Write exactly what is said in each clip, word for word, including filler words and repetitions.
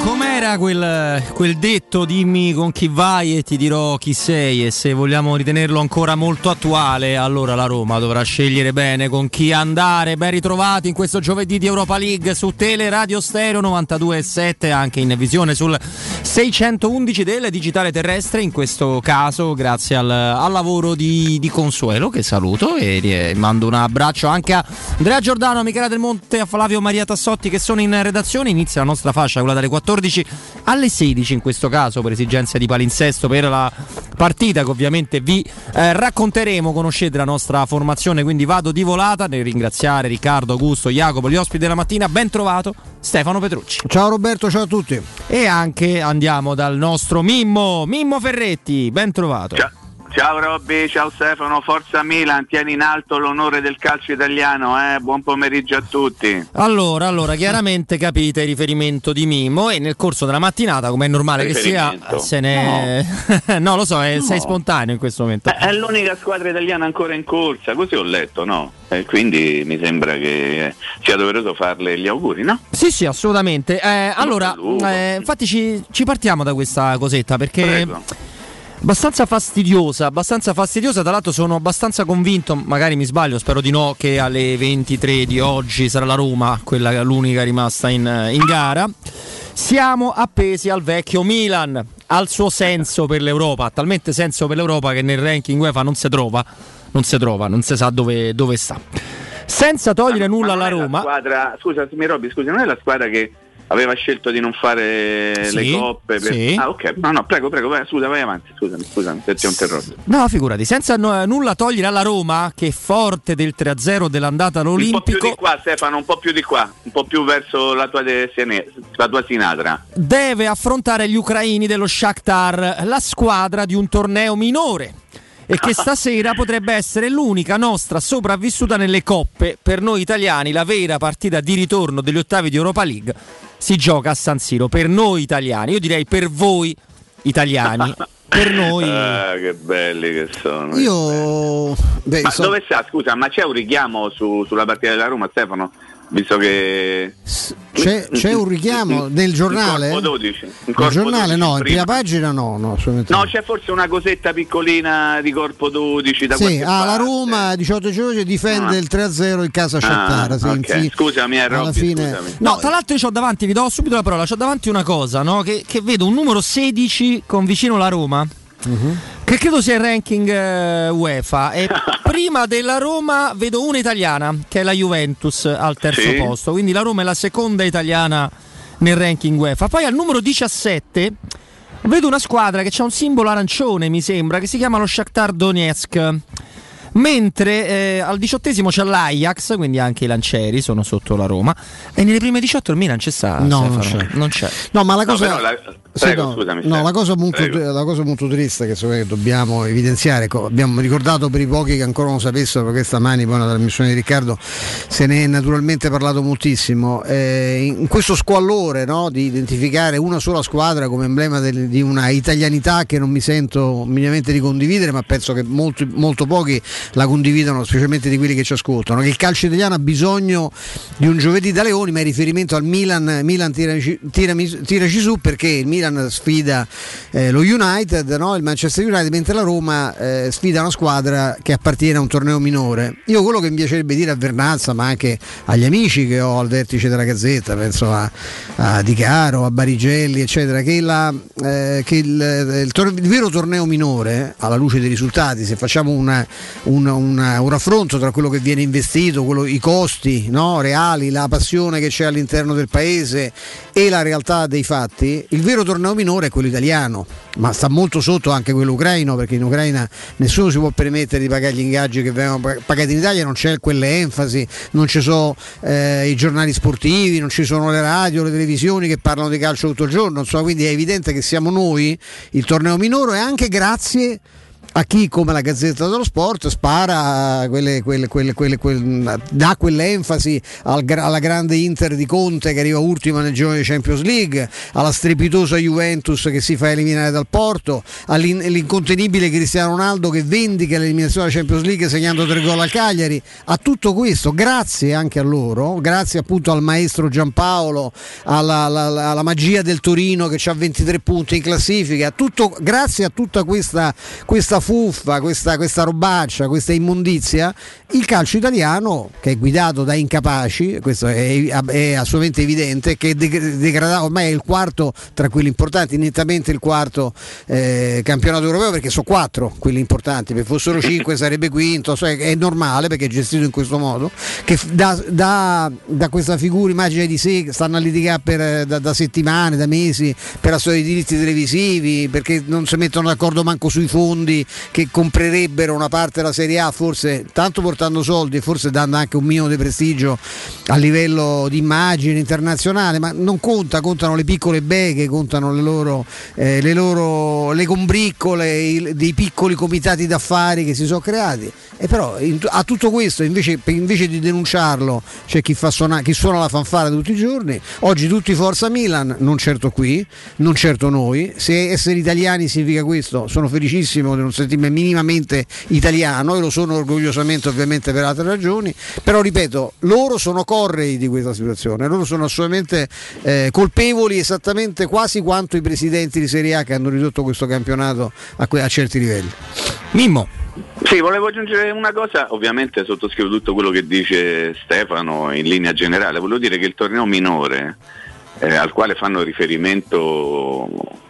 Com'era quel, quel detto dimmi con chi vai e ti dirò chi sei, e se vogliamo ritenerlo ancora molto attuale allora la Roma dovrà scegliere bene con chi andare. Ben ritrovati in questo giovedì di Europa League su Tele Radio Stereo novantadue virgola sette, anche in visione sul seicentoundici del digitale terrestre, in questo caso grazie al, al lavoro di, di Consuelo, che saluto e eh, mando un abbraccio anche a Andrea Giordano, a Michela Del Monte, a Flavio Maria Tassotti che sono in redazione. Inizia la nostra fascia, quella dalle quattordici alle sedici, in questo caso per esigenze di palinsesto per la partita che ovviamente vi eh, racconteremo. Conoscete la nostra formazione, quindi vado di volata nel ringraziare Riccardo, Augusto, Jacopo, gli ospiti della mattina. Ben trovato Stefano Petrucci. Ciao Roberto, ciao a tutti. E anche andiamo dal nostro Mimmo Mimmo Ferretti, ben trovato. Ciao. Ciao Robby, ciao Stefano, forza Milan, tieni in alto l'onore del calcio italiano, eh? Buon pomeriggio a tutti. Allora, allora, chiaramente capite il riferimento di Mimmo e nel corso della mattinata, come è normale che sia, se ne... No, no lo so, è, no. Sei spontaneo in questo momento. È l'unica squadra italiana ancora in corsa, così ho letto, no? E quindi mi sembra che sia doveroso farle gli auguri, no? Sì, sì, assolutamente. Eh, allora, eh, infatti ci, ci partiamo da questa cosetta, perché... Prego. Abbastanza fastidiosa, abbastanza fastidiosa, tra l'altro sono abbastanza convinto, magari mi sbaglio, spero di no, che alle ventitré di oggi sarà la Roma, quella l'unica rimasta in, in gara. Siamo appesi al vecchio Milan, al suo senso per l'Europa, talmente senso per l'Europa che nel ranking UEFA non si trova, non si trova, non si sa dove, dove sta. Senza togliere ma, nulla ma alla Roma. Squadra, scusa, Robby, scusa, non è la squadra che aveva scelto di non fare sì, le coppe per... sì. Ah ok, no no prego prego vai, scusa vai avanti, scusami scusami se ti ho interrotto. No figurati, senza no, nulla togliere alla Roma, che è forte del tre a zero dell'andata all'Olimpico. Un po' più di qua Stefano, un po' più di qua, un po' più verso la tua, de... la tua Sinatra. Deve affrontare gli ucraini dello Shakhtar, la squadra di un torneo minore, e che stasera potrebbe essere l'unica nostra sopravvissuta nelle coppe. Per noi italiani la vera partita di ritorno degli ottavi di Europa League si gioca a San Siro, per noi italiani, io direi per voi italiani, per noi... Ah, che belli che sono. Io... Beh, ma so... dove sta, scusa, ma c'è un richiamo su, sulla partita della Roma, Stefano? Visto che c'è, c'è un richiamo nel giornale? In corpo dodici. In corpo nel giornale dodici, no, in prima. prima pagina no, no, no, c'è forse una cosetta piccolina di corpo dodici da sì, ah, la parte. Roma diciotto giugno difende ah. il tre a zero in casa Shakhtar. Ah, sì, okay. Scusami, eh, Robby, fine... scusami. No, tra l'altro io ho davanti, vi do subito la parola, c'ho davanti una cosa, no? Che, che vedo un numero sedici con vicino la Roma. Uh-huh. Che credo sia il ranking uh, UEFA, e prima della Roma vedo una italiana che è la Juventus al terzo sì. posto, quindi la Roma è la seconda italiana nel ranking UEFA. Poi al numero diciassette vedo una squadra che c'ha un simbolo arancione, mi sembra, che si chiama lo Shakhtar Donetsk, mentre eh, al diciottesimo c'è l'Ajax, quindi anche i lancieri sono sotto la Roma, e nelle prime diciotto il Milan c'è sta. No, non c'è. non c'è. No, ma la cosa no, la... Prego, sì, no, scusami, no, la cosa molto la cosa molto triste che, che dobbiamo evidenziare, abbiamo ricordato per i pochi che ancora non sapessero, perché stamani poi una trasmissione di Riccardo se ne è naturalmente parlato moltissimo, eh, in questo squallore, no, di identificare una sola squadra come emblema del, di una italianità che non mi sento minimamente di condividere, ma penso che molto, molto pochi la condividano, specialmente di quelli che ci ascoltano, che il calcio italiano ha bisogno di un giovedì da leoni, ma è riferimento al Milan. Milan tiraci, tiraci, tiraci su, perché il Milan sfida eh, lo United, no? Il Manchester United, mentre la Roma eh, sfida una squadra che appartiene a un torneo minore. Io quello che mi piacerebbe dire a Vernazza, ma anche agli amici che ho al vertice della Gazzetta, penso a, a Di Caro, a Barigelli eccetera, che, la, eh, che il, il, tor- il vero torneo minore, alla luce dei risultati, se facciamo una, un, una, un raffronto tra quello che viene investito, quello, i costi, no, reali, la passione che c'è all'interno del paese e la realtà dei fatti, il vero torneo minore è quello italiano, ma sta molto sotto anche quello ucraino, perché in Ucraina nessuno si può permettere di pagare gli ingaggi che vengono pagati in Italia, non c'è quelle enfasi, non ci sono eh, i giornali sportivi, non ci sono le radio, le televisioni che parlano di calcio tutto il giorno, insomma, quindi è evidente che siamo noi il torneo minore, e anche grazie a chi, come la Gazzetta dello Sport, spara quelle, quelle, quelle, quelle, quelle, dà quell'enfasi al, alla grande Inter di Conte che arriva ultima nel girone di Champions League, alla strepitosa Juventus che si fa eliminare dal Porto, all'incontenibile Cristiano Ronaldo che vendica l'eliminazione della Champions League segnando tre gol al Cagliari. A tutto questo, grazie anche a loro, grazie appunto al maestro Giampaolo, alla, alla, alla magia del Torino che ha ventitré punti in classifica, tutto, grazie a tutta questa, questa fuffa, questa, questa robaccia, questa immondizia, il calcio italiano, che è guidato da incapaci, questo è, è assolutamente evidente, che è degradato, ormai è il quarto tra quelli importanti, nettamente il quarto eh, campionato europeo, perché sono quattro quelli importanti, se fossero cinque sarebbe quinto, cioè è normale perché è gestito in questo modo, che da, da, da questa figura, immagine di sé, stanno a litigare per, da, da settimane, da mesi, per la storia dei diritti televisivi, perché non si mettono d'accordo manco sui fondi che comprerebbero una parte della Serie A, forse tanto portando soldi e forse dando anche un minimo di prestigio a livello di immagine internazionale, ma non conta, contano le piccole beghe, contano le loro, eh, le loro le combriccole i, dei piccoli comitati d'affari che si sono creati. E però in, a tutto questo invece, invece di denunciarlo c'è chi, fa suona, chi suona la fanfara tutti i giorni. Oggi tutti Forza Milan, non certo qui, non certo noi. Se essere italiani significa questo, sono felicissimo di non sentirmi minimamente italiano, e lo sono orgogliosamente ovviamente per altre ragioni, però ripeto, loro sono correi di questa situazione, loro sono assolutamente eh, colpevoli esattamente quasi quanto i presidenti di Serie A che hanno ridotto questo campionato a, que- a certi livelli. Mimmo. Sì, volevo aggiungere una cosa, ovviamente sottoscrivo tutto quello che dice Stefano in linea generale. Volevo dire che il torneo minore eh, al quale fanno riferimento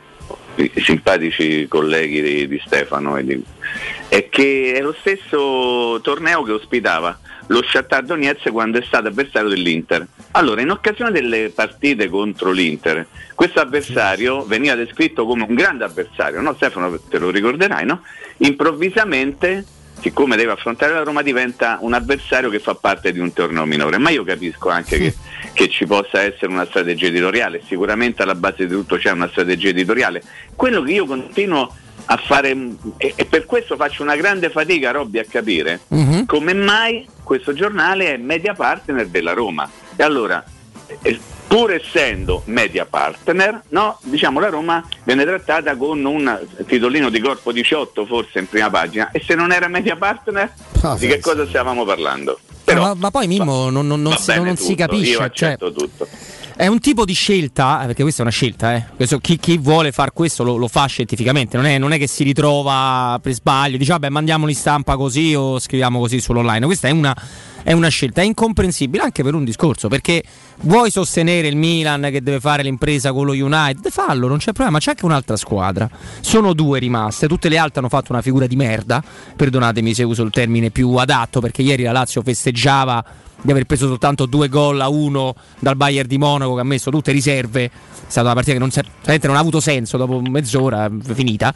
i simpatici colleghi di, di Stefano e di, è che è lo stesso torneo che ospitava lo Shakhtar Donetsk quando è stato avversario dell'Inter. Allora, in occasione delle partite contro l'Inter, questo avversario veniva descritto come un grande avversario, no Stefano, te lo ricorderai, no? Improvvisamente, siccome deve affrontare la Roma, diventa un avversario che fa parte di un torneo minore. Ma io capisco anche che, che ci possa essere una strategia editoriale, sicuramente alla base di tutto c'è una strategia editoriale. Quello che io continuo a fare, e, e per questo faccio una grande fatica, Robby, a capire uh-huh. come mai questo giornale è media partner della Roma. E allora, eh, pur essendo media partner, no, diciamo la Roma viene trattata con un titolino di corpo diciotto forse in prima pagina, e se non era media partner oh, di che cosa stavamo parlando? Però, ma, ma poi Mimmo non, non, non, si, non tutto, si capisce, io accetto cioè, tutto. È un tipo di scelta, perché questa è una scelta, eh. questo, chi, chi vuole far questo lo, lo fa scientificamente, non è, non è che si ritrova per sbaglio, dice vabbè mandiamolo in stampa così o scriviamo così sull'online. Questa è una, è una scelta, è incomprensibile anche per un discorso, perché vuoi sostenere il Milan che deve fare l'impresa con lo United, fallo, non c'è problema, c'è anche un'altra squadra, sono due rimaste, tutte le altre hanno fatto una figura di merda, perdonatemi se uso il termine più adatto, perché ieri la Lazio festeggiava di aver preso soltanto due gol a uno dal Bayern di Monaco, che ha messo tutte riserve. È stata una partita che non, non ha avuto senso, dopo mezz'ora finita,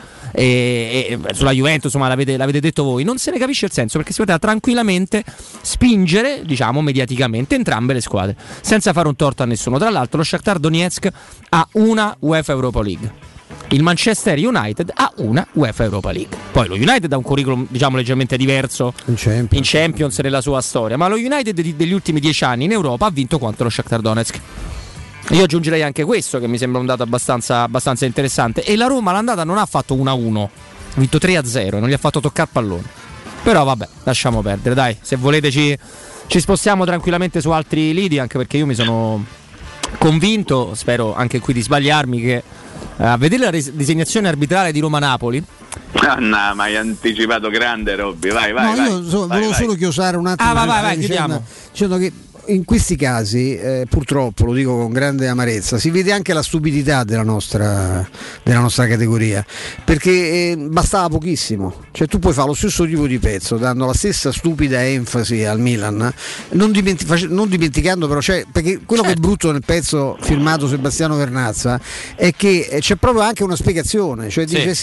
e, e sulla Juventus insomma l'avete, l'avete detto voi, non se ne capisce il senso, perché si poteva tranquillamente spingere, diciamo mediaticamente, entrambe le squadre senza fare un torto a nessuno. Tra l'altro lo Shakhtar Donetsk ha una UEFA Europa League, il Manchester United ha una UEFA Europa League. Poi lo United ha un curriculum diciamo leggermente diverso in Champions, in Champions nella sua storia, ma lo United di, degli ultimi dieci anni in Europa ha vinto quanto lo Shakhtar Donetsk. Io aggiungerei anche questo, che mi sembra un dato abbastanza, abbastanza interessante. E la Roma l'andata non ha fatto uno a uno, ha vinto tre a zero e non gli ha fatto toccare pallone. Però vabbè, lasciamo perdere, dai, se volete ci, ci spostiamo tranquillamente su altri lidi, anche perché io mi sono convinto, spero anche qui di sbagliarmi, che a vedere la ris- disegnazione arbitrale di Roma-Napoli. Ah, no, ma hai anticipato grande, Robby, vai, vai. No, vai, io so, vai, volevo vai. solo chiosare un attimo. Ah, vai, vai, vai, dicendo, dicendo che in questi casi, eh, purtroppo, lo dico con grande amarezza, si vede anche la stupidità della nostra, della nostra categoria, perché eh, bastava pochissimo, cioè tu puoi fare lo stesso tipo di pezzo dando la stessa stupida enfasi al Milan, non, dimenti- non dimenticando però, cioè, perché quello certo. che è brutto nel pezzo firmato Sebastiano Vernazza è che c'è proprio anche una spiegazione, cioè dice sì, sì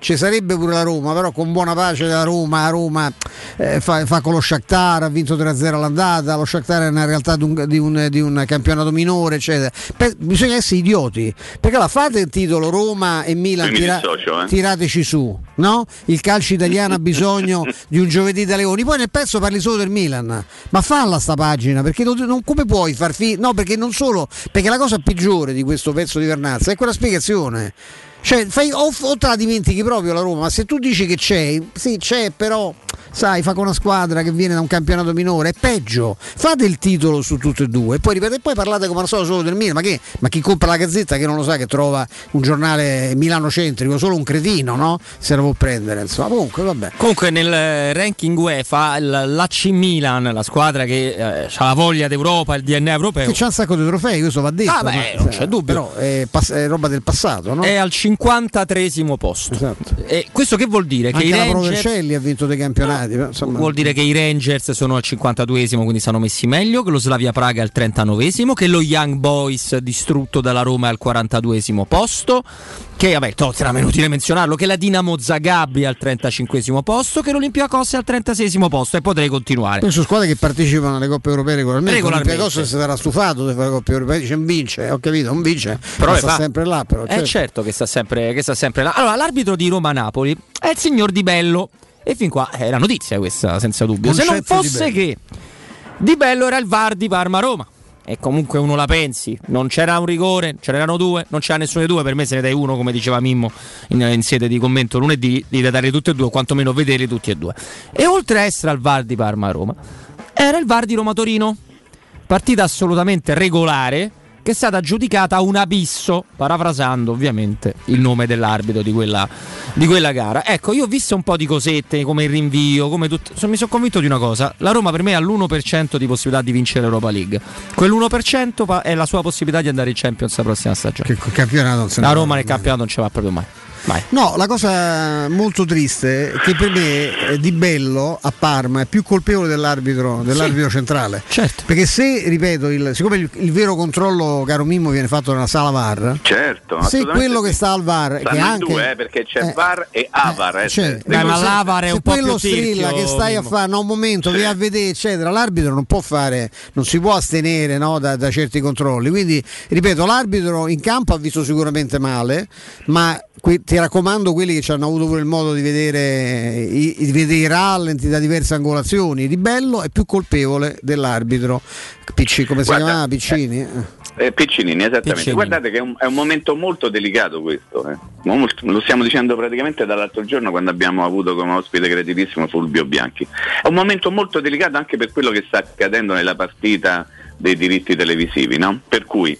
ci sarebbe pure la Roma, però con buona pace della Roma, Roma eh, fa, fa con lo Shakhtar, ha vinto tre a zero all'andata, lo Shakhtar è una realtà di un, di un, di un campionato minore, eccetera. Per, bisogna essere idioti, perché la fate il titolo Roma e Milan, tira, dissocio, eh. tirateci su, no? Il calcio italiano ha bisogno di un giovedì da leoni, poi nel pezzo parli solo del Milan, ma falla sta pagina, perché non, non, come puoi far fi- no, perché non solo, perché la cosa peggiore di questo pezzo di Vernazza è quella spiegazione. Cioè, fai, o, o te la dimentichi proprio la Roma, ma se tu dici che c'è, sì c'è, però sai, fa con una squadra che viene da un campionato minore, è peggio. Fate il titolo su tutte e due e poi ripeto, e poi parlate come al solito solo del Milan, ma che? Ma chi compra la Gazzetta che non lo sa, che trova un giornale milanocentrico, solo un cretino, no? Se lo può prendere, insomma. Comunque vabbè. Comunque nel ranking UEFA l'A C Milan, la squadra che eh, ha la voglia d'Europa, il D N A europeo, che c'ha un sacco di trofei, questo va detto. Ah beh, non c'è dubbio. Però è, pass- è roba del passato, no? È al cinquantatreesimo posto. Esatto. E questo che vuol dire? Anche che i la Rangers... Provercelli ha vinto dei campionati. No, insomma... Vuol dire che i Rangers sono al cinquantaduesimo, quindi stanno messi meglio, che lo Slavia Praga è al trentanovesimo, che lo Young Boys distrutto dalla Roma è al quarantaduesimo posto, che vabbè, Tottenham è inutile menzionarlo, che la Dinamo Zagabria è al trentacinquesimo posto, che l'Olympiacos è al trentaseiesimo posto, e potrei continuare. Penso squadre che partecipano alle coppe europee regolarmente. regolarmente. L'Olympiacos si sarà stufato di fare le coppe europee, dice non vince, ho capito, non vince, però sta fa... sempre là. Però, certo. Eh certo che sta sempre, che sta sempre là. Allora, l'arbitro di Roma-Napoli è il signor Di Bello, e fin qua è la notizia questa, senza dubbio. Se non fosse Di che Di Bello era il V A R di Parma-Roma, e comunque uno la pensi, non c'era un rigore, ce n'erano due, non c'era nessuno dei due, per me se ne dai uno, come diceva Mimmo in, in sede di commento lunedì, devi dare tutti e due, o quantomeno vederli tutti e due. E oltre a essere il V A R di Parma-Roma, era il V A R di Roma-Torino, partita assolutamente regolare, che è stata giudicata un abisso, parafrasando ovviamente il nome dell'arbitro di quella, di quella gara. Ecco, io ho visto un po' di cosette, come il rinvio, come tutto, mi sono convinto di una cosa: la Roma per me ha l'uno per cento di possibilità di vincere l'Europa League. Quell'uno per cento è la sua possibilità di andare in Champions la prossima stagione. Che campionato non se la Roma nel campionato non ce va proprio mai. Mai. No, la cosa molto triste è che per me eh, Di Bello a Parma è più colpevole dell'arbitro, dell'arbitro sì, centrale. Certo. Perché se, ripeto, il, siccome il, il vero controllo, caro Mimmo, viene fatto nella sala V A R, certo, se quello che sta al V A R, che anche due, eh, perché c'è eh, V A R e A V A R, eh, cioè, beh, ma l'A V A R è un po' quello più tirchio, strilla che stai Mimmo. a fare, no, un momento, sì, via a vedere, eccetera, l'arbitro non può fare, non si può astenere, no, da, da certi controlli. Quindi, ripeto, l'arbitro in campo ha visto sicuramente male, ma qui, ti raccomando quelli che ci hanno avuto pure il modo di vedere i, di vedere i rallenti da diverse angolazioni. Di Bello è più colpevole dell'arbitro Piccini, come si Guarda, chiamava? Piccini? Eh, eh, Piccinini, esattamente. Piccinini. Guardate che è un, è un momento molto delicato questo, eh. molto, lo stiamo dicendo praticamente dall'altro giorno, quando abbiamo avuto come ospite graditissimo Fulvio Bianchi. È un momento molto delicato anche per quello che sta accadendo nella partita dei diritti televisivi, no? Per cui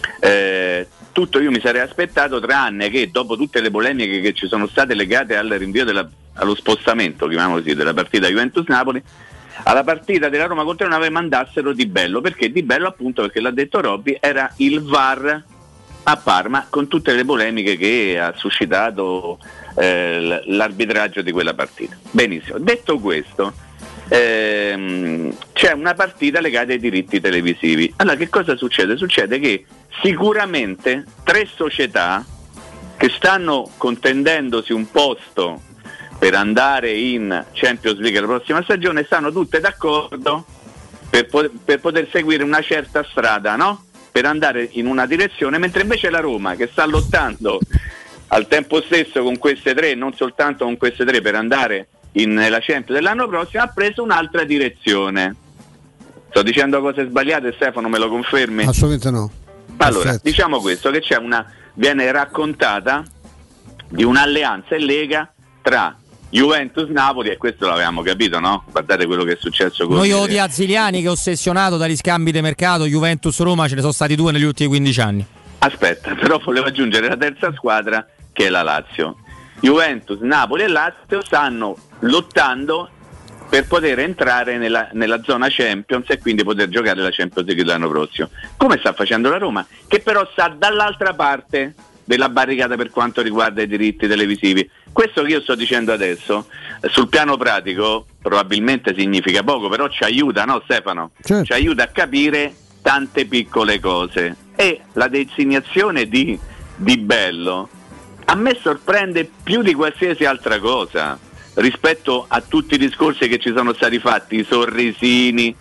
eh, tutto io mi sarei aspettato, tranne che dopo tutte le polemiche che ci sono state legate al rinvio della, allo spostamento, chiamiamolo così, della partita Juventus-Napoli, alla partita della Roma contro la Juve mandassero Di Bello, perché Di Bello, appunto, perché l'ha detto Robby, era il V A R a Parma, con tutte le polemiche che ha suscitato eh, l'arbitraggio di quella partita. Benissimo, detto questo, ehm, c'è una partita legata ai diritti televisivi. Allora che cosa succede? Succede che sicuramente tre società che stanno contendendosi un posto per andare in Champions League la prossima stagione stanno tutte d'accordo per, po- per poter seguire una certa strada, no? Per andare in una direzione, mentre invece la Roma, che sta lottando al tempo stesso con queste tre, non soltanto con queste tre, per andare in, nella Champions dell'anno prossimo, ha preso un'altra direzione. Sto dicendo cose sbagliate, Stefano, me lo confermi? Assolutamente no. Allora, Perfetto. diciamo questo, che c'è una, viene raccontata di un'alleanza in Lega tra Juventus-Napoli, e questo l'avevamo capito, no? Guardate quello che è successo con noi odi Azziliani, che è ossessionato dagli scambi di mercato. Juventus-Roma ce ne sono stati due negli ultimi quindici anni. Aspetta, però volevo aggiungere la terza squadra, che è la Lazio. Juventus, Napoli e Lazio stanno lottando per poter entrare nella, nella zona Champions e quindi poter giocare la Champions League l'anno prossimo. Come sta facendo la Roma, che però sta dall'altra parte della barricata per quanto riguarda i diritti televisivi. Questo che io sto dicendo adesso, sul piano pratico, probabilmente significa poco, però ci aiuta, no Stefano? Certo. Ci aiuta a capire tante piccole cose. E la designazione di Di Bello a me sorprende più di qualsiasi altra cosa rispetto a tutti i discorsi che ci sono stati fatti, i sorrisini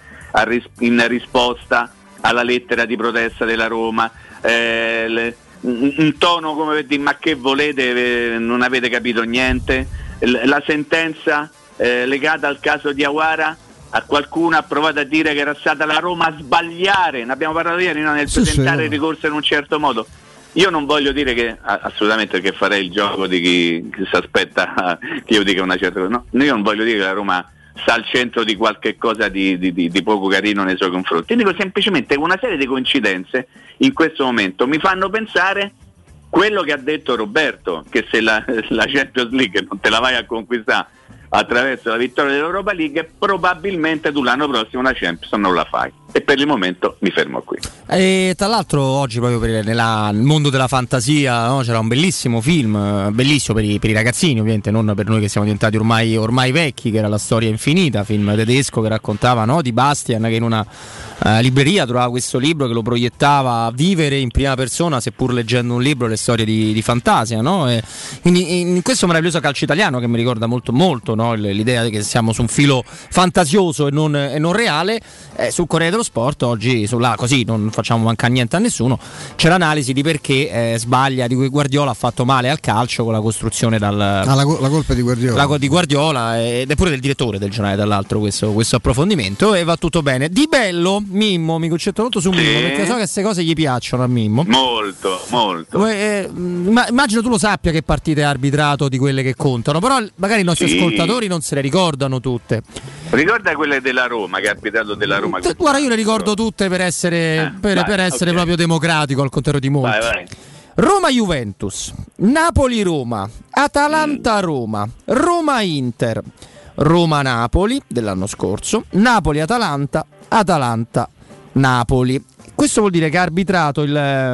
in risposta alla lettera di protesta della Roma, eh, le, un tono come per dire ma che volete, non avete capito niente, la sentenza eh, legata al caso di Aouara, a qualcuno ha provato a dire che era stata la Roma a sbagliare, ne abbiamo parlato ieri, no? Nel sì, presentare sì, il ricorso in un certo modo. Io non voglio dire che assolutamente, che farei il gioco di chi, chi si aspetta che io dica una certa cosa, no, io non voglio dire che la Roma sta al centro di qualche cosa di, di, di, di poco carino nei suoi confronti. Io dico semplicemente che una serie di coincidenze in questo momento mi fanno pensare quello che ha detto Roberto, che se la, la Champions League non te la vai a conquistare attraverso la vittoria dell'Europa League, probabilmente tu l'anno prossimo la Champions non la fai. E per il momento mi fermo qui. E tra l'altro oggi proprio per nella, nel mondo della fantasia, no, c'era un bellissimo film, bellissimo per i, per i ragazzini ovviamente, non per noi che siamo diventati ormai, ormai vecchi, che era La storia infinita, film tedesco che raccontava, no, di Bastian che in una uh, libreria trovava questo libro che lo proiettava a vivere in prima persona, seppur leggendo un libro, le storie di, di fantasia, no? E quindi in questo meraviglioso calcio italiano che mi ricorda molto molto, no, l'idea che siamo su un filo fantasioso e non, e non reale, eh, sul Corriere dello Sport oggi, sulla, così non facciamo mancare niente a nessuno, c'è l'analisi di perché eh, sbaglia, di cui Guardiola ha fatto male al calcio con la costruzione dal ah, la, la colpa di Guardiola la, di Guardiola ed è pure del direttore del giornale, dall'altro questo, questo approfondimento, e va tutto bene. Di Bello, Mimmo, mi concentro molto su Mimmo, sì, perché so che queste cose gli piacciono a Mimmo molto molto. Eh, immagino tu lo sappia che partite ha arbitrato di quelle che contano, però magari i nostri sì. ascoltatori non se le ricordano tutte. Ricorda quelle della Roma, che ha arbitrato della Roma. Guarda, io le ricordo tutte per essere, eh, per, vai, per essere okay. proprio democratico, al contrario di molti. Vai, vai. Roma-Juventus, Napoli-Roma, Atalanta-Roma, Roma-Inter, Roma-Napoli dell'anno scorso, Napoli-Atalanta, Atalanta-Napoli. Questo vuol dire che ha arbitrato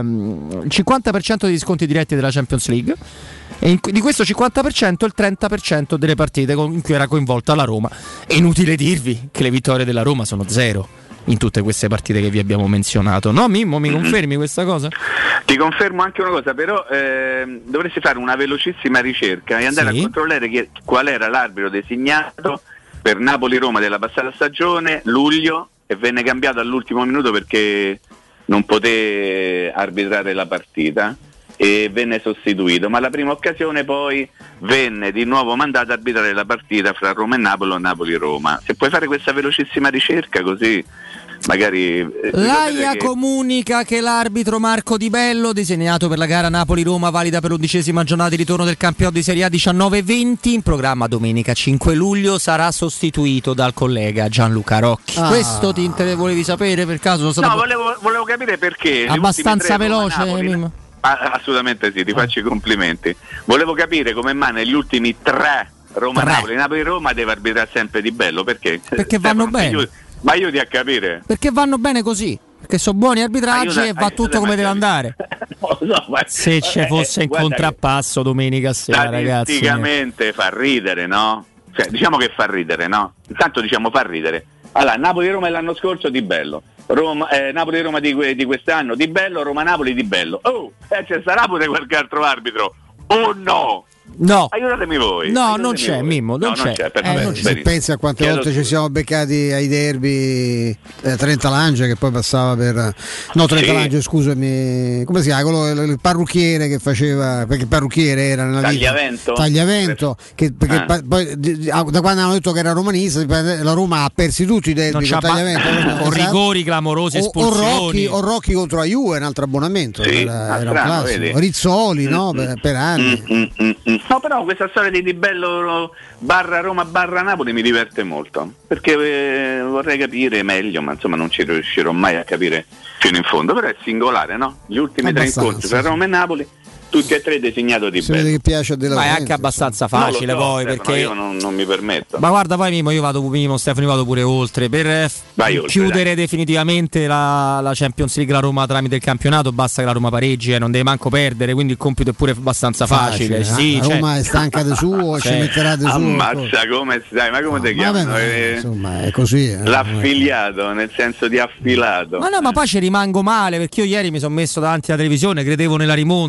il, il cinquanta per cento degli sconti diretti della Champions League, e in, di questo cinquanta per cento il trenta per cento delle partite in cui era coinvolta la Roma. È inutile dirvi che le vittorie della Roma sono zero in tutte queste partite che vi abbiamo menzionato, no Mimmo? Mi confermi questa cosa? Ti confermo anche una cosa, però eh, dovresti fare una velocissima ricerca e andare sì. a controllare che, qual era l'arbitro designato per Napoli-Roma della passata stagione, luglio, e venne cambiato all'ultimo minuto perché non poté arbitrare la partita e venne sostituito, ma la prima occasione poi venne di nuovo mandato a arbitrare la partita fra Roma e Napoli o Napoli-Roma. Se puoi fare questa velocissima ricerca, così magari l'Aia che... comunica che l'arbitro Marco Di Bello, designato per la gara Napoli-Roma valida per l'undicesima giornata di ritorno del campionato di Serie A diciannove venti, in programma domenica cinque luglio, sarà sostituito dal collega Gianluca Rocchi. Ah. Questo ti inter- volevi sapere per caso? No, volevo, volevo capire perché. Abbastanza veloce, Mimmo. Ah, assolutamente sì, ti faccio i complimenti. Volevo capire come mai negli ultimi tre Roma-Napoli, Napoli-Roma deve arbitrare sempre Di Bello, perché? Perché vanno bene. Aiuti, ma aiuti a capire. Perché vanno bene così, perché sono buoni arbitraggi aiuta, e va aiuta, tutto come deve andare. No, no, ma... Se ci fosse eh, in contrappasso domenica sera, ragazzi. Statisticamente fa ridere, no? Cioè, diciamo che fa ridere, no? Intanto diciamo fa ridere. Allora, Napoli-Roma l'anno scorso Di Bello, Roma, eh, Napoli-Roma di, que- di quest'anno Di Bello, Roma-Napoli Di Bello. Oh, eh, ci sarà pure qualche altro arbitro o oh, no? No, aiutatemi voi. No, aiutatemi non c'è, voi. Mimmo, non, no, c'è. non c'è. Eh, non c'è. Se pensi a quante Chiedo volte scusa. ci siamo beccati ai derby, eh, Trenta Lange che poi passava per no Trenta sì. Lange, scusami, come si chiama quello, il parrucchiere che faceva, perché il parrucchiere era nella Tagliavento, vita, Tagliavento che, perché ah. poi da quando hanno detto che era romanista la Roma ha persi tutti i derby con Tagliavento, con esatto. rigori clamorosi, espulsioni. O, o, Rocchi, o Rocchi contro la Juve, un altro abbonamento, sì, era, era un classico. Rizzoli, mm, no, mm, per, per anni. Mm, mm, mm, mm. No, però questa storia di Di Bello barra Roma barra Napoli mi diverte molto, perché eh, vorrei capire meglio, ma insomma non ci riuscirò mai a capire fino in fondo, però è singolare, no? Gli ultimi tre incontri tra Roma e Napoli tutti e tre designato Di Bello. Che piace della ma è anche abbastanza facile so, poi Stefano, perché io non, non mi permetto. Ma guarda, poi Mimo, io vado Mimo, Stefano, io vado pure oltre per Vai chiudere oltre, definitivamente la, la Champions League, la Roma tramite il campionato, basta che la Roma pareggi e eh, non deve manco perdere, quindi il compito è pure abbastanza facile, facile sì, la cioè... Roma è stanca di suo, ci metterà di suo. Ammazza come stai, ma come no, ti chiamano? Eh, insomma è così, eh. L'affiliato, nel senso di affilato. Ma no, ma poi ci rimango male perché io ieri mi sono messo davanti alla televisione, credevo nella rimonta, nel miracolo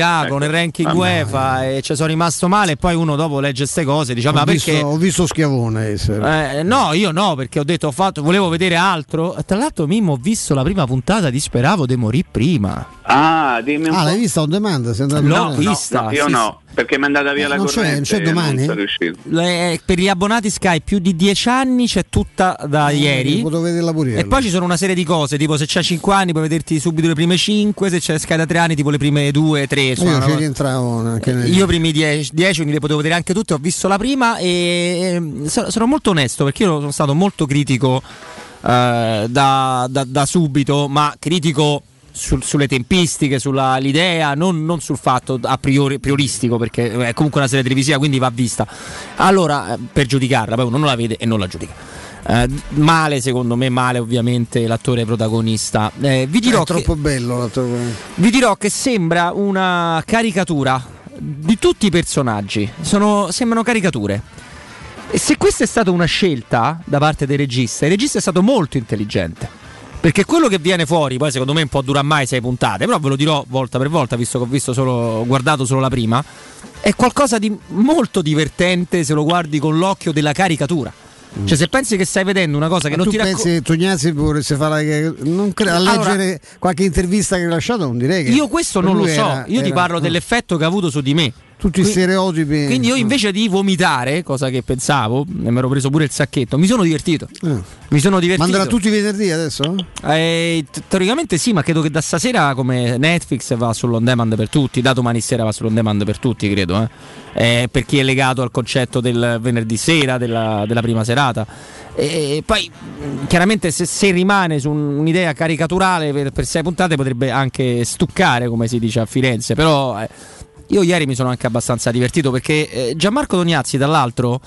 miracolo ecco. nel ranking Ah, UEFA e ci sono rimasto male, e poi uno dopo legge queste cose, diciamo, ho ma visto, perché? Ho visto Schiavone essere. Eh, no, io no, perché ho detto ho fatto, volevo vedere altro. Tra l'altro Mimmo, ho visto la prima puntata di Speravo de morì prima. Ah, dimmi un Ah, po'. l'hai vista on demand? Sei andato No, a vedere? vista. No, io sì, no, perché mi è andata via Eh, la non c'è- corrente. non c'è e domani? Non sono riuscito. Le- per gli abbonati Sky più di dieci anni c'è tutta da Eh, ieri. potevo vederla pure io. E poi ci sono una serie di cose, tipo se c'hai cinque anni puoi vederti subito le prime cinque, se c'è Sky da tre anni tipo le prime due, tre. Insomma, io una ci cosa- rientravo anche nel... Io i primi dieci, quindi le potevo vedere anche tutte, ho visto la prima e e sono, sono molto onesto perché io sono stato molto critico eh, da, da, da subito, ma critico sul, sulle tempistiche, sulla l'idea, non, non sul fatto a priori prioristico, perché è comunque una serie televisiva, quindi va vista. Allora, eh, per giudicarla, poi uno non la vede e non la giudica. Eh, male, secondo me, male ovviamente l'attore protagonista. Eh, vi dirò è troppo che, bello l'attore. vi dirò che sembra una caricatura di tutti i personaggi, sono, sembrano caricature. E se questa è stata una scelta da parte del regista, il regista è stato molto intelligente, perché quello che viene fuori, poi secondo me un po' dura mai sei puntate, però ve lo dirò volta per volta, visto che ho visto solo, ho guardato solo la prima, è qualcosa di molto divertente se lo guardi con l'occhio della caricatura. Cioè, se pensi che stai vedendo una cosa che Ma non tu ti pensi racconta, che Tognazzi vorreste fare non cre- a Allora, leggere qualche intervista che hai lasciato, non direi che io questo per non lo lui so, era- io ti era- parlo no. dell'effetto che ha avuto su di me. tutti i Qui- stereotipi. Quindi io invece di vomitare, cosa che pensavo, e mi ero preso pure il sacchetto, mi sono divertito. Eh. Mi sono divertito. Ma andrà tutti i venerdì adesso? Eh, t- teoricamente sì, ma credo che da stasera come Netflix va sull'on demand per tutti, da domani sera va sull'on demand per tutti, credo, eh. Eh, per chi è legato al concetto del venerdì sera, della, della prima serata. E poi mh, chiaramente se, se rimane su un- un'idea caricaturale per, per sei puntate potrebbe anche stuccare, come si dice a Firenze, però eh, io ieri mi sono anche abbastanza divertito perché eh, Gianmarco Tognazzi, dall'altro,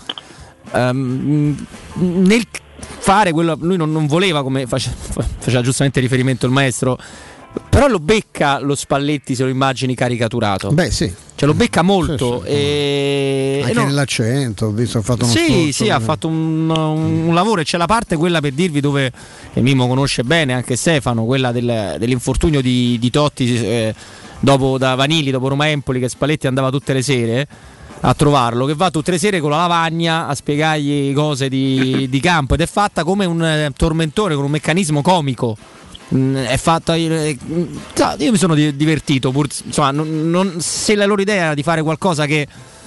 ehm, nel fare quello, lui non, non voleva, come face, faceva giustamente riferimento il maestro, però lo becca lo Spalletti, se lo immagini caricaturato. Beh, sì. Cioè lo becca molto. Sì, sì. E, Anche e no, nell'accento, ho visto, ho fatto uno sì, sforzo, sì, ha eh. fatto un, un, un lavoro, e c'è la parte quella per dirvi dove e Mimmo conosce bene, anche Stefano, quella del, dell'infortunio di, di Totti eh, dopo da Vanilli, dopo Roma Empoli, che Spalletti andava tutte le sere a trovarlo, che va tutte le sere con la lavagna a spiegargli cose di, di campo, ed è fatta come un eh, tormentore, con un meccanismo comico. Mm, è fatta eh, mm, io mi sono di- divertito pur, insomma, non, non- se la loro idea era di fare qualcosa che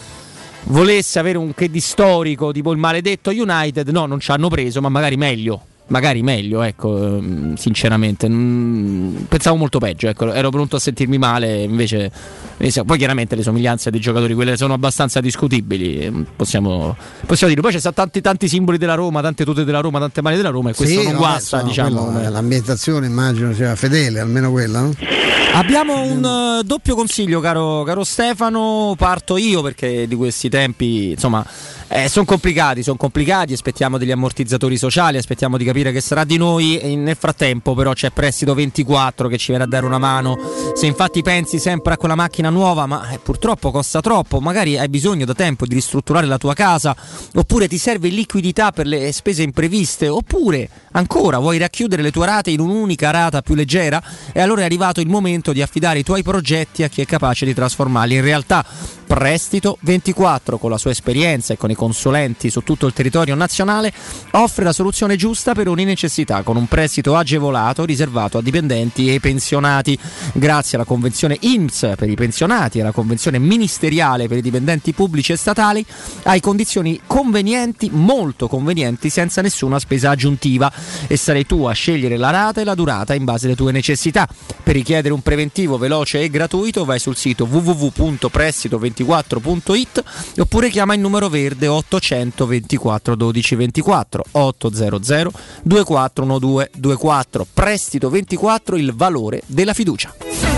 volesse avere un che di storico, tipo il maledetto United, no, non ci hanno preso, ma magari meglio. Magari meglio, ecco, ehm, sinceramente. Mm, pensavo molto peggio, ecco, ero pronto a sentirmi male, invece. eh, Poi chiaramente le somiglianze dei giocatori, quelle sono abbastanza discutibili, ehm, possiamo, possiamo dire. Poi ci sono tanti, tanti simboli della Roma, tante tute della Roma, tante maglie della Roma, e questo Sì, non no, guasta, beh, diciamo. quello, come- eh, l'ambientazione immagino sia fedele, almeno quella, no? Abbiamo un uh, doppio consiglio, caro, caro Stefano. Parto io perché di questi tempi, insomma, eh, sono complicati, sono complicati. Aspettiamo degli ammortizzatori sociali, aspettiamo di capire che sarà di noi. E nel frattempo, però, c'è Prestito ventiquattro che ci viene a dare una mano. Se infatti pensi sempre a quella macchina nuova, ma eh, purtroppo costa troppo, magari hai bisogno da tempo di ristrutturare la tua casa, oppure ti serve liquidità per le spese impreviste, oppure ancora vuoi racchiudere le tue rate in un'unica rata più leggera, e allora è arrivato il momento di affidare i tuoi progetti a chi è capace di trasformarli in realtà. Prestito ventiquattro, con la sua esperienza e con i consulenti su tutto il territorio nazionale, offre la soluzione giusta per ogni necessità, con un prestito agevolato riservato a dipendenti e pensionati. Grazie alla convenzione I N P S per i pensionati e alla convenzione ministeriale per i dipendenti pubblici e statali, hai condizioni convenienti, molto convenienti, senza nessuna spesa aggiuntiva, e sarai tu a scegliere la rata e la durata in base alle tue necessità. Per richiedere un preventivo veloce e gratuito vai sul sito w w w punto prestito ventiquattro punto i t oppure chiama il numero verde ottocento ventiquattro dodici ventiquattro ottocento ventiquattro dodici ventiquattro. Prestito ventiquattro, il valore della fiducia.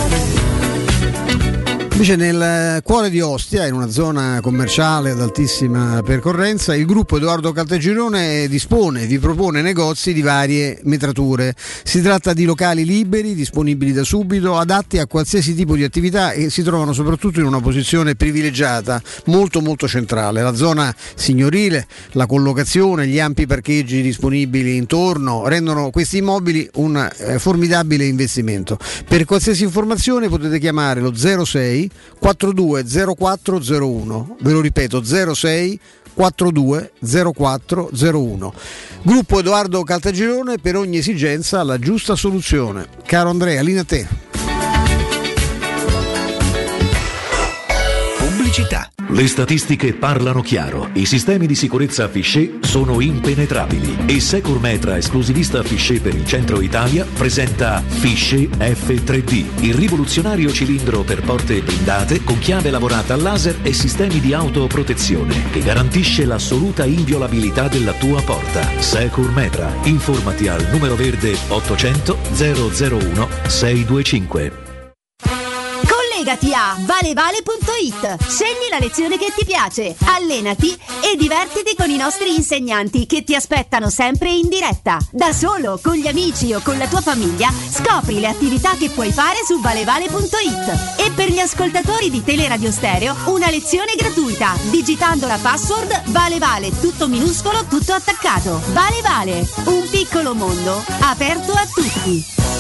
Invece nel cuore di Ostia, in una zona commerciale ad altissima percorrenza, il gruppo Edoardo Caltagirone dispone, vi propone negozi di varie metrature. Si tratta di locali liberi, disponibili da subito, adatti a qualsiasi tipo di attività, e si trovano soprattutto in una posizione privilegiata, molto molto centrale. La zona signorile, la collocazione, gli ampi parcheggi disponibili intorno rendono questi immobili un eh, formidabile investimento. Per qualsiasi informazione potete chiamare lo zero sei sei quattro due zero quattro zero uno, ve lo ripeto zero sei quattro due zero quattro zero uno. Gruppo Edoardo Caltagirone, per ogni esigenza la giusta soluzione. Caro Andrea, linea a te. Pubblicità. Le statistiche parlano chiaro. I sistemi di sicurezza Fichet sono impenetrabili e Securmetra, esclusivista Fichet per il centro Italia, presenta Fichet F tre D, il rivoluzionario cilindro per porte blindate con chiave lavorata a laser e sistemi di autoprotezione che garantisce l'assoluta inviolabilità della tua porta. Securmetra. Informati al numero verde ottocento zero zero uno sei due cinque. Collegati a valevale punto it, scegli la lezione che ti piace, allenati e divertiti con i nostri insegnanti che ti aspettano sempre in diretta. Da solo, con gli amici o con la tua famiglia, scopri le attività che puoi fare su valevale punto it. E per gli ascoltatori di Teleradio Stereo, una lezione gratuita, digitando la password Valevale, tutto minuscolo, tutto attaccato. Valevale, un piccolo mondo aperto a tutti.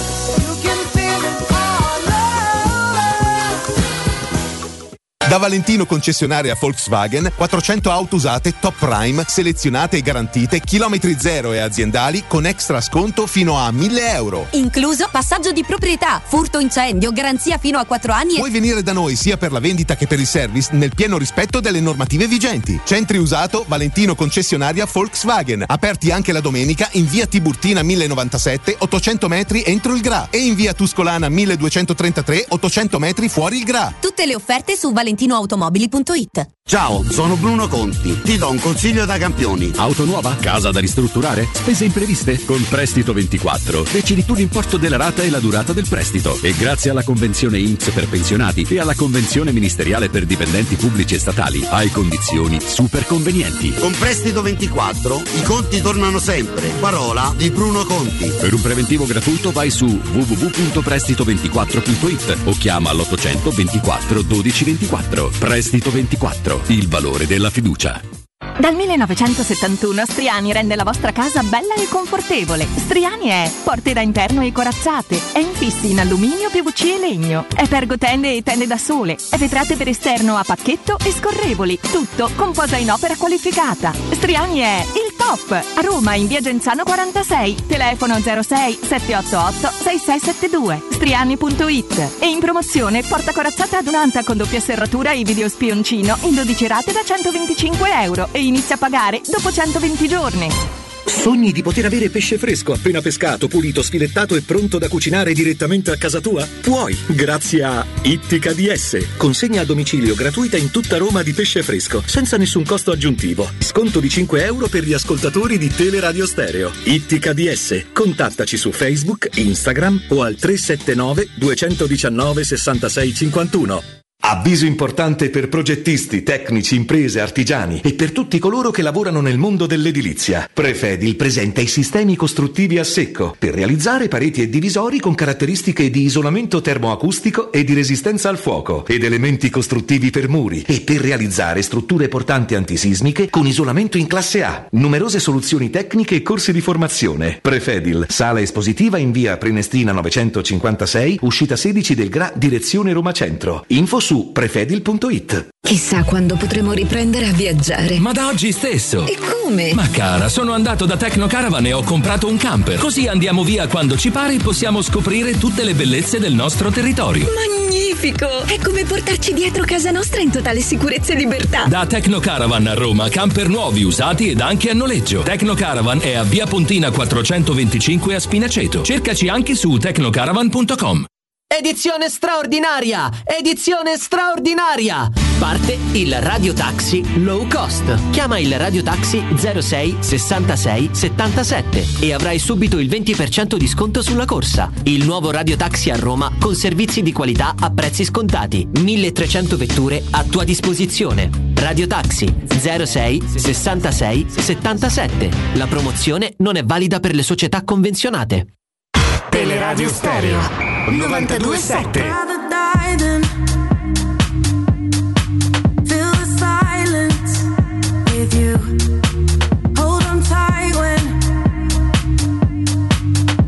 Da Valentino concessionaria Volkswagen, quattrocento auto usate top prime, selezionate e garantite, chilometri zero e aziendali con extra sconto fino a mille euro. Incluso passaggio di proprietà, furto incendio, garanzia fino a quattro anni e... Puoi venire da noi sia per la vendita che per il service nel pieno rispetto delle normative vigenti. Centri usato Valentino concessionaria Volkswagen, aperti anche la domenica in via Tiburtina mille novantasette, ottocento metri entro il Gra, e in via Tuscolana milleduecentotrentatré, ottocento metri fuori il Gra. Tutte le offerte su valentinoautomobili punto it. Ciao, sono Bruno Conti. Ti do un consiglio da campioni. Auto nuova? Casa da ristrutturare? Spese impreviste? Con Prestito ventiquattro decidi tu l'importo della rata e la durata del prestito. E grazie alla convenzione I N P S per pensionati e alla convenzione ministeriale per dipendenti pubblici e statali hai condizioni super convenienti. Con Prestito ventiquattro i conti tornano sempre. Parola di Bruno Conti. Per un preventivo gratuito vai su w w w punto prestito ventiquattro punto it o chiama all'ottocento ventiquattro dodici ventiquattro. Prestito ventiquattro. Il valore della fiducia. Dal millenovecentosettantuno Striani rende la vostra casa bella e confortevole. Striani è porte da interno e corazzate, è infissi in alluminio, P V C e legno, è pergotende e tende da sole, è vetrate per esterno a pacchetto e scorrevoli, tutto con posa in opera qualificata. Striani è il top! A Roma in via Genzano quarantasei, telefono zero sei sette otto otto sei sei sette due, striani punto it. E in promozione porta corazzata adunata con doppia serratura e video spioncino in dodici rate da centoventicinque euro e inizia a pagare dopo centoventi giorni. Sogni di poter avere pesce fresco appena pescato, pulito, sfilettato e pronto da cucinare direttamente a casa tua? Puoi, grazie a Ittica D S. Consegna a domicilio gratuita in tutta Roma di pesce fresco, senza nessun costo aggiuntivo. Sconto di cinque euro per gli ascoltatori di Teleradio Stereo. Ittica D S. Contattaci su Facebook, Instagram o al tre sette nove due uno nove sei sei cinque uno. Avviso importante per progettisti, tecnici, imprese, artigiani e per tutti coloro che lavorano nel mondo dell'edilizia. Prefedil presenta i sistemi costruttivi a secco per realizzare pareti e divisori con caratteristiche di isolamento termoacustico e di resistenza al fuoco ed elementi costruttivi per muri e per realizzare strutture portanti antisismiche con isolamento in classe A. Numerose soluzioni tecniche e corsi di formazione. Prefedil, sala espositiva in via Prenestina novecentocinquantasei, uscita sedici del Gra, direzione Roma Centro. Info su prefedil punto it. Chissà quando potremo riprendere a viaggiare. Ma da oggi stesso. E come? Ma cara, sono andato da Tecno Caravan e ho comprato un camper. Così andiamo via quando ci pare e possiamo scoprire tutte le bellezze del nostro territorio. Magnifico! È come portarci dietro casa nostra in totale sicurezza e libertà. Da Tecno Caravan a Roma, camper nuovi, usati ed anche a noleggio. Tecno Caravan è a via Pontina quattrocentoventicinque a Spinaceto. Cercaci anche su tecnocaravan punto com. Edizione straordinaria! Edizione straordinaria! Parte il Radio Taxi Low Cost. Chiama il Radio Taxi zero sei sessantasei settantasette e avrai subito il venti per cento di sconto sulla corsa. Il nuovo Radio Taxi a Roma con servizi di qualità a prezzi scontati. milletrecento vetture a tua disposizione. Radio Taxi zero sei sessantasei settantasette. La promozione non è valida per le società convenzionate. Teleradio Stereo novantadue sette.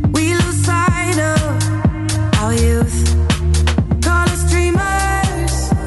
Call us dreamers.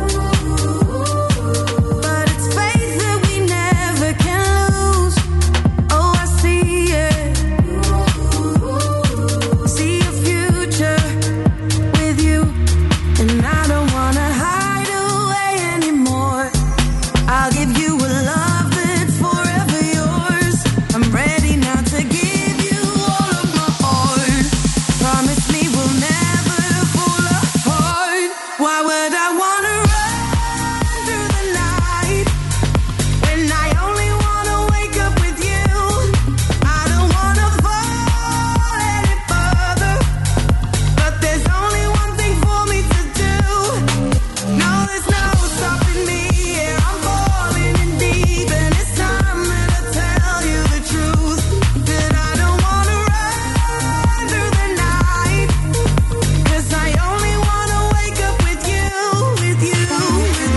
Why would I wanna run through the night when I only wanna wake up with you? I don't wanna fall any further, but there's only one thing for me to do. No, there's no stopping me. Yeah, I'm falling in deep, and it's time that I tell you the truth, that I don't wanna run through the night, 'cause I only wanna wake up with you, with you, with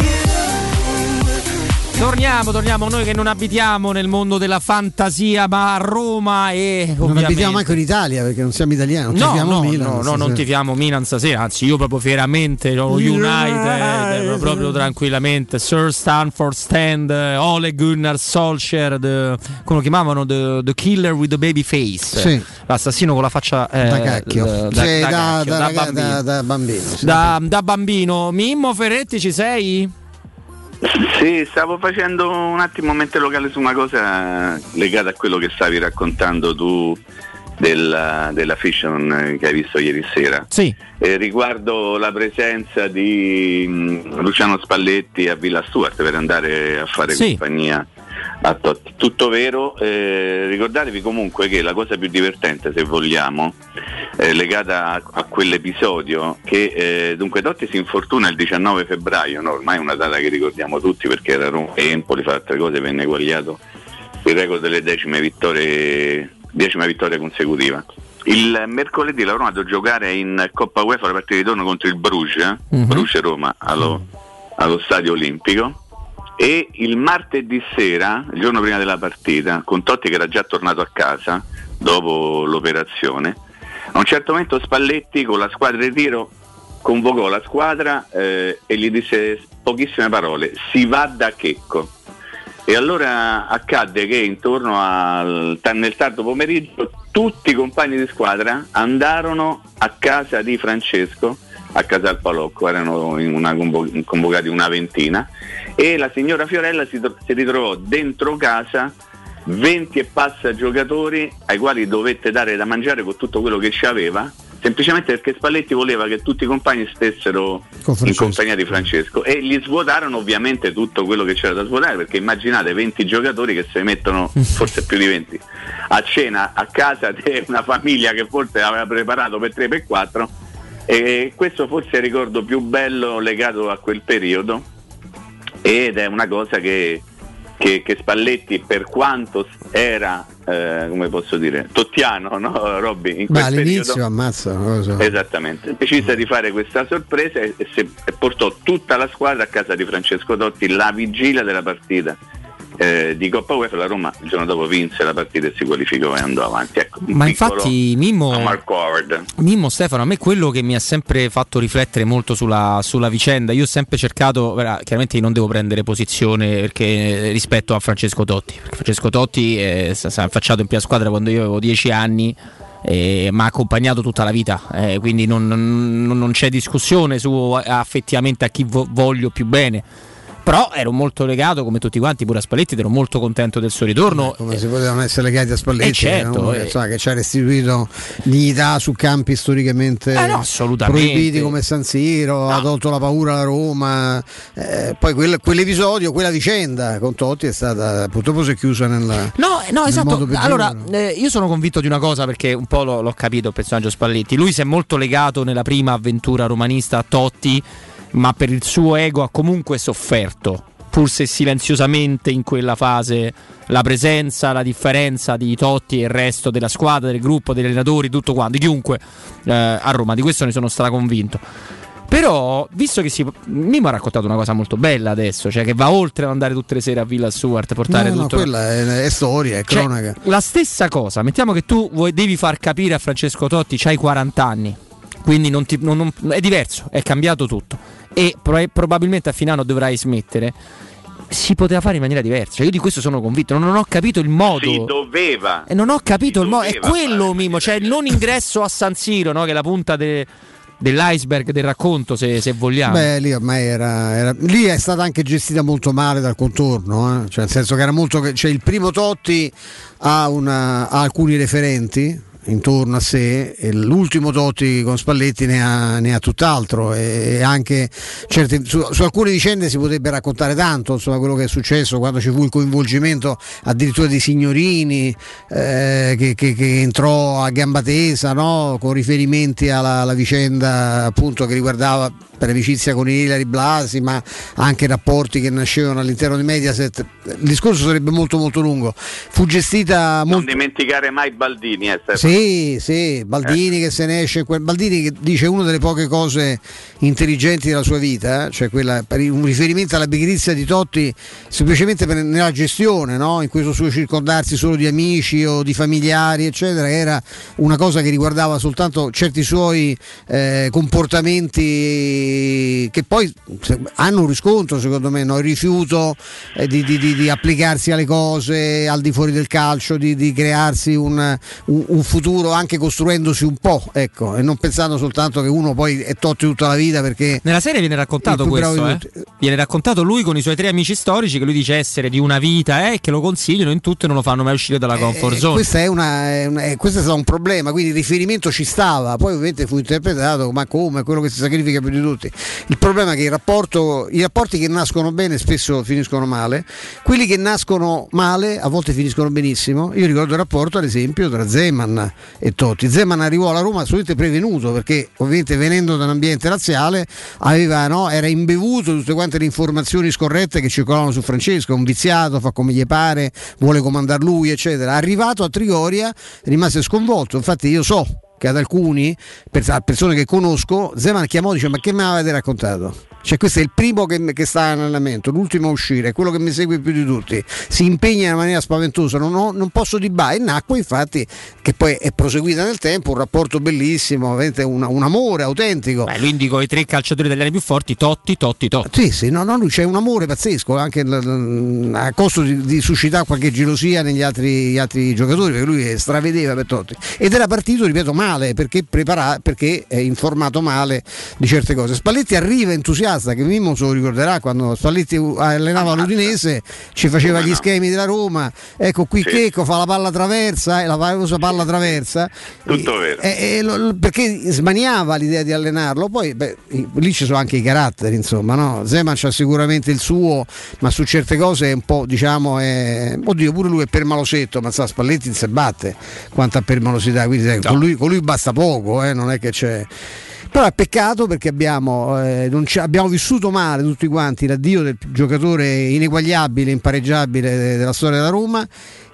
you. Torniamo, torniamo noi che non abitiamo nel mondo della fantasia, ma a Roma e Non ovviamente... abitiamo manco in Italia perché non siamo italiani, non No, tifiamo no, Milan. no, no, stasera. non tifiamo Milan stasera, anzi io proprio fieramente, no, United, proprio tranquillamente, Sir Stanford Stand, Ole Gunnar Solskjaer, the, come lo chiamavano, the, the killer with the baby face, Sì. l'assassino con la faccia eh, Da cacchio. da, Cioè, da da- cacchio, da da raga- bambino. da- da bambino, sì. Da, da bambino. Mimmo Ferretti, ci sei? Sì, stavo facendo un attimo mente locale su una cosa legata a quello che stavi raccontando tu della, della fiction che hai visto ieri sera. Sì. Eh, riguardo la presenza di mh, Luciano Spalletti a Villa Stuart per andare a fare Sì. compagnia a Totti. Tutto vero, eh, ricordatevi comunque che la cosa più divertente, se vogliamo, eh, legata a, a quell'episodio, che eh, dunque Totti si infortuna il diciannove febbraio, no? Ormai è una data che ricordiamo tutti perché era Roma e Empoli, fa altre cose, venne eguagliato il record delle decime vittorie, decima vittoria consecutiva. Il mercoledì la Roma deve giocare in Coppa UEFA la partita di ritorno contro il Bruges, eh? Mhm. Bruges Roma allo, allo Stadio Olimpico, e il martedì sera, il giorno prima della partita, con Totti che era già tornato a casa dopo l'operazione, a un certo momento Spalletti con la squadra di tiro convocò la squadra eh, e gli disse pochissime parole: si va da Checco. E allora accadde che intorno al nel tardo pomeriggio tutti i compagni di squadra andarono a casa di Francesco, a Casal Palocco, erano in una convo- convocati una ventina, e la signora Fiorella si, tro- si ritrovò dentro casa venti e passa giocatori ai quali dovette dare da mangiare con tutto quello che ci aveva, semplicemente perché Spalletti voleva che tutti i compagni stessero in compagnia di Francesco, e gli svuotarono ovviamente tutto quello che c'era da svuotare, perché immaginate venti giocatori che si mettono, forse più di venti, a cena a casa di una famiglia che forse aveva preparato per tre per quattro, e questo forse è il ricordo più bello legato a quel periodo, ed è una cosa che Che, che Spalletti, per quanto era eh, come posso dire tottiano, no Robby, in Ma quel all'inizio periodo, ammazza, non lo so. esattamente, decise di fare questa sorpresa e, e, se, e portò tutta la squadra a casa di Francesco Totti la vigilia della partita eh, di Coppa UEFA. La Roma il giorno dopo vinse la partita e si qualificò e andò avanti, ecco, un Ma piccolo infatti Mimmo, Marco Howard. Mimmo Stefano, a me quello che mi ha sempre fatto riflettere molto sulla, sulla vicenda, io ho sempre cercato, chiaramente non devo prendere posizione perché rispetto a Francesco Totti, perché Francesco Totti è stato affacciato in prima squadra quando io avevo dieci anni, eh, mi ha accompagnato tutta la vita, eh, quindi non, non, non c'è discussione su affettivamente a chi vo- voglio più bene. Però ero molto legato, come tutti quanti, pure a Spalletti, ed ero molto contento del suo ritorno. Come si potevano essere legati a Spalletti, Eh, certo, uno che, eh. insomma, che ci ha restituito dignità su campi storicamente Eh, no, assolutamente. proibiti come San Siro, ha tolto la paura alla Roma, eh, poi quel, quell'episodio, quella vicenda con Totti è stata, purtroppo si è chiusa nella, No, no, nel esatto. modo peggiore. Allora, eh, io sono convinto di una cosa, perché un po' l'ho, l'ho capito il personaggio Spalletti. Lui si è molto legato nella prima avventura romanista a Totti, ma per il suo ego ha comunque sofferto, pur se silenziosamente in quella fase, la presenza, la differenza di Totti e il resto della squadra, del gruppo, degli allenatori, tutto quanto, di chiunque eh, a Roma. Di questo ne sono straconvinto. Però, visto che si mi ha raccontato una cosa molto bella adesso, cioè che va oltre ad andare tutte le sere a Villa Stuart, portare no, no, tutto. quella è, è storia, è Cioè, cronaca. la stessa cosa, mettiamo che tu vuoi, devi far capire a Francesco Totti c'hai quaranta anni, quindi non ti, non, non, è diverso, è cambiato tutto, e pro, probabilmente a fine anno dovrai smettere. Si poteva fare in maniera diversa, cioè io di questo sono convinto, non, non ho capito il modo. Si doveva. E non ho capito si il modo, è doveva quello Mimo, cioè il non ingresso a San Siro, no? Che è la punta de, dell'iceberg del racconto, se, se vogliamo. Beh, lì ormai era, era lì è stata anche gestita molto male dal contorno, eh? Cioè nel senso che era molto, cioè il primo Totti ha, una, ha alcuni referenti, intorno a sé, e l'ultimo Totti con Spalletti ne ha, ne ha tutt'altro, e anche certe, su, su alcune vicende si potrebbe raccontare tanto, insomma, quello che è successo quando ci fu il coinvolgimento addirittura di Signorini, eh, che, che, che entrò a gamba tesa, no? Con riferimenti alla, alla vicenda appunto che riguardava per amicizia con Ilari Blasi, ma anche rapporti che nascevano all'interno di Mediaset. Il discorso sarebbe molto molto lungo. Fu gestita molto... Non dimenticare mai Baldini, eh, Sì, sì, Baldini eh. che se ne esce, quel Baldini che dice una delle poche cose intelligenti della sua vita, eh? Cioè quella, un riferimento alla pigrizia di Totti semplicemente per, nella gestione, no? In questo suo circondarsi solo di amici o di familiari, eccetera, era una cosa che riguardava soltanto certi suoi eh, comportamenti che poi hanno un riscontro, secondo me, no? Il rifiuto eh, di, di, di, di applicarsi alle cose al di fuori del calcio, di, di crearsi un, un, un futuro anche costruendosi un po', ecco, e non pensando soltanto che uno poi è Totti tutta la vita, perché nella serie viene raccontato questo, eh? Viene raccontato lui con i suoi tre amici storici che lui dice essere di una vita e eh, che lo consigliano in tutto e non lo fanno mai uscire dalla comfort eh, zone. Questa è una, è una eh, questo è stato un problema, quindi il riferimento ci stava, poi ovviamente fu interpretato ma come quello che si sacrifica più di tutti. Il problema è che il rapporto, i rapporti che nascono bene spesso finiscono male, quelli che nascono male a volte finiscono benissimo. Io ricordo il rapporto ad esempio tra Zeman e Totti. Zeman arrivò alla Roma assolutamente prevenuto, perché ovviamente venendo da un ambiente razziale aveva, no, era imbevuto di tutte quante le informazioni scorrette che circolavano su Francesco, è un viziato, fa come gli pare, vuole comandare lui, eccetera. Arrivato a Trigoria rimase sconvolto, infatti io so che ad alcuni, per persone che conosco, Zeman chiamò e dice ma che mi avete raccontato? Cioè questo è il primo che, che sta in allenamento, l'ultimo a uscire, è quello che mi segue più di tutti, si impegna in maniera spaventosa, non, ho, non posso di ba, e nacque infatti, che poi è proseguita nel tempo, un rapporto bellissimo, un, un amore autentico. Beh, lui indicò i tre calciatori italiani più forti, Totti, Totti, Totti. Sì, sì, no, no, lui c'è un amore pazzesco, anche a costo di, di suscitare qualche gelosia negli altri, gli altri giocatori, perché lui stravedeva per Totti. Ed era partito, ripeto, male, perché, prepara, perché è informato male di certe cose. Spalletti arriva entusiasta, che Mimmo se lo ricorderà, quando Spalletti allenava ah, l'Udinese ci faceva gli no. schemi della Roma, ecco qui sì. Checco fa la palla traversa e la famosa palla traversa, tutto e, vero e, e lo, perché smaniava l'idea di allenarlo. Poi beh, lì ci sono anche i caratteri, insomma, no? Zeman c'ha sicuramente il suo, ma su certe cose è un po', diciamo, è... oddio, pure lui è permalosetto, ma sa, Spalletti non si batte quanto a permalosità, quindi no. con, lui, con lui basta poco, eh? Non è che c'è. Però è peccato perché abbiamo, eh, non abbiamo vissuto male tutti quanti l'addio del giocatore ineguagliabile, impareggiabile della storia della Roma,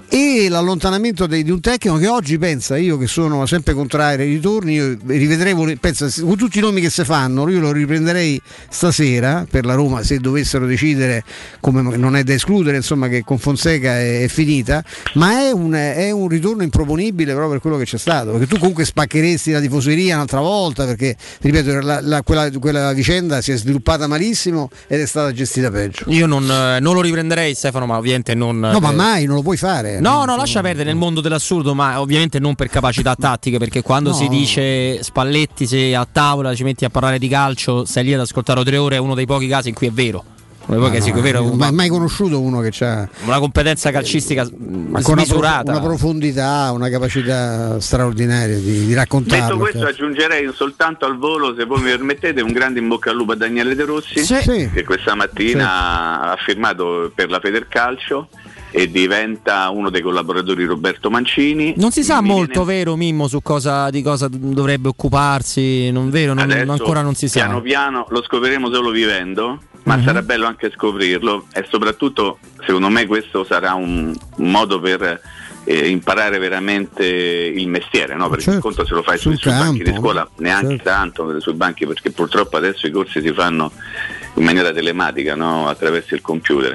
e l'allontanamento di, di un tecnico che oggi, pensa, io che sono sempre contrario ai ritorni, io rivedremo, pensa, con tutti i nomi che si fanno, io lo riprenderei stasera per la Roma se dovessero decidere, come non è da escludere, insomma, che con Fonseca è, è finita, ma è un, è un ritorno improponibile proprio per quello che c'è stato, perché tu comunque spaccheresti la tifoseria un'altra volta, perché ripeto la, la, quella, quella vicenda si è sviluppata malissimo ed è stata gestita peggio. Io non, eh, non lo riprenderei, Stefano, ma ovviamente non... No, eh, ma mai, non lo puoi fare. No, no, lascia perdere nel mondo dell'assurdo, ma ovviamente non per capacità tattiche, perché quando no. si dice Spalletti, se a tavola ci metti a parlare di calcio, stai lì ad ascoltare tre ore, è uno dei pochi casi in cui è vero. No, no, è vero, non ho mai conosciuto uno che ha una competenza calcistica ma smisurata, una, pro, una profondità, una capacità straordinaria di, di raccontarlo. Detto questo, cioè. aggiungerei soltanto al volo, se voi mi permettete, un grande in bocca al lupo a Daniele De Rossi, sì. che questa mattina sì. ha firmato per la Federcalcio e diventa uno dei collaboratori di Roberto Mancini. Non si sa Mi molto, viene... vero Mimmo, su cosa, di cosa dovrebbe occuparsi, non vero, non, Adesso, ancora non si sa. Piano piano lo scopriremo solo vivendo, ma uh-huh. sarà bello anche scoprirlo, e soprattutto secondo me questo sarà un, un modo per eh, imparare veramente il mestiere, no? Perché certo. il conto se lo fai sui, sui banchi di scuola neanche certo. tanto sui banchi, perché purtroppo adesso i corsi si fanno in maniera telematica, no? Attraverso il computer.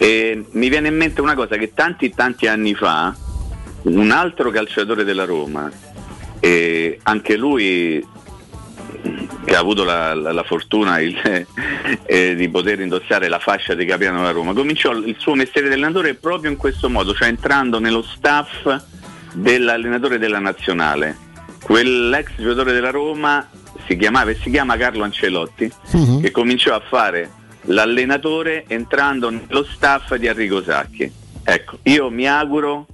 E mi viene in mente una cosa, che tanti tanti anni fa un altro calciatore della Roma, e anche lui che ha avuto la, la, la fortuna il, eh, di poter indossare la fascia di capitano della Roma, cominciò il suo mestiere di allenatore proprio in questo modo, cioè entrando nello staff dell'allenatore della nazionale. Quell'ex giocatore della Roma si chiamava e si chiama Carlo Ancelotti, uh-huh. che cominciò a fare l'allenatore entrando nello staff di Arrigo Sacchi. Ecco, io mi auguro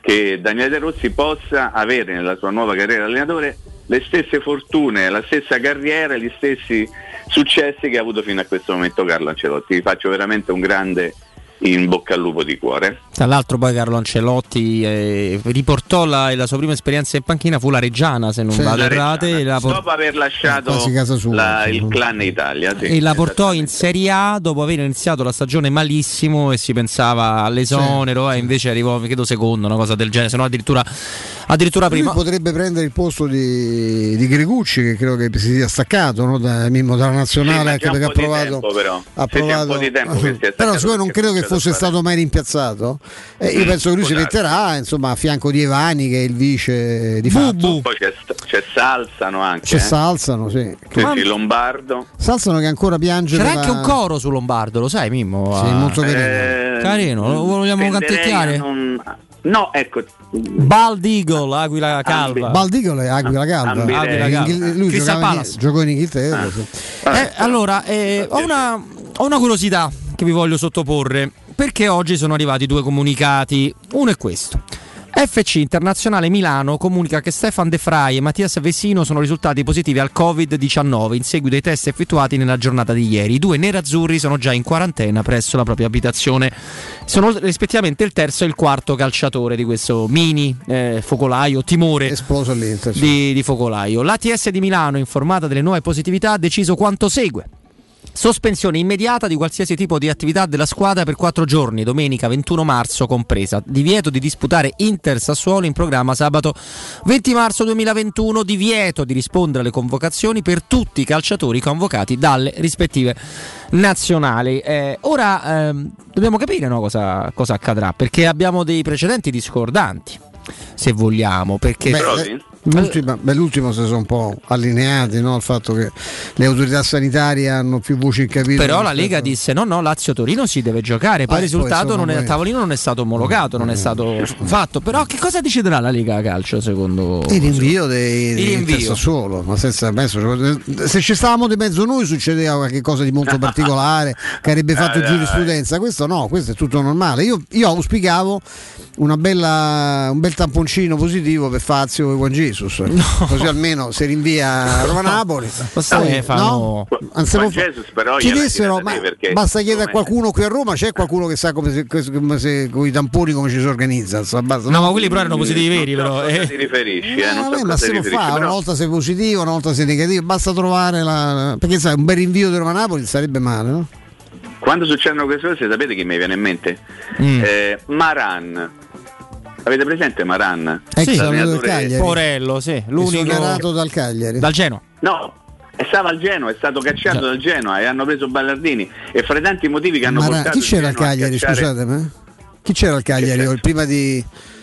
che Daniele De Rossi possa avere nella sua nuova carriera allenatore le stesse fortune, la stessa carriera, gli stessi successi che ha avuto fino a questo momento Carlo Ancelotti. Vi faccio veramente un grande in bocca al lupo di cuore. Tra l'altro poi Carlo Ancelotti eh, riportò la, la sua prima esperienza in panchina, fu la Reggiana se non Sì, vado la errate, Reggiana, e la por- dopo aver lasciato Quasi casa sua, la- sì. il clan Italia, sì. e la portò in Serie A dopo aver iniziato la stagione malissimo e si pensava all'esonero, e invece arrivò credo secondo, una cosa del genere, se no addirittura addirittura Lui prima. potrebbe prendere il posto di, di Gregucci, che credo che si sia staccato, no? da, Mimmo, dalla nazionale, Sì, ma anche già un perché ha po' di provato, tempo, però. ha Sì, sì, un provato po' di tempo che si è però staccato, siccome non perché credo che cominciato fosse a fare- stato mai rimpiazzato, eh, io penso che lui si può darsi. metterà insomma a fianco di Evani, che è il vice di fatto. Poi c'è, c'è Salzano anche, C'è eh. Salzano, sì. Sì, sì, Lombardo. Salzano che ancora piange C'era per anche la- un coro su Lombardo, lo sai Mimmo? Sì, Ah. molto carino. Eh, Carino, lo vogliamo tenderei canticchiare? a non- No, ecco. Bald Eagle, Aquila Calva. Baldigolo è Aquila Calva. Ambirei. Aquila Calva. Inghil- lui Crystal giocava in, Palace. giocò in Inghilterra. Ah. sì. Eh, allora, eh, ho, una, ho una curiosità che vi voglio sottoporre, perché oggi sono arrivati due comunicati. Uno è questo. F C Internazionale Milano comunica che Stefan De Vrij e Mattias Vecino sono risultati positivi al covid diciannove in seguito ai test effettuati nella giornata di ieri. I due nerazzurri sono già in quarantena presso la propria abitazione. Sono rispettivamente il terzo e il quarto calciatore di questo mini eh, focolaio, timore esploso all'Inter. sì. di, di focolaio. L'A T S di Milano, informata delle nuove positività, ha deciso quanto segue. Sospensione immediata di qualsiasi tipo di attività della squadra per quattro giorni, domenica ventuno marzo compresa. Divieto di disputare Inter Sassuolo in programma sabato venti marzo duemilaventuno. Divieto di rispondere alle convocazioni per tutti i calciatori convocati dalle rispettive nazionali. Eh, ora ehm, dobbiamo capire, no, cosa, cosa accadrà, perché abbiamo dei precedenti discordanti, se vogliamo. Perché Beh, Però eh, sì. l'ultima- beh, l'ultimo si sono un po' allineati, no? Al fatto che le autorità sanitarie hanno più voci in capitolo. Però la rispetto- Lega disse no no, Lazio-Torino si deve giocare, poi Ah, il e poi, risultato insomma, non è, poi- a tavolino non è stato omologato, non è stato fatto. Però che cosa deciderà la Lega Calcio secondo il rinvio dei, Il dei rinvio. Inter Sassuolo, ma senza penso, se ci stavamo di mezzo noi succedeva qualche cosa di molto particolare che avrebbe fatto Dai, dai. giurisprudenza. Questo no, questo è tutto normale. Io, io auspicavo una bella, un bel tamponcino positivo per Fazio e Juan Jesus, così almeno se rinvia Roma-Napoli. Lo sai, Eh, fanno- no? Anzi, Juan lo- Jesus però ci gliela dissero, tirate ma perché, basta chiedere a come- qualcuno qui a Roma, c'è qualcuno che sa come, se, come se, con i tamponi come ci si organizza, insomma, basta. No, ma quelli però erano positivi veri, Non so però. a cosa eh. ti riferisci, eh, non so vabbè, a ma cosa se ti lo riferisci, fa, però- una volta sei positivo, una volta sei negativo, basta trovare la. Perché sai, un bel rinvio di Roma Napoli sarebbe male, no? Quando succedono queste cose sapete chi mi viene in mente? Mm. Eh, Maran. Avete presente Maran? Ex Sì, allenatore del L'allenatore- Cagliari, Porello, sì, l'unico esonerato dal Cagliari. dal Genoa. No, e stava al Genoa, è stato cacciato Già. dal Genoa e hanno preso Ballardini, e fra i tanti motivi che hanno Mara- portato chi c'era al il Genoa a Cagliari, cacciare- scusatemi? Chi c'era al Cagliari? Che Il prima di.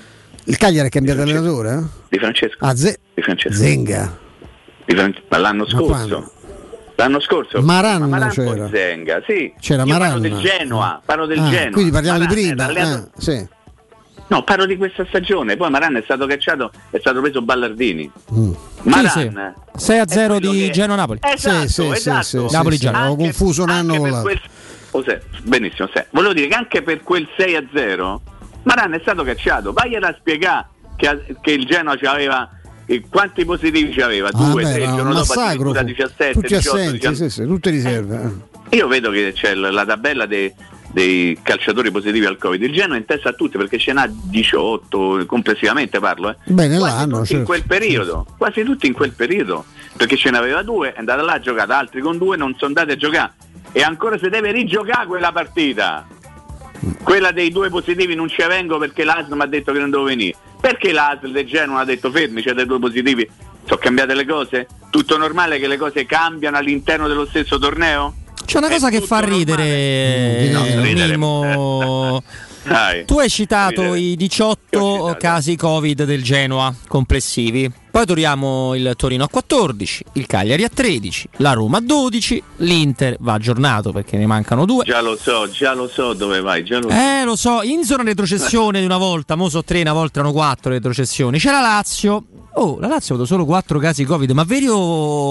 Il Cagliari ha cambiato allenatore? Eh? Di Francesco. Ah, Ze- Di Francesco. Zenga. Di Fran- ma l'anno Ma scorso. quando? L'anno scorso. Maran Ma Maran c'era. poi Zenga, sì. C'era Io Maran. parlo del Genoa, parlo del Ah, Genoa. quindi parliamo Maran di era prima. allenato- Ah, sì. No, parlo di questa stagione, poi Maran è stato cacciato, è stato preso Ballardini. Mm. Maran Sì, sì. sei a zero è quello di che- Genoa-Napoli. Esatto, Sì, sì, sì, esatto. sì, sì, Napoli sì, già. avevo Anche- confuso un anno anche con per l'altro. quel- oh, se- benissimo, se. volevo dire che anche per quel sei a zero Maran è stato cacciato. Vagliela a spiegare che, che il Genoa aveva quanti positivi c'aveva? Ah, Due, beh, tre, il no, giorno un dopo massacro, addirittura fu. diciassette, tutti diciotto, assenti, diciannove. sì, sì, tutte riserve. eh. Io vedo che c'è la, la tabella dei, dei calciatori positivi al Covid. Il Genoa è in testa a tutti perché ce n'ha diciotto complessivamente, parlo. Eh. Beh, Quasi nell'anno, tutti in certo. quel periodo, quasi tutti in quel periodo, perché ce n'aveva due, è andata là a giocare, altri con due non sono andati a giocare e ancora si deve rigiocare quella partita. Quella dei due positivi non ci vengo perché l'A S L mi ha detto che non devo venire. Perché l'A S L del Genoa ha detto fermi, c'è dei due positivi? Sono cambiate le cose? Tutto normale che le cose cambiano all'interno dello stesso torneo? C'è una È cosa che tutto fa normale? ridere, No, eh, ridere. Mimmo. Dai, Tu hai citato ridere. i Che ho diciotto citato? casi Covid del Genoa complessivi. Poi troviamo il Torino a quattordici, il Cagliari a tredici, la Roma a dodici, l'Inter va aggiornato perché ne mancano due. Già lo so, già lo so dove vai, già lo so. Eh, lo so, in zona retrocessione di una volta, mo so tre, una volta erano quattro retrocessioni. C'è la Lazio Oh, la Lazio ha avuto solo quattro casi Covid, ma veri o,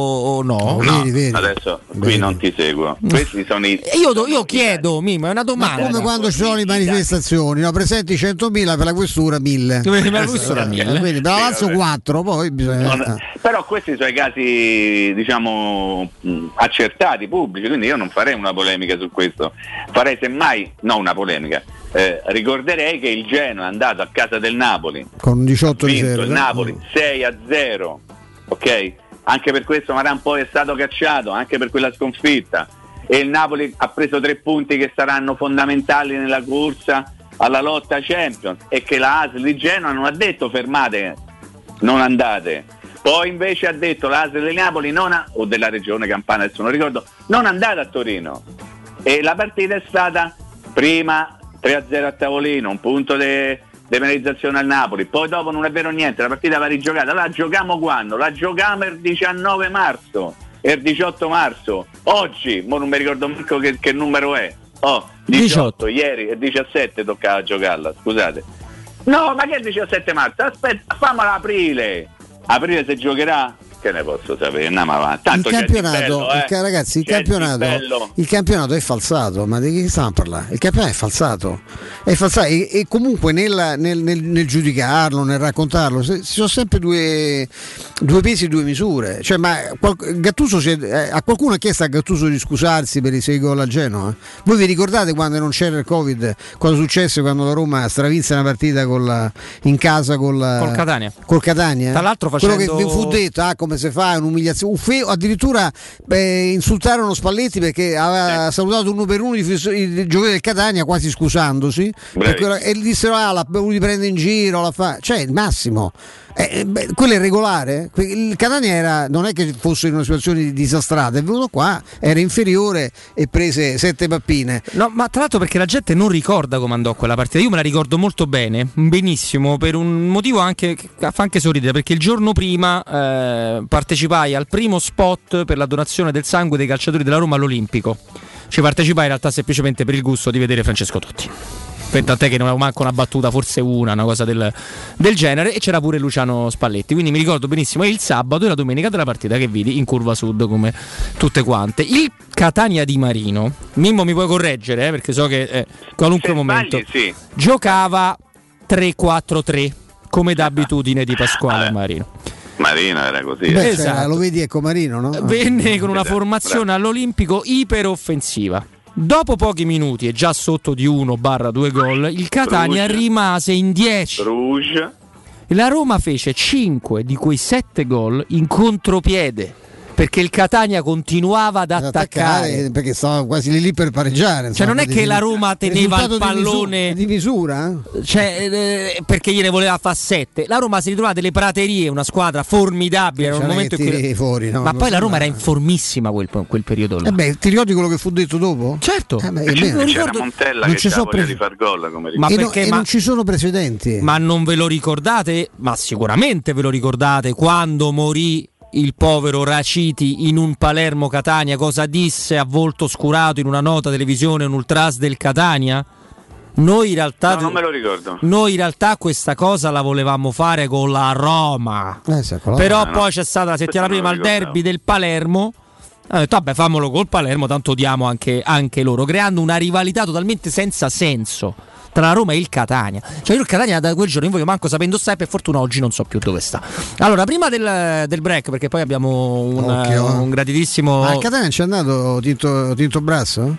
o no? No, vedi, vedi. adesso qui Vedi. non ti seguo. Questi sono i. E io, io chiedo, Mimo, è una Ma domanda. come quando ci sono le manifestazioni, no? Presenti centomila, per la questura mille. Per la questura mille. Quindi per la Lazio vabbè. quattro, poi bisogna. Non- però questi sono i casi, diciamo, mh, accertati, pubblici, quindi io non farei una polemica su questo. Farei semmai, no una polemica, eh, ricorderei che il Genoa è andato a casa del Napoli, Con diciotto ha di vinto zero. il Napoli sei a zero, ok? Anche per questo Maran poi è stato cacciato, anche per quella sconfitta, e il Napoli ha preso tre punti che saranno fondamentali nella corsa alla lotta Champions, e che la A S L di Genoa non ha detto fermate, non andate. Poi invece ha detto la A S L di Napoli non ha, o della regione Campania, adesso non ricordo, non andate a Torino, e la partita è stata prima tre a zero a tavolino, un punto di penalizzazione al Napoli, poi dopo non è vero niente, la partita va rigiocata. La giochiamo quando? La giochiamo il diciannove marzo e il diciotto marzo, oggi, mo non mi ricordo manco che, che numero è, oh, diciotto, ieri e diciassette toccava giocarla, scusate. No, ma che il diciassette marzo? Aspetta, famola aprile. Aprile se giocherà? Che ne posso sapere? Andiamo avanti. Tanto Il c'è di campionato, bello, eh. il ca- ragazzi, il C'è di campionato, bello. il campionato è falsato, ma di che stiamo a parlare? Il campionato è falsato, è falsato e, e comunque nel, nel, nel, nel giudicarlo, nel raccontarlo, se, ci sono sempre due, due pesi e due misure. Cioè, ma qual, Gattuso si è, eh, a qualcuno ha chiesto a Gattuso di scusarsi per i sei gol a Genoa? Voi vi ricordate quando non c'era il Covid, cosa successe quando la Roma stravinse una partita con la, in casa col, Col Catania. Col Catania? Tra l'altro Quello facendo- che vi fu detto, ah, come si fa, un'umiliazione, Uffe- addirittura eh, insultarono Spalletti perché aveva salutato uno per uno i, fis- i giocatori del Catania quasi scusandosi. Bravi. Per quella- e gli dissero ah, l'ha voluto prendere in giro, la fa. Cioè il massimo. Eh, beh, quello è regolare. Que- Il Catania era, non è che fosse in una situazione disastrata, è venuto qua, era inferiore e prese sette pappine. No, ma tra l'altro perché la gente non ricorda come andò quella partita. Io me la ricordo molto bene, benissimo, per un motivo anche che fa anche sorridere, perché il giorno prima eh, partecipai al primo spot per la donazione del sangue dei calciatori della Roma all'Olimpico. Ci partecipai in realtà semplicemente per il gusto di vedere Francesco Totti. Per tant'è che non avevo manco una battuta, forse una, una cosa del, del genere, e c'era pure Luciano Spalletti, quindi mi ricordo benissimo il sabato e la domenica della partita che vidi in Curva Sud come tutte quante. Il Catania di Marino, Mimmo mi puoi correggere eh, perché so che eh, qualunque Se momento sbagli, sì. giocava tre quattro tre come d'abitudine di Pasquale a Marino. Marino era così. Beh, eh. cioè, Esatto. lo vedi ecco Marino, no? Venne con una formazione all'Olimpico iperoffensiva. Dopo pochi minuti e già sotto di uno barra due gol, il Catania Bruges. rimase in dieci. Bruges. La Roma fece cinque di quei sette gol in contropiede, perché il Catania continuava ad Ad attaccare. perché stava quasi lì lì per pareggiare. Cioè non è insomma, che di- la Roma teneva il risultato di pallone misura, di misura? cioè, eh, perché gliene voleva fare sette. La Roma si ritrovava delle praterie, una squadra formidabile. Era un Cioè, non è momento che in cui... tiri fuori, no, Ma non poi la sembra- Roma era informissima quel, quel periodo là. Eh beh, ti ricordi quello che fu detto dopo? Certo. Eh beh, C'era- è vero. C'era Montella Non che ci c'ha so voglia pre- di far gol, come Ma e, no- perché- e ma- non ci sono precedenti. Ma non ve lo ricordate? Ma sicuramente ve lo ricordate quando morì il povero Raciti in un Palermo-Catania, cosa disse a volto scurato in una nota televisione un ultras del Catania? Noi in realtà No, non me lo ricordo. Noi in realtà questa cosa la volevamo fare con la Roma. Eh, sì, con la- Però Ah, no. poi c'è stata la settimana Questo non prima lo il ricordavo. derby del Palermo. Ha detto vabbè, fammelo col Palermo, tanto odiamo anche, anche loro, creando una rivalità totalmente senza senso tra la Roma e il Catania. Cioè io il Catania da quel giorno non voglio manco sapere dove sta, e per fortuna oggi non so più dove sta. Allora, prima del, del break, perché poi abbiamo un, Occhio. un gratitissimo... Ma a Catania c'è andato Tinto, Tinto Brasso?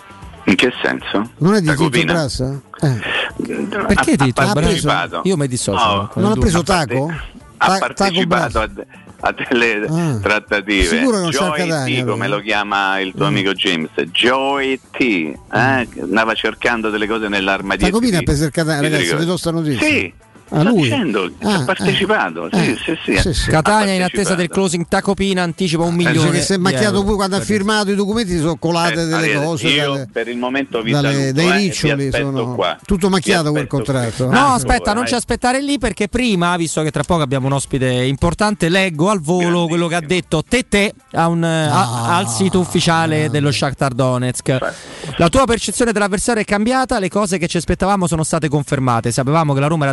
In che senso? Non è di Tinto Tacopina? Brasso? Eh. Perché ha, Tito ha Brasso? partecipato. Io mi dissocio. No, con Non il ha preso dubbio. Taco? ha Ta- partecipato Taco a, a delle Ah. trattative. Sicuro che non c'è a Joy Catania, T, come allora. lo chiama il tuo Mm. amico James, Joy T, eh? andava cercando delle cose nell'armadietto. Tacopina ha di- preso il Catania, di ragazzi, Ricordo. vi do sta notizia. Sì, Ah, sto lui? dicendo, ci Ah, ha partecipato. eh. Sì, sì, sì, Sì, sì. ha Catania in attesa partecipato. del closing, Tacopina anticipa un Dice milione. che si è di macchiato euro. pure quando ha firmato i documenti, si sono colate Eh, delle Ariele, cose io dalle- per il momento vi dalle- saluto, dai eh, e vi riccioli, aspetto sono qua. tutto Vi macchiato quel aspetto contratto. qui. No, Ah, aspetta, non vai. ci aspettare lì, perché prima, visto che tra poco abbiamo un ospite importante, leggo al volo quello che ha detto Tete a un, a- Ah. al sito ufficiale dello Shakhtar Donetsk. La tua percezione dell'avversario è cambiata, le cose che ci aspettavamo sono state confermate. Sapevamo che la Roma era davvero forte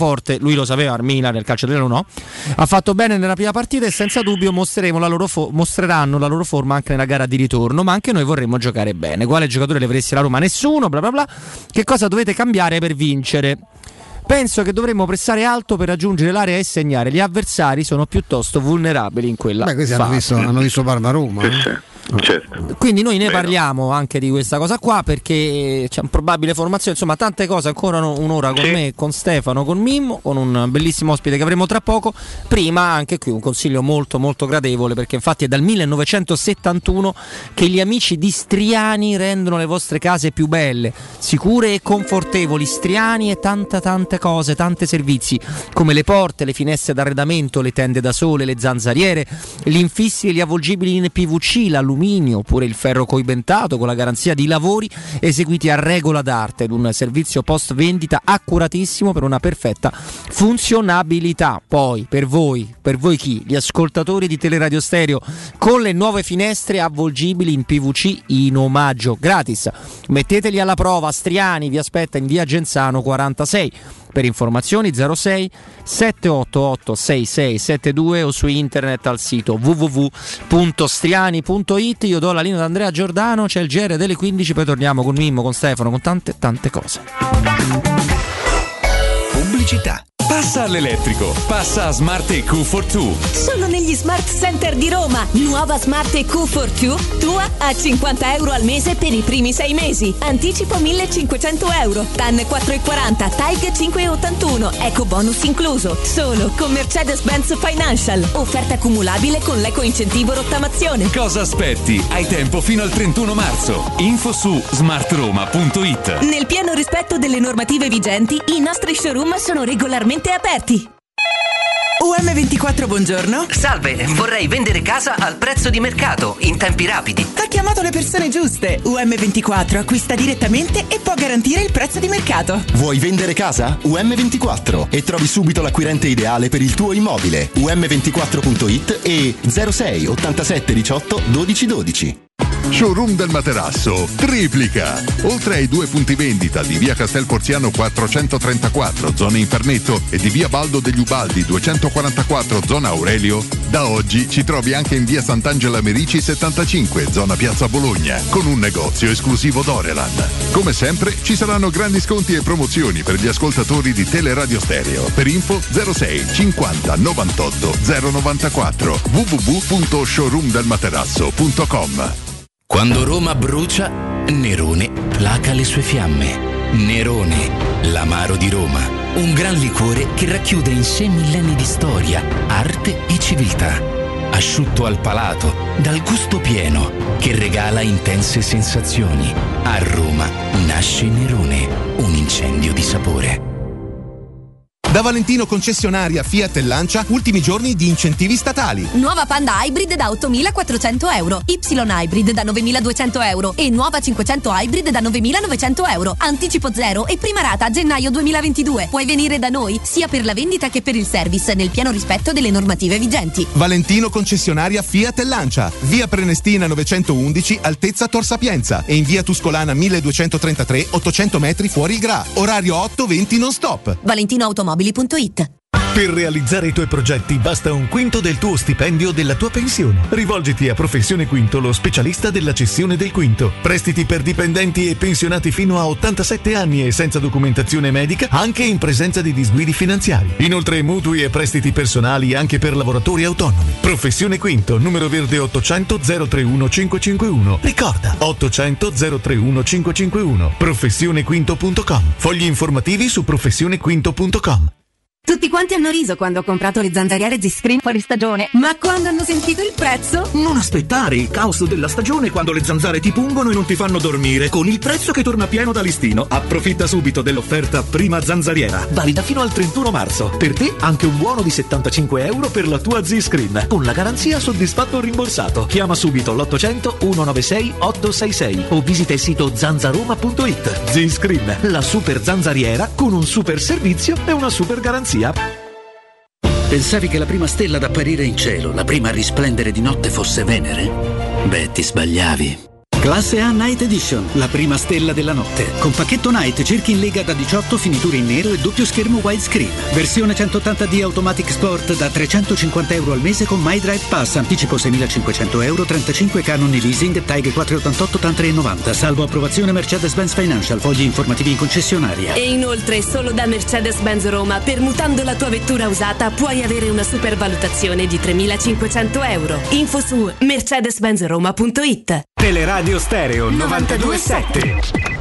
forte, lui lo sapeva, al Milan, nel calcio italiano no, ha fatto bene nella prima partita e senza dubbio mostreremo la loro fo- mostreranno la loro forma anche nella gara di ritorno, ma anche noi vorremmo giocare bene. Quale giocatore le avresti la Roma? Nessuno, bla bla bla. Che cosa dovete cambiare per vincere? Penso che dovremmo pressare alto per raggiungere l'area e segnare. Gli avversari sono piuttosto vulnerabili in quella Beh, questi fase. hanno visto, hanno visto Parma-Roma. Sì, sì. Certo. Quindi noi ne Vero. parliamo anche di questa cosa qua, perché c'è un probabile formazione, insomma tante cose, ancora un'ora con Sì. me, con Stefano, con Mimmo, con un bellissimo ospite che avremo tra poco. Prima anche qui un consiglio molto molto gradevole, perché infatti è dal millenovecentosettantuno che gli amici di Striani rendono le vostre case più belle, sicure e confortevoli. Striani e tante tante cose, tanti servizi come le porte, le finestre d'arredamento, le tende da sole, le zanzariere, gli infissi e gli avvolgibili in P V C, l'alluminio oppure il ferro coibentato, con la garanzia di lavori eseguiti a regola d'arte ed un servizio post vendita accuratissimo per una perfetta funzionabilità. Poi per voi, per voi chi? Gli ascoltatori di Teleradio Stereo, con le nuove finestre avvolgibili in P V C in omaggio gratis. Metteteli alla prova. Striani vi aspetta in via Genzano quarantasei. Per informazioni zero sei sette otto otto sei sei sette due o su internet al sito w w w punto striani punto it. Io do la linea ad Andrea Giordano, c'è il G R delle quindici, poi torniamo con Mimmo, con Stefano, con tante tante cose. Pubblicità. Passa all'elettrico, passa a Smart E Q quarantadue. Sono negli Smart Center di Roma. Nuova Smart E Q quarantadue, tua a cinquanta euro al mese per i primi sei mesi. Anticipo millecinquecento euro. T A N quattro virgola quaranta, T A I G cinque virgola ottantuno, eco bonus incluso. Solo con Mercedes-Benz Financial. Offerta cumulabile con l'eco incentivo rottamazione. Cosa aspetti? Hai tempo fino al trentuno marzo. Info su smart roma punto it. Nel pieno rispetto delle normative vigenti, i nostri showroom sono regolarmente aperti. U M ventiquattro, buongiorno. Salve, vorrei vendere casa al prezzo di mercato, in tempi rapidi. Ha chiamato le persone giuste. U M ventiquattro acquista direttamente e può garantire il prezzo di mercato. Vuoi vendere casa? U M ventiquattro e trovi subito l'acquirente ideale per il tuo immobile. u m ventiquattro punto it e zero sei ottantasette diciotto dodici dodici. Showroom del Materasso triplica. Oltre ai due punti vendita di via Castel Porziano quattrocentotrentaquattro, zona Infernetto, e di via Baldo degli Ubaldi duecentoquarantaquattro, zona Aurelio, da oggi ci trovi anche in via Sant'Angela Merici settantacinque, zona Piazza Bologna, con un negozio esclusivo Dorelan. Come sempre ci saranno grandi sconti e promozioni per gli ascoltatori di Teleradio Stereo. Per info zero sei cinquanta novantotto zero novantaquattro w w w punto showroom del materasso punto com. Quando Roma brucia, Nerone placa le sue fiamme. Nerone, l'amaro di Roma. Un gran liquore che racchiude in sé millenni di storia, arte e civiltà. Asciutto al palato, dal gusto pieno, che regala intense sensazioni. A Roma nasce Nerone, un incendio di sapore. Da Valentino concessionaria Fiat e Lancia, ultimi giorni di incentivi statali. Nuova Panda Hybrid da ottomilaquattrocento euro, Y Hybrid da novemiladuecento euro e nuova cinquecento Hybrid da novemilanovecento euro. Anticipo zero e prima rata a gennaio duemilaventidue. Puoi venire da noi sia per la vendita che per il service, nel pieno rispetto delle normative vigenti. Valentino concessionaria Fiat e Lancia, via Prenestina novecentoundici, altezza Tor Sapienza, e in via Tuscolana milleduecentotrentatré, ottocento metri fuori il Gra. Orario otto venti non stop. Valentino Automobili punto it. Per realizzare i tuoi progetti basta un quinto del tuo stipendio della tua pensione. Rivolgiti a Professione Quinto, lo specialista della cessione del quinto. Prestiti per dipendenti e pensionati fino a ottantasette anni e senza documentazione medica, anche in presenza di disguidi finanziari. Inoltre mutui e prestiti personali anche per lavoratori autonomi. Professione Quinto, numero verde ottocento zero trentuno cinquecentocinquantuno. Ricorda, ottocento zero trentuno cinquecentocinquantuno. professione quinto punto com. Fogli informativi su professione quinto punto com. Tutti quanti hanno riso quando ho comprato le zanzariere Z-Screen fuori stagione, ma quando hanno sentito il prezzo? Non aspettare il caos della stagione quando le zanzare ti pungono e non ti fanno dormire, con il prezzo che torna pieno da listino. Approfitta subito dell'offerta prima zanzariera, valida fino al trentuno marzo. Per te anche un buono di settantacinque euro per la tua Z-Screen, con la garanzia soddisfatto o rimborsato. Chiama subito l'ottocento centonovantasei ottocentosessantasei o visita il sito zanzaroma punto it. Z-Screen, la super zanzariera con un super servizio e una super garanzia. Pensavi che la prima stella ad apparire in cielo, la prima a risplendere di notte fosse Venere? Beh, ti sbagliavi. Classe A Night Edition, la prima stella della notte. Con pacchetto Night cerchi in lega da diciotto, finiture in nero e doppio schermo widescreen. Versione centottanta D Automatic Sport da trecentocinquanta euro al mese con My Drive Pass. Anticipo seimilacinquecento euro, trentacinque canoni leasing, Tag quattrocentottantotto, TAN tre novanta. Salvo approvazione Mercedes-Benz Financial. Fogli informativi in concessionaria. E inoltre solo da Mercedes-Benz Roma, permutando la tua vettura usata, puoi avere una supervalutazione di tremilacinquecento euro. Info su mercedes benz roma punto it. Teleradio Stereo novantadue sette.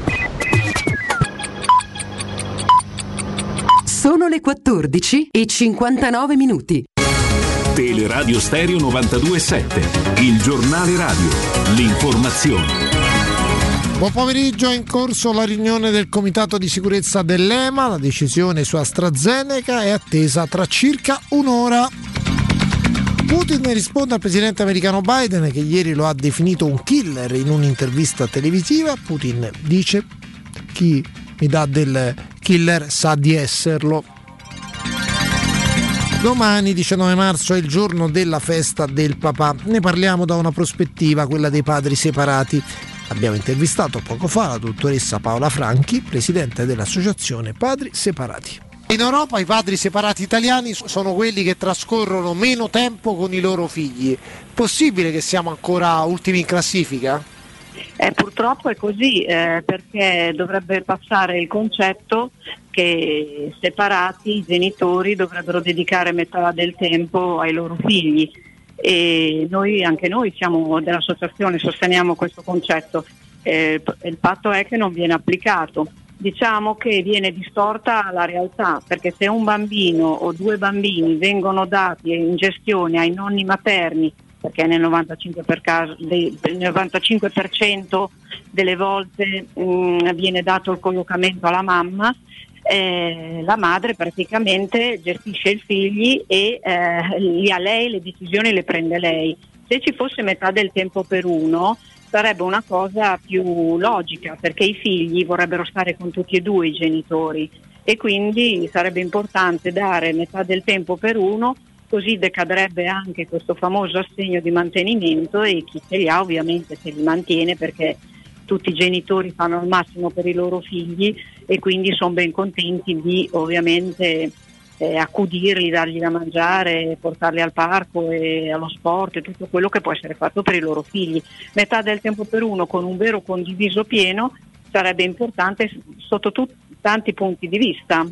Sono le quattordici e cinquantanove minuti. Teleradio Stereo novantadue sette, il giornale radio, l'informazione. Buon pomeriggio, è in corso la riunione del Comitato di Sicurezza dell'E M A, la decisione su AstraZeneca è attesa tra circa un'ora. Putin risponde al presidente americano Biden, che ieri lo ha definito un killer in un'intervista televisiva. Putin dice: chi mi dà del killer sa di esserlo. Domani, diciannove marzo, è il giorno della festa del papà. Ne parliamo da una prospettiva, quella dei padri separati. Abbiamo intervistato poco fa la dottoressa Paola Franchi, presidente dell'associazione Padri Separati. In Europa i padri separati italiani sono quelli che trascorrono meno tempo con i loro figli. Possibile che siamo ancora ultimi in classifica? Eh, purtroppo è così, eh, perché dovrebbe passare il concetto che separati i genitori dovrebbero dedicare metà del tempo ai loro figli. E noi, anche noi siamo dell'associazione, sosteniamo questo concetto. Eh, il fatto è che non viene applicato. Diciamo che viene distorta la realtà, perché se un bambino o due bambini vengono dati in gestione ai nonni materni, perché nel novantacinque per cento, nel novantacinque per cento delle volte mh, viene dato il collocamento alla mamma, eh, la madre praticamente gestisce i figli e eh, a lei le decisioni le prende lei. Se ci fosse metà del tempo per uno sarebbe una cosa più logica, perché i figli vorrebbero stare con tutti e due i genitori e quindi sarebbe importante dare metà del tempo per uno, così decadrebbe anche questo famoso assegno di mantenimento e chi ce li ha ovviamente se li mantiene, perché tutti i genitori fanno il massimo per i loro figli e quindi sono ben contenti di ovviamente eh, accudirli, dargli da mangiare, portarli al parco e allo sport e tutto quello che può essere fatto per i loro figli. Metà del tempo per uno con un vero condiviso pieno sarebbe importante sotto tutti tanti punti di vista.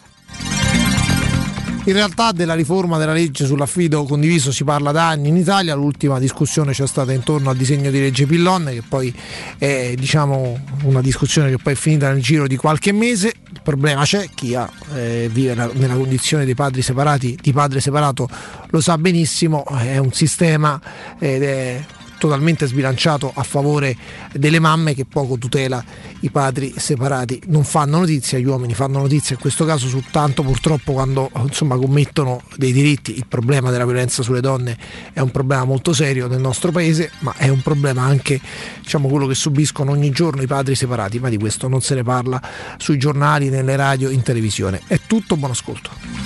In realtà della riforma della legge sull'affido condiviso si parla da anni in Italia. L'ultima discussione c'è stata intorno al disegno di legge Pillon, che poi è, diciamo, una discussione che poi è finita nel giro di qualche mese. Il problema c'è, chi ha, eh, vive nella condizione dei padri separati, di padre separato, lo sa benissimo, è un sistema ed è totalmente sbilanciato a favore delle mamme, che poco tutela i padri separati. Non fanno notizia, gli uomini fanno notizia in questo caso soltanto purtroppo quando insomma commettono dei delitti. Il problema della violenza sulle donne è un problema molto serio nel nostro paese, ma è un problema anche, diciamo, quello che subiscono ogni giorno i padri separati, ma di questo non se ne parla sui giornali, nelle radio, in televisione. È tutto, buon ascolto.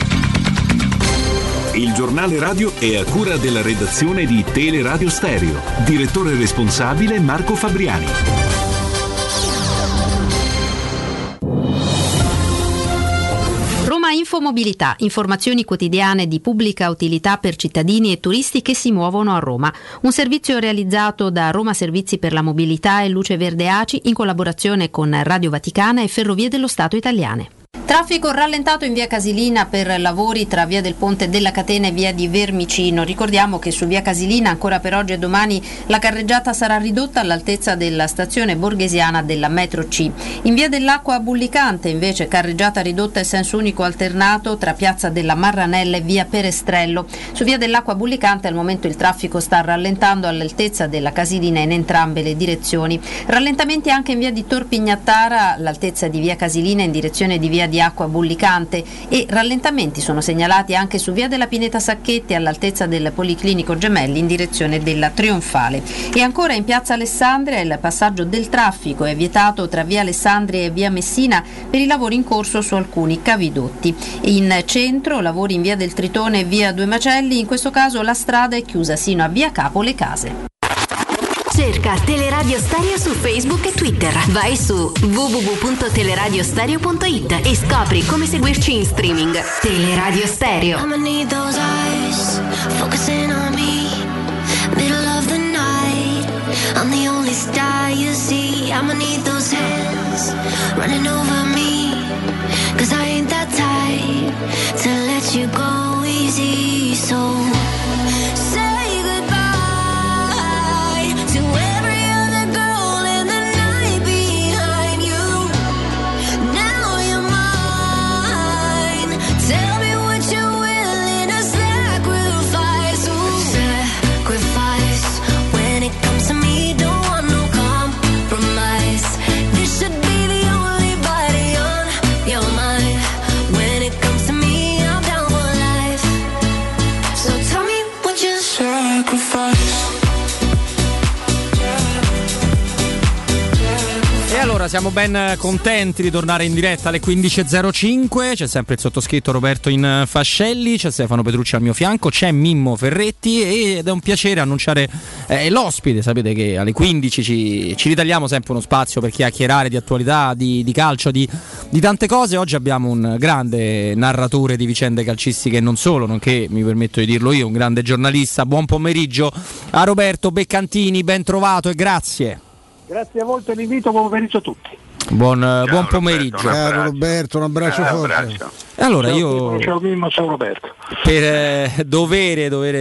Il giornale radio è a cura della redazione di Teleradio Stereo. Direttore responsabile Marco Fabriani. Roma Infomobilità, informazioni quotidiane di pubblica utilità per cittadini e turisti che si muovono a Roma. Un servizio realizzato da Roma Servizi per la Mobilità e Luce Verde A C I in collaborazione con Radio Vaticana e Ferrovie dello Stato italiane. Traffico rallentato in via Casilina per lavori tra via del Ponte della Catena e via di Vermicino. Ricordiamo che su via Casilina ancora per oggi e domani la carreggiata sarà ridotta all'altezza della stazione borghesiana della metro C. In via dell'Acqua Bullicante invece carreggiata ridotta e senso unico alternato tra piazza della Marranella e via Perestrello. Su via dell'Acqua Bullicante al momento il traffico sta rallentando all'altezza della Casilina in entrambe le direzioni. Rallentamenti anche in via di Torpignattara all'altezza di via Casilina in direzione di via di Acqua Bullicante e rallentamenti sono segnalati anche su via della Pineta Sacchetti all'altezza del Policlinico Gemelli in direzione della Trionfale. E ancora in piazza Alessandria il passaggio del traffico è vietato tra via Alessandria e via Messina per i lavori in corso su alcuni cavidotti. In centro lavori in via del Tritone e via Due Macelli, in questo caso la strada è chiusa sino a via Capo Le Case. Se Cerca Teleradio Stereo su Facebook e Twitter. Vai su w w w punto teleradiostereo punto it e scopri come seguirci in streaming. Teleradio Stereo. I'ma need those eyes focusing on me. Middle of the night, I'm the only star you see. I'ma need those hands running over me, 'cause I ain't that type to let you go easy. So say goodbye to every other girl in the night behind you. Now you're mine. Tell me what you're willing to sacrifice. Ooh. Sacrifice when it comes to me. Don't want no compromise. This should be the only body on your mind. When it comes to me, I'm down for life. So tell me what you sacrifice. E allora siamo ben contenti di tornare in diretta alle quindici e zero cinque. C'è sempre il sottoscritto Roberto in Fascelli, c'è Stefano Petrucci al mio fianco, c'è Mimmo Ferretti ed è un piacere annunciare eh, l'ospite. Sapete che alle quindici ci, ci ritagliamo sempre uno spazio per chiacchierare di attualità, di, di calcio, di, di tante cose. Oggi abbiamo un grande narratore di vicende calcistiche e non solo, nonché, mi permetto di dirlo io, un grande giornalista. Buon pomeriggio a Roberto Beccantini, ben trovato e grazie. Grazie a voi per l'invito, buon pomeriggio a tutti. Buon, Ciao, buon pomeriggio. Roberto, Ciao Roberto, un abbraccio Ciao, forte. abbraccio. E allora ciao, io ciao Mimmo, ciao Roberto. Per eh, dovere, dovere,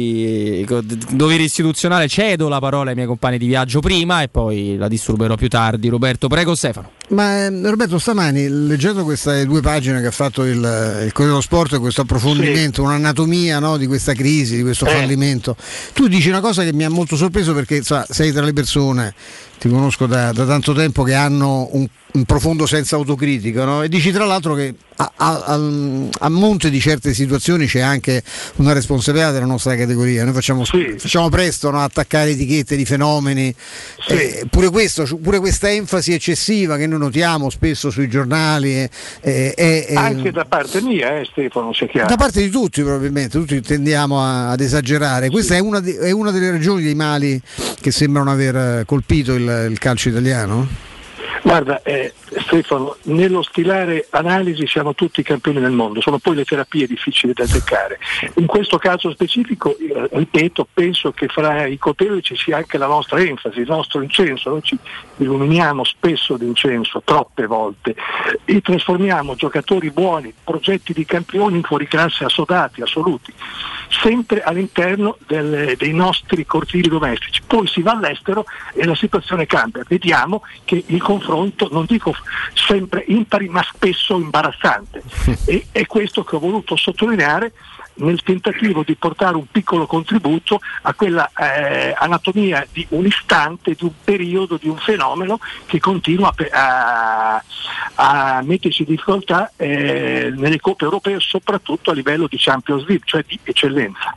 di, dovere istituzionale cedo la parola ai miei compagni di viaggio prima e poi la disturberò più tardi. Roberto, prego Stefano. Ma eh, Roberto, stamani leggendo queste due pagine che ha fatto il, il Corriere dello Sport, questo approfondimento, sì, un'anatomia, no, di questa crisi, di questo eh. fallimento, tu dici una cosa che mi ha molto sorpreso, perché sa, sei tra le persone, ti conosco da, da tanto tempo, che hanno un, un profondo senso autocritico, no? E dici tra l'altro che a, a, a, a monte di certe situazioni c'è anche una responsabilità della nostra categoria. Noi facciamo, sì. facciamo presto, no, a attaccare etichette di fenomeni, sì. eh, pure, questo, pure questa enfasi eccessiva che noi notiamo spesso sui giornali eh, eh, eh, anche da parte mia, eh, Stefano, sia chiaro. Da parte di tutti, probabilmente tutti tendiamo a, ad esagerare. Questa sì. è, una di, è una delle ragioni dei mali che sembrano aver colpito il, il calcio italiano? Guarda, eh, Stefano, nello stilare analisi siamo tutti campioni del mondo, sono poi le terapie difficili da azzeccare. In questo caso specifico, eh, ripeto, penso che fra i colpevoli ci sia anche la nostra enfasi, il nostro incenso. Noi ci illuminiamo spesso d'incenso, troppe volte, e trasformiamo giocatori buoni, progetti di campioni in fuoriclasse assodati, assoluti, sempre all'interno del, dei nostri cortili domestici. Poi si va all'estero e la situazione cambia. Vediamo che il confronto, non dico sempre impari, ma spesso imbarazzante. E è questo che ho voluto sottolineare nel tentativo di portare un piccolo contributo a quella eh, anatomia di un istante, di un periodo, di un fenomeno che continua a, a metterci in difficoltà eh, nelle coppe europee, soprattutto a livello di Champions League, cioè di eccellenza.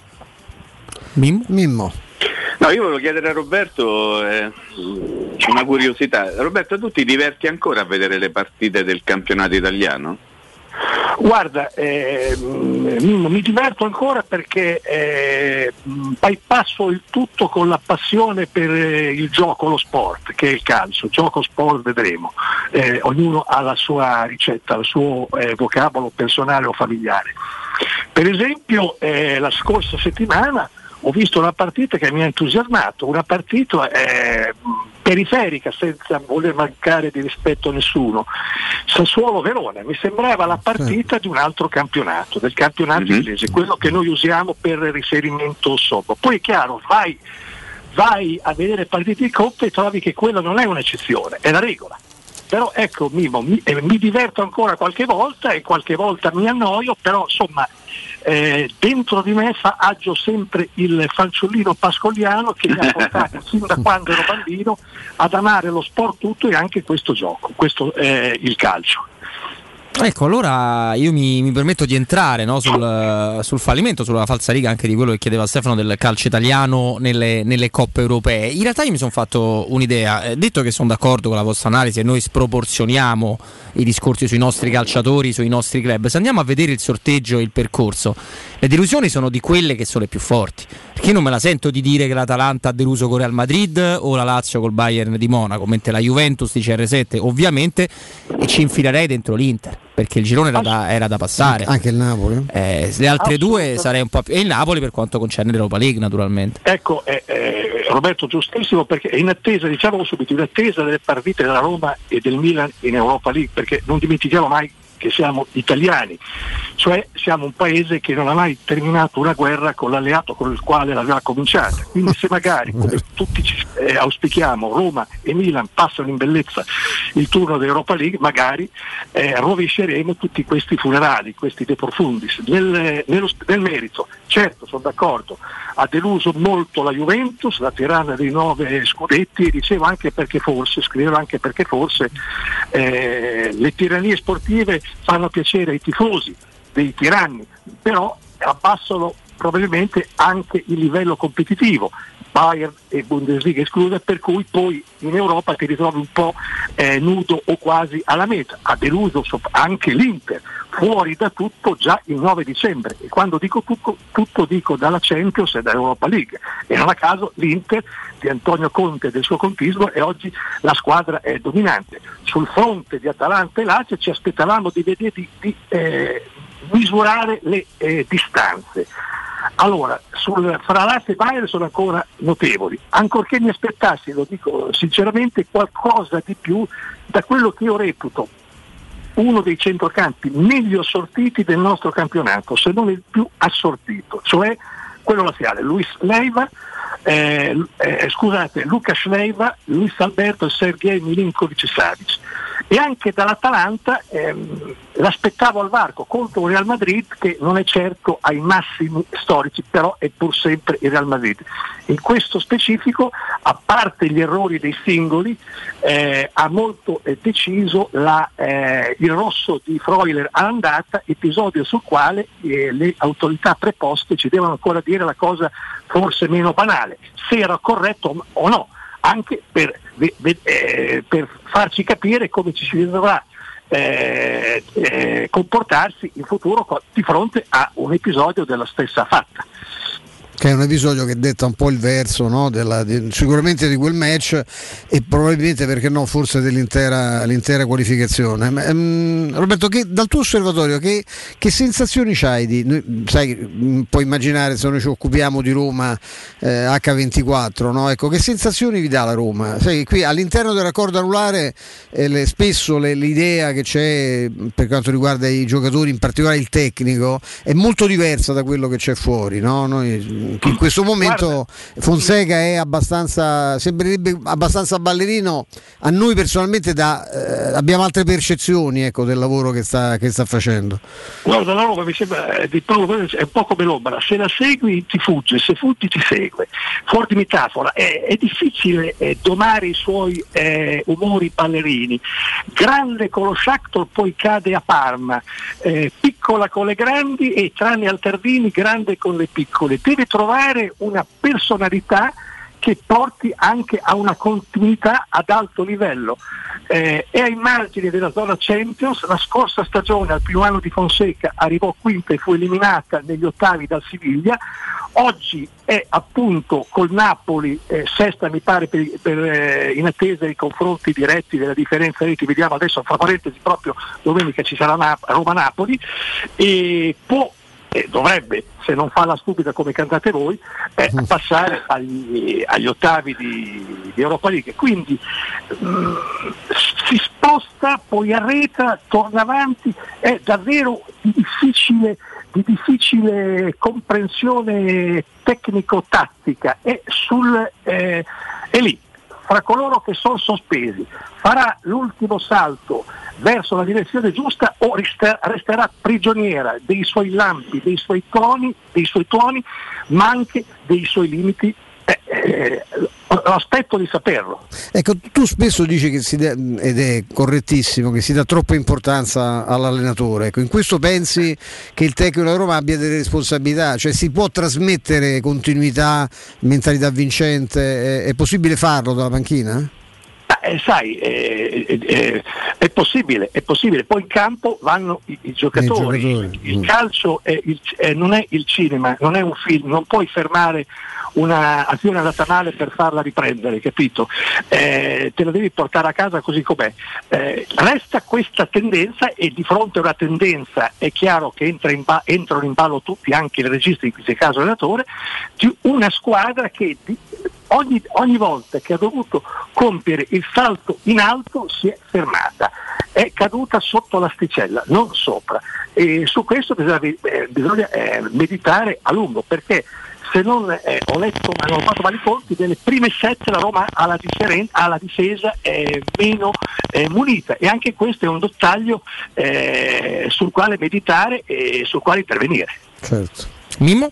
Mimmo? Mimmo. No, io volevo chiedere a Roberto eh, una curiosità. Roberto, tu ti diverti ancora a vedere le partite del campionato italiano? Guarda, eh, mi diverto ancora perché eh, bypasso il tutto con la passione per eh, il gioco, lo sport, che è il calcio. Gioco, sport, vedremo. Eh, ognuno ha la sua ricetta, il suo eh, vocabolo personale o familiare. Per esempio, eh, la scorsa settimana ho visto una partita che mi ha entusiasmato, una partita eh, periferica, senza voler mancare di rispetto a nessuno. Sassuolo-Verona, mi sembrava la partita di un altro campionato, del campionato mm-hmm. inglese, quello che noi usiamo per riferimento sopra. Poi è chiaro, vai, vai a vedere partite di coppe e trovi che quella non è un'eccezione, è la regola. Però ecco, Mimo, mi, eh, mi diverto ancora qualche volta e qualche volta mi annoio, però insomma eh, dentro di me fa, agio sempre il fanciullino pascoliano che mi ha portato sin da quando ero bambino ad amare lo sport tutto e anche questo gioco, questo è il calcio. Ecco, allora io mi, mi permetto di entrare, no, sul, sul fallimento, sulla falsariga anche di quello che chiedeva Stefano del calcio italiano nelle, nelle coppe europee. In realtà io mi sono fatto un'idea, eh, detto che sono d'accordo con la vostra analisi e noi sproporzioniamo i discorsi sui nostri calciatori, sui nostri club. Se andiamo a vedere il sorteggio e il percorso, le delusioni sono di quelle che sono le più forti, perché perché non me la sento di dire che l'Atalanta ha deluso con Real Madrid o la Lazio col Bayern di Monaco, mentre la Juventus di C R sette ovviamente, e ci infilerei dentro l'Inter perché il girone era da, era da passare, anche il Napoli, eh, le altre due sarei un po' più, e il Napoli per quanto concerne l'Europa League naturalmente. Ecco, eh, eh, Roberto, giustissimo, perché è in attesa, diciamo subito, in attesa delle partite della Roma e del Milan in Europa League, perché non dimentichiamo mai che siamo italiani, cioè siamo un paese che non ha mai terminato una guerra con l'alleato con il quale l'aveva cominciata, quindi se magari, come tutti ci, eh, auspichiamo, Roma e Milan passano in bellezza il turno dell'Europa League, magari eh, rovesceremo tutti questi funerali, questi de profundis. Nel, nello, nel merito, certo, sono d'accordo, ha deluso molto la Juventus, la tiranna dei nove scudetti, e dicevo anche perché forse, scrivevo anche perché forse eh, le tirannie sportive fanno piacere ai tifosi dei tiranni, però abbassano probabilmente anche il livello competitivo, Bayern e Bundesliga escluse, per cui poi in Europa ti ritrovi un po' eh, nudo o quasi alla meta. Ha deluso anche l'Inter, fuori da tutto già il nove dicembre, e quando dico tutto, tutto dico dalla Champions e dall'Europa League, e non a caso l'Inter di Antonio Conte e del suo contismo è oggi la squadra è dominante. Sul fronte di Atalanta e Lazio ci aspettavamo di vedere di, di eh, misurare le eh, distanze. Allora, sul, fra Lazio e Bayern sono ancora notevoli, ancorché mi aspettassi, lo dico sinceramente, qualcosa di più da quello che io reputo uno dei centrocampi meglio assortiti del nostro campionato, se non il più assortito, cioè quello laziale, Luis Leiva, eh, eh, scusate, Lucas Leiva, Luis Alberto e Sergej Milinkovic-Savic. E anche dall'Atalanta ehm, l'aspettavo al varco contro un Real Madrid che non è certo ai massimi storici, però è pur sempre il Real Madrid. In questo specifico, a parte gli errori dei singoli, eh, ha molto eh, deciso la, eh, il rosso di Freuler all'andata, episodio sul quale eh, le autorità preposte ci devono ancora dire la cosa forse meno banale, se era corretto o no, anche per, eh, per farci capire come ci si dovrà eh, eh, comportarsi in futuro di fronte a un episodio della stessa fatta. Che è un episodio che detta un po' il verso, no? Della, di, sicuramente di quel match e probabilmente, perché no, forse dell'intera l'intera qualificazione. Ma, um, Roberto, che, dal tuo osservatorio che, che sensazioni c'hai di, noi, sai, puoi immaginare, se noi ci occupiamo di Roma eh, acca ventiquattro, no? Ecco, che sensazioni vi dà la Roma? Sai, qui all'interno del raccordo anulare eh, le, spesso le, l'idea che c'è per quanto riguarda i giocatori, in particolare il tecnico, è molto diversa da quello che c'è fuori, no? Noi, che in questo momento Fonseca è abbastanza, sembrerebbe abbastanza ballerino, a noi personalmente da, eh, abbiamo altre percezioni, ecco, del lavoro che sta, che sta facendo. Guarda, la Roma mi sembra è, di Paolo, è un po' come l'ombra, se la segui ti fugge, se fuggi ti segue, fuori di metafora. È, è difficile eh, domare i suoi eh, umori ballerini, grande con lo Shakhtar, poi cade a Parma, eh, piccola con le grandi e tranne Altardini grande con le piccole, deve trovare una personalità che porti anche a una continuità ad alto livello. Eh, è ai margini della zona Champions, la scorsa stagione al primo anno di Fonseca arrivò quinta e fu eliminata negli ottavi dal Siviglia, oggi è appunto col Napoli eh, sesta mi pare per, per, eh, in attesa dei confronti diretti della differenza reti, vediamo adesso fra parentesi proprio domenica ci sarà Nap- Roma-Napoli e può e dovrebbe, se non fa la stupida come cantate voi, eh, passare agli, agli ottavi di, di Europa League. Quindi mh, si sposta, poi arreta, torna avanti, è davvero di difficile, di difficile comprensione tecnico-tattica, è, sul, eh, è lì, fra coloro che sono sospesi, farà l'ultimo salto verso la direzione giusta o resterà prigioniera dei suoi lampi, dei suoi toni, dei suoi tuoni, ma anche dei suoi limiti. Eh, eh, aspetto di saperlo. Ecco, tu spesso dici che si dà, ed è correttissimo, che si dà troppa importanza all'allenatore. Ecco, in questo pensi che il tecnico della Roma abbia delle responsabilità? Cioè si può trasmettere continuità, mentalità vincente? È, è possibile farlo dalla panchina? Eh, sai, eh, eh, è possibile, è possibile. Poi in campo vanno i, i giocatori. I giocatori. Il calcio è il, eh, non è il cinema, non è un film, non puoi fermare una azione andata male per farla riprendere, capito? Eh, te la devi portare a casa così com'è. Eh, resta questa tendenza, e di fronte a una tendenza è chiaro che entra in ba- entrano in ballo tutti, anche il regista, in questo caso l'allenatore, di una squadra che di, ogni, ogni volta che ha dovuto compiere il salto in alto si è fermata, è caduta sotto l'asticella, non sopra, e su questo bisogna, eh, bisogna eh, meditare a lungo, perché se non eh, ho letto, ma non ho fatto male i conti, delle prime sette la Roma ha la, differen- ha la difesa eh, meno eh, munita, e anche questo è un dettaglio eh, sul quale meditare e sul quale intervenire. Certo. Mimmo?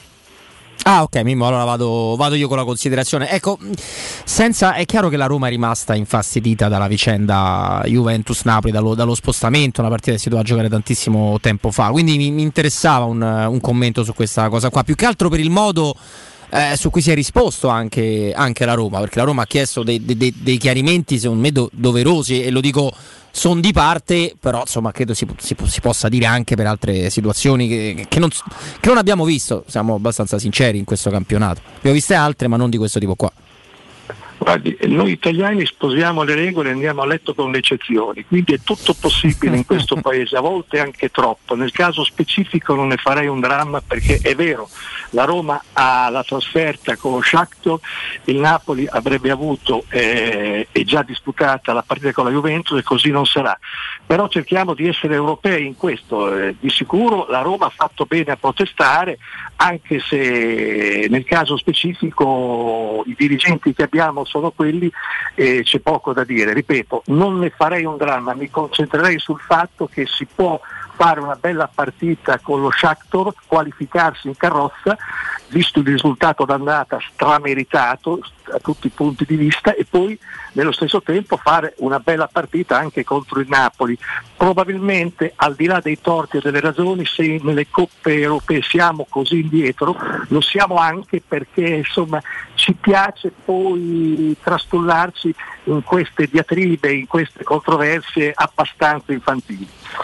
Ah, ok, Mimmo, allora vado, vado io con la considerazione. Ecco, senza, è chiaro che la Roma è rimasta infastidita dalla vicenda Juventus-Napoli, dallo, dallo spostamento, una partita che si doveva giocare tantissimo tempo fa, quindi mi, mi interessava un, un commento su questa cosa qua, più che altro per il modo eh, su cui si è risposto anche, anche la Roma, perché la Roma ha chiesto dei, dei, dei chiarimenti secondo me do, doverosi, e lo dico sono di parte, però insomma credo si, si, si possa dire anche per altre situazioni che, che, non, che non abbiamo visto, siamo abbastanza sinceri in questo campionato, abbiamo viste altre ma non di questo tipo qua. Guardi, noi italiani sposiamo le regole e andiamo a letto con le eccezioni, quindi è tutto possibile in questo paese, a volte anche troppo. Nel caso specifico non ne farei un dramma, perché è vero, la Roma ha la trasferta con lo Shakhtar, il Napoli avrebbe avuto eh, e già disputata la partita con la Juventus, e così non sarà. Però cerchiamo di essere europei in questo, eh, di sicuro la Roma ha fatto bene a protestare, anche se nel caso specifico i dirigenti che abbiamo sono quelli, e c'è poco da dire. Ripeto, non ne farei un dramma, mi concentrerei sul fatto che si può fare una bella partita con lo Shakhtar, qualificarsi in carrozza, visto il risultato d'andata strameritato a tutti i punti di vista, e poi nello stesso tempo fare una bella partita anche contro il Napoli. Probabilmente, al di là dei torti e delle ragioni, se nelle coppe europee siamo così indietro, lo siamo anche perché insomma ci piace poi trastullarci in queste diatribe, in queste controversie abbastanza infantili.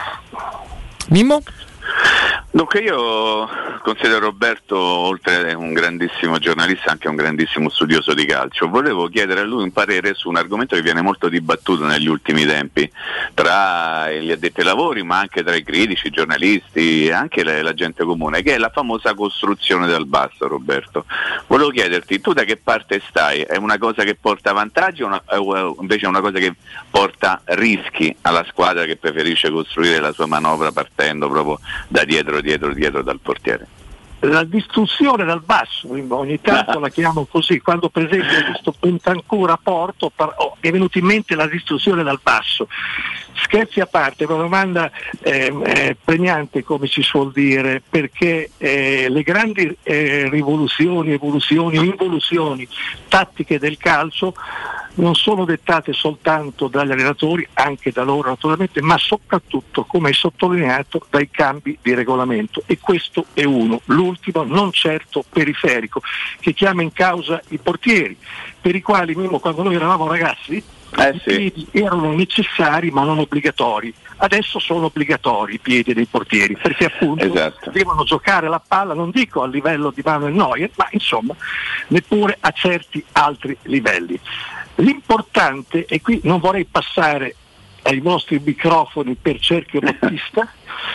Mimmo? Dunque, io considero Roberto, oltre un grandissimo giornalista, anche un grandissimo studioso di calcio. Volevo chiedere a lui un parere su un argomento che viene molto dibattuto negli ultimi tempi tra gli addetti ai lavori, ma anche tra i critici, i giornalisti e anche la, la gente comune, che è la famosa costruzione dal basso. Roberto, volevo chiederti, tu da che parte stai? È una cosa che porta vantaggi o, una, o invece è una cosa che porta rischi alla squadra che preferisce costruire la sua manovra partendo proprio da dietro dietro dietro dal portiere? La distruzione dal basso, ogni tanto la chiamo così, quando per esempio ho visto Bentancur a Porto, oh, è venuta in mente la distruzione dal basso. Scherzi a parte, è una domanda eh, eh, pregnante, come si suol dire, perché eh, le grandi eh, rivoluzioni, evoluzioni, involuzioni tattiche del calcio non sono dettate soltanto dagli allenatori, anche da loro naturalmente, ma soprattutto, come hai sottolineato, dai cambi di regolamento, e questo è uno, l'ultimo non certo periferico, che chiama in causa i portieri, per i quali Mimmo, quando noi eravamo ragazzi, eh i sì. piedi erano necessari ma non obbligatori. Adesso sono obbligatori i piedi dei portieri, perché appunto esatto. devono giocare la palla, non dico a livello di Manuel Neuer, ma insomma neppure a certi altri livelli. L'importante, e qui non vorrei passare ai vostri microfoni per cerchio battista,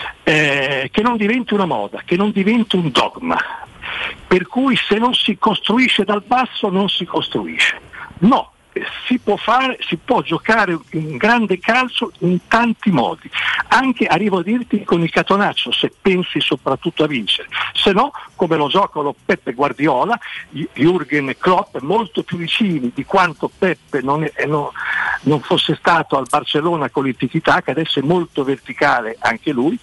eh, che non diventi una moda, che non diventi un dogma, per cui se non si costruisce dal basso non si costruisce. No, si può fare, si può giocare un grande calcio in tanti modi, anche, arrivo a dirti, con il catonaccio, se pensi soprattutto a vincere, se no come lo giocano Peppe Guardiola, Jürgen Klopp, molto più vicini di quanto Peppe non, è, no, non fosse stato al Barcellona con il tiki-taka, adesso è molto verticale anche lui,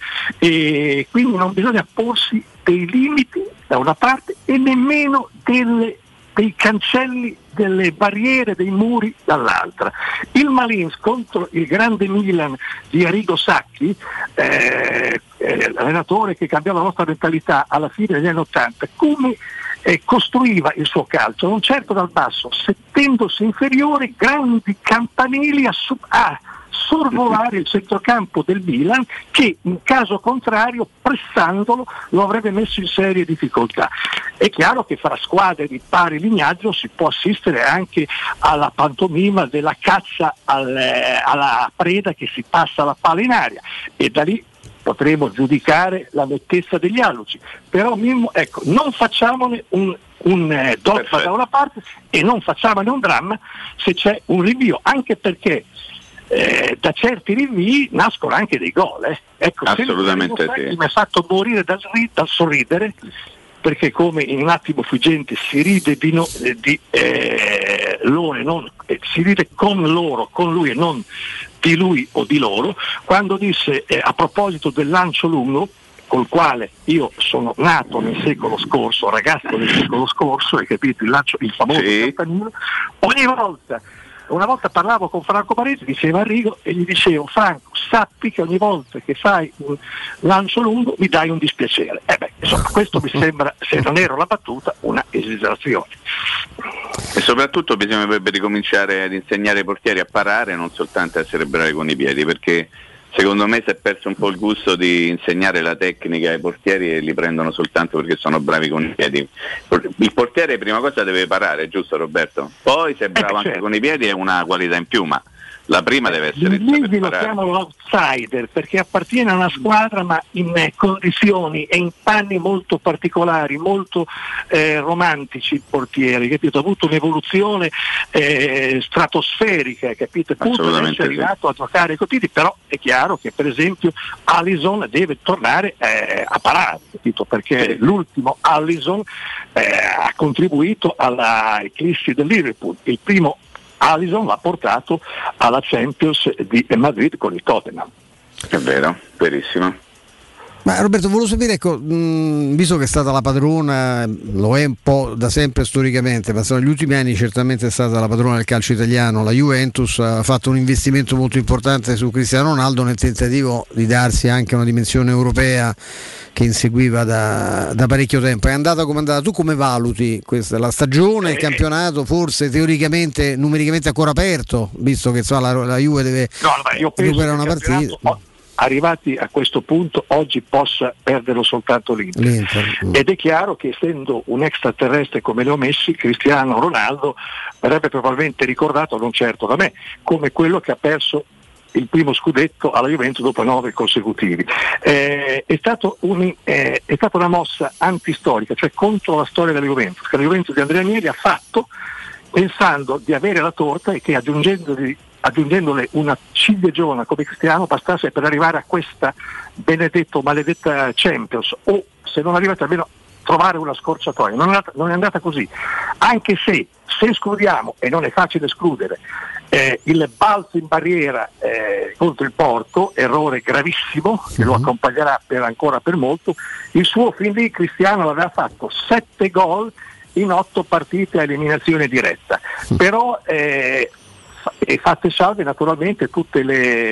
e quindi non bisogna porsi dei limiti da una parte e nemmeno delle dei cancelli, delle barriere, dei muri dall'altra. Il Malins contro il grande Milan di Arrigo Sacchi, eh, eh, l'allenatore che cambiò la nostra mentalità alla fine degli anni Ottanta, come eh, costruiva il suo calcio, non certo dal basso, sentendosi inferiore, grandi campanili a, su- a sorvolare il centrocampo del Milan, che in caso contrario, pressandolo, lo avrebbe messo in serie difficoltà. È chiaro che fra squadre di pari lignaggio si può assistere anche alla pantomima della caccia al, eh, alla preda che si passa la palla in aria, e da lì potremo giudicare la nettezza degli alluci. Però Mimmo, ecco, non facciamone un un eh, dogma da una parte e non facciamone un dramma se c'è un rinvio, anche perché Eh, da certi rinvii nascono anche dei gol, eh. Ecco, assolutamente sì. Mi ha fatto morire dal, dal sorridere, perché come in un attimo fuggente si ride di, no, eh, di eh, loro e non, eh, si ride con loro, con lui e non di lui o di loro, quando disse eh, a proposito del lancio lungo, col quale io sono nato nel secolo scorso, ragazzo del secolo scorso, hai capito, il lancio, il famoso sì. campanile, ogni volta. Una volta parlavo con Franco Paresi, diceva Arrigo, e gli dicevo: Franco, sappi che ogni volta che fai un lancio lungo mi dai un dispiacere. Eh beh, insomma, questo mi sembra, se non ero la battuta, una esagerazione. E soprattutto bisognerebbe ricominciare ad insegnare ai portieri a parare, non soltanto a essere bravi con i piedi, perché secondo me si è perso un po' il gusto di insegnare la tecnica ai portieri e li prendono soltanto perché sono bravi con i piedi. Il portiere prima cosa deve parare, giusto Roberto? Poi se è bravo eh, anche certo. con i piedi è una qualità in più, ma la prima deve essere il Lisi lo chiamano l'outsider perché appartiene a una squadra ma in eh, condizioni e in panni molto particolari, molto eh, romantici il portiere, capito? Ha avuto un'evoluzione eh, stratosferica, capito? Appunto è arrivato sì. a giocare con i, però è chiaro che per esempio Alisson deve tornare eh, a parare, capito? Perché sì. l'ultimo Alisson eh, ha contribuito alla eclissi del Liverpool, il primo Alisson l'ha portato alla Champions di Madrid con il Tottenham. È vero, verissimo. Ma Roberto, volevo sapere, ecco, mh, visto che è stata la padrona, lo è un po' da sempre storicamente, ma negli ultimi anni certamente è stata la padrona del calcio italiano, la Juventus ha fatto un investimento molto importante su Cristiano Ronaldo nel tentativo di darsi anche una dimensione europea che inseguiva da, da parecchio tempo. È andata come è andata? Tu come valuti questa, la stagione, il campionato, forse teoricamente, numericamente ancora aperto, visto che insomma, la, la Juve deve no, io recuperare una partita? Oh. Arrivati a questo punto oggi possa perderlo soltanto l'Inter. L'Inter. Ed è chiaro che essendo un extraterrestre come Leo Messi, Cristiano Ronaldo verrebbe probabilmente ricordato, non certo da me, come quello che ha perso il primo scudetto alla Juventus dopo nove consecutivi. Eh, è, stato un, eh, è stata una mossa antistorica, cioè contro la storia della Juventus, che la Juventus di Andrea Agnelli ha fatto pensando di avere la torta e che aggiungendogli aggiungendole una ciliegiola come Cristiano bastasse per arrivare a questa benedetto maledetta Champions, o se non arrivate almeno trovare una scorciatoia. Non è andata, non è andata così, anche se se escludiamo, e non è facile escludere, eh, il balzo in barriera eh, contro il Porto, errore gravissimo che lo accompagnerà per ancora per molto, il suo fin lì Cristiano aveva fatto sette gol in otto partite a eliminazione diretta, però eh, e fatte salve naturalmente tutte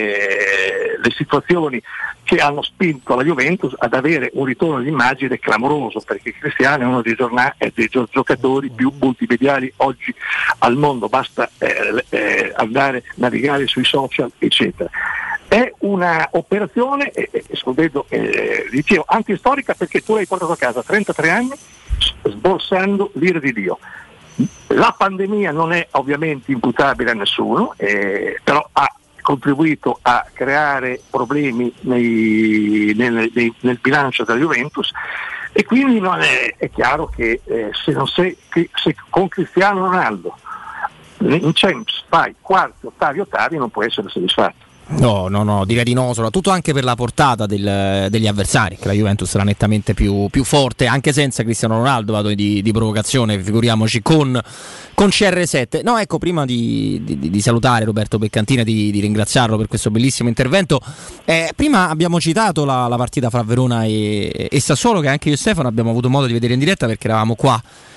le, le situazioni che hanno spinto la Juventus ad avere un ritorno di immagine clamoroso, perché Cristiano è uno dei, giorna- dei giocatori più multimediali oggi al mondo, basta eh, eh, andare a navigare sui social eccetera. È una operazione, eh, escludendo eh, dicevo, antistorica, perché tu l'hai portato a casa a trentatré anni sborsando l'ira di Dio. La pandemia non è ovviamente imputabile a nessuno, eh, però ha contribuito a creare problemi nei, nel, nei, nel bilancio della Juventus, e quindi non è, è chiaro che eh, se, non sei, se con Cristiano Ronaldo in Champions fai quarti, ottavi, ottavi non può essere soddisfatto. No, no, no, direi di no, soprattutto anche per la portata del, degli avversari, che la Juventus era nettamente più, più forte, anche senza Cristiano Ronaldo, vado di, di provocazione, figuriamoci con, con C R sette. No, ecco, prima di, di, di salutare Roberto Beccantina, di, di ringraziarlo per questo bellissimo intervento, eh, prima abbiamo citato la, la partita fra Verona e, e Sassuolo, che anche io e Stefano abbiamo avuto modo di vedere in diretta perché eravamo qua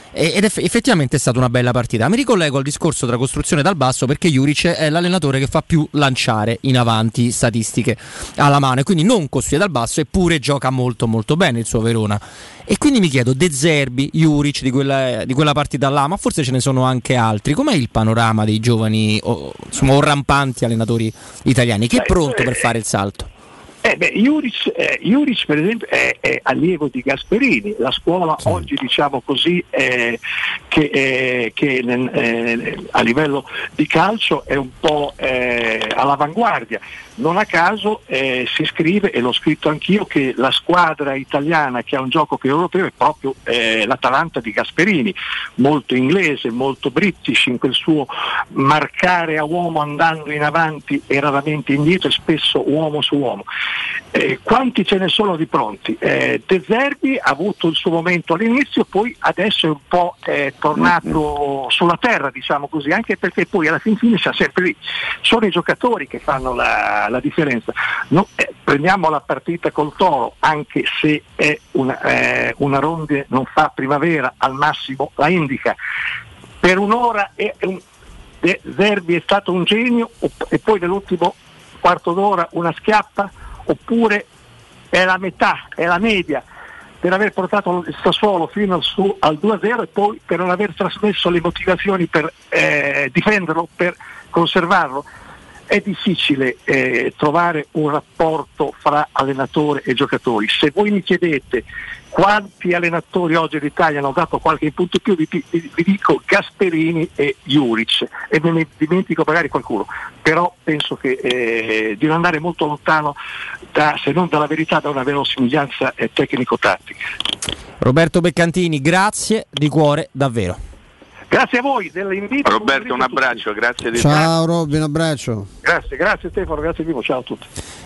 ed eff- effettivamente è stata una bella partita. Mi ricollego al discorso della costruzione dal basso, perché Juric è l'allenatore che fa più lanciare in avanti, statistiche alla mano, e quindi non costruire dal basso, eppure gioca molto molto bene il suo Verona. E quindi mi chiedo, De Zerbi, Juric di quella, di quella partita là, ma forse ce ne sono anche altri, com'è il panorama dei giovani o, insomma, o rampanti allenatori italiani? Chi è pronto per fare il salto? Eh beh, Juric, eh, Juric per esempio è, è allievo di Gasperini, la scuola sì. oggi diciamo così eh, che, eh, che nel, eh, a livello di calcio è un po' eh, all'avanguardia. Non a caso eh, si scrive, e l'ho scritto anch'io, che la squadra italiana che ha un gioco più europeo è proprio eh, l'Atalanta di Gasperini, molto inglese, molto british in quel suo marcare a uomo andando in avanti e raramente indietro, e spesso uomo su uomo. Eh, quanti ce ne sono di pronti? Eh, De Zerbi ha avuto il suo momento all'inizio, poi adesso è un po' eh, tornato sulla terra, diciamo così, anche perché poi alla fin fine sta sempre lì. Sono i giocatori che fanno la, la differenza. No, eh, prendiamo la partita col Toro, anche se è una, eh, una ronde non fa primavera, al massimo la indica. Per un'ora è un, De Zerbi è stato un genio, e poi nell'ultimo quarto d'ora una schiappa, oppure è la metà, è la media per aver portato il Sassuolo fino al, su, al due a zero, e poi per non aver trasmesso le motivazioni per eh, difenderlo, per conservarlo. È difficile eh, trovare un rapporto fra allenatore e giocatori. Se voi mi chiedete quanti allenatori oggi in Italia hanno dato qualche punto in più, vi, vi, vi dico Gasperini e Juric, e me ne dimentico magari qualcuno, però penso che eh, di non andare molto lontano da, se non dalla verità, da una verosimiglianza eh, tecnico-tattica. Roberto Beccantini, grazie di cuore davvero. Grazie a voi dell'invito. Roberto, un abbraccio, grazie di Ciao Robby, un abbraccio. Grazie, grazie Stefano, grazie Vivo, ciao a tutti.